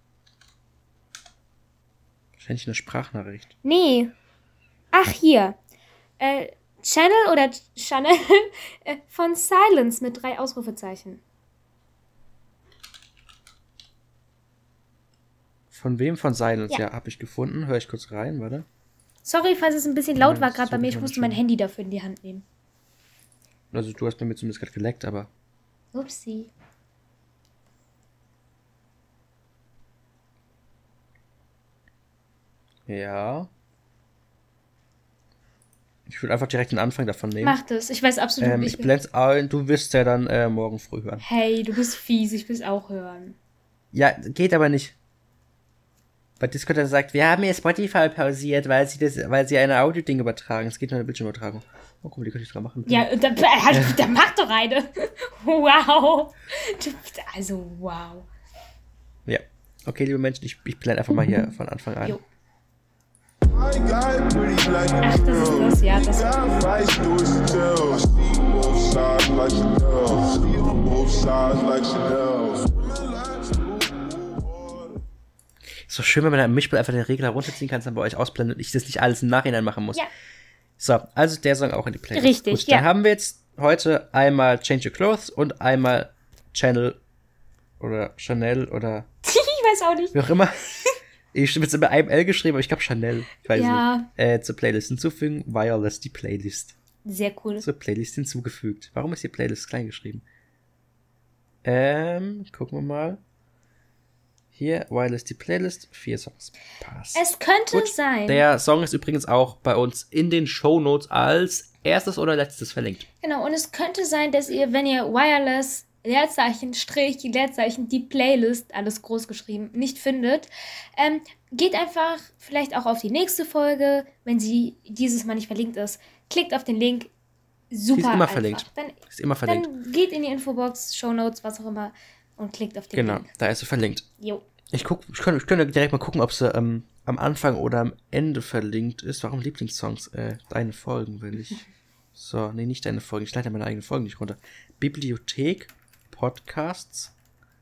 Wahrscheinlich eine Sprachnachricht. Nee. Ach, hier. Äh, Channel oder Channel äh, von Silence mit drei Ausrufezeichen. Von wem? Von Silence? Ja. Ja, habe ich gefunden. Höre ich kurz rein, warte. Sorry, falls es ein bisschen laut Ja, war das gerade bei suche mir. ich Ich mal musste mein schon. Handy dafür in die Hand nehmen. Also du hast bei mir zumindest gerade geleckt, aber Upsi. ja. Ich würde einfach direkt den Anfang davon nehmen. Mach das. Ich weiß absolut Ähm, nicht. ich blend's ein, du wirst ja dann äh, morgen früh hören. Hey, du bist fies. Ich will's auch hören. Ja, geht aber nicht. Bei Discord hat er gesagt, wir haben ihr Spotify pausiert, weil sie das, weil sie eine Audio-Ding übertragen. Es geht nur eine Bildschirmübertragung. Oh, guck mal, die könnte ich dran machen. Ja, dann, dann mach doch eine. Wow. Du- Also, wow. Ja. Okay, liebe Menschen, ich, ich blende einfach mal hier von Anfang an. Jo. Ach, das ist das, ja, das Ist doch schön, wenn man da im Mischpult einfach den Regler runterziehen kann, dann bei euch ausblendet und ich das nicht alles im Nachhinein machen muss. Ja. So, also der Song auch in die Playlist. Richtig, Gut, dann ja. haben wir jetzt heute einmal Change Your Clothes und einmal Channel oder Chanel oder Ich weiß auch nicht. wie auch immer. Ich habe jetzt immer einem L geschrieben, aber ich glaube Chanel. Ich weiß Ja. nicht. Äh, zur Playlist hinzufügen. Wireless, die Playlist. Sehr cool. Zur Playlist hinzugefügt. Warum ist die Playlist klein geschrieben? Ähm, gucken wir mal. Hier, Wireless, die Playlist. Vier Songs. Passt. Es könnte Gut, sein. Der Song ist übrigens auch bei uns in den Shownotes als erstes oder letztes verlinkt. Genau, und es könnte sein, dass ihr, wenn ihr Wireless, Leerzeichen, Strich, Leerzeichen, die Playlist, alles groß geschrieben, nicht findet, ähm, geht einfach vielleicht auch auf die nächste Folge, wenn sie dieses Mal nicht verlinkt ist. Klickt auf den Link. Super Sie ist immer einfach. verlinkt. Dann, Ist immer verlinkt. dann geht in die Infobox, Shownotes, was auch immer und klickt auf den Genau, Link. da ist sie verlinkt. Jo. Ich guck, ich könnte, ich könnte direkt mal gucken, ob sie ähm, am Anfang oder am Ende verlinkt ist. Warum Lieblingssongs? Äh, deine Folgen will ich. So, nee, nicht deine Folgen. Ich leite meine eigenen Folgen nicht runter. Bibliothek, Podcasts.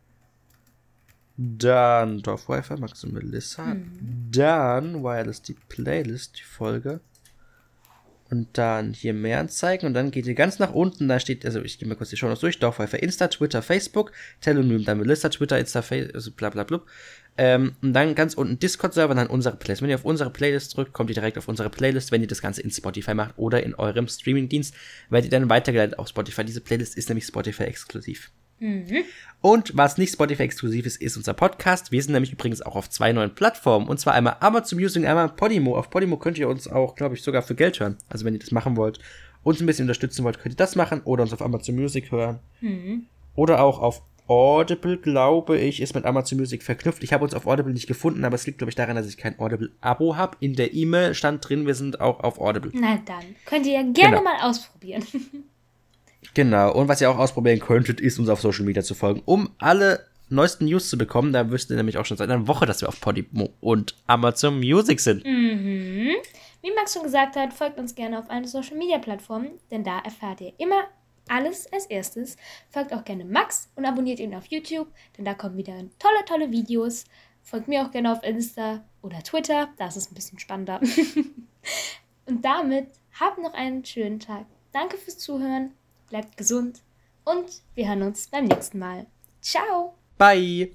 Dann Dorfwifi, Max und Melissa. Mhm. Dann Wireless, die Playlist, die Folge. Und dann hier mehr Anzeigen. Und dann geht ihr ganz nach unten. Da steht, also ich gehe mal kurz die Shownotes durch. Dorfwifi, Insta, Twitter, Facebook. Telonym, dann Melissa, Twitter, Insta, Facebook, also bla bla bla. Ähm, und dann ganz unten Discord-Server, dann unsere Playlist. Wenn ihr auf unsere Playlist drückt, kommt ihr direkt auf unsere Playlist. Wenn ihr das Ganze in Spotify macht oder in eurem Streamingdienst, werdet ihr dann weitergeleitet auf Spotify. Diese Playlist ist nämlich Spotify-exklusiv. Mhm. Und was nicht Spotify-exklusiv ist, ist unser Podcast. Wir sind nämlich übrigens auch auf zwei neuen Plattformen. Und zwar einmal Amazon Music und einmal Podimo. Auf Podimo könnt ihr uns auch, glaube ich, sogar für Geld hören. Also wenn ihr das machen wollt, uns ein bisschen unterstützen wollt, könnt ihr das machen. Oder uns auf Amazon Music hören. Mhm. Oder auch auf Audible, glaube ich, ist mit Amazon Music verknüpft. Ich habe uns auf Audible nicht gefunden, aber es liegt, glaube ich, daran, dass ich kein Audible-Abo habe. In der E-Mail stand drin, wir sind auch auf Audible. Na dann, könnt ihr ja gerne Genau. mal ausprobieren. Genau, und was ihr auch ausprobieren könntet, ist uns auf Social Media zu folgen, um alle neuesten News zu bekommen. Da wüssten ihr nämlich auch schon seit einer Woche, dass wir auf Podimo und Amazon Music sind. Mhm. Wie Max schon gesagt hat, folgt uns gerne auf allen Social Media Plattformen, denn da erfahrt ihr immer alles als erstes. Folgt auch gerne Max und abonniert ihn auf YouTube, denn da kommen wieder tolle, tolle Videos. Folgt mir auch gerne auf Insta oder Twitter, da ist es ein bisschen spannender. Und damit habt noch einen schönen Tag. Danke fürs Zuhören, bleibt gesund und wir hören uns beim nächsten Mal. Ciao! Bye!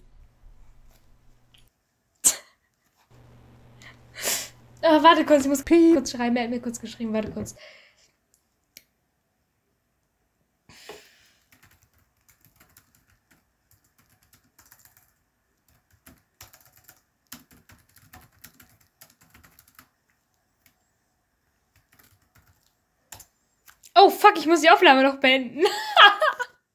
Oh, warte kurz, ich muss kurz schreiben. Er hat mir kurz geschrieben, warte kurz. fuck, ich muss die Aufnahme noch beenden.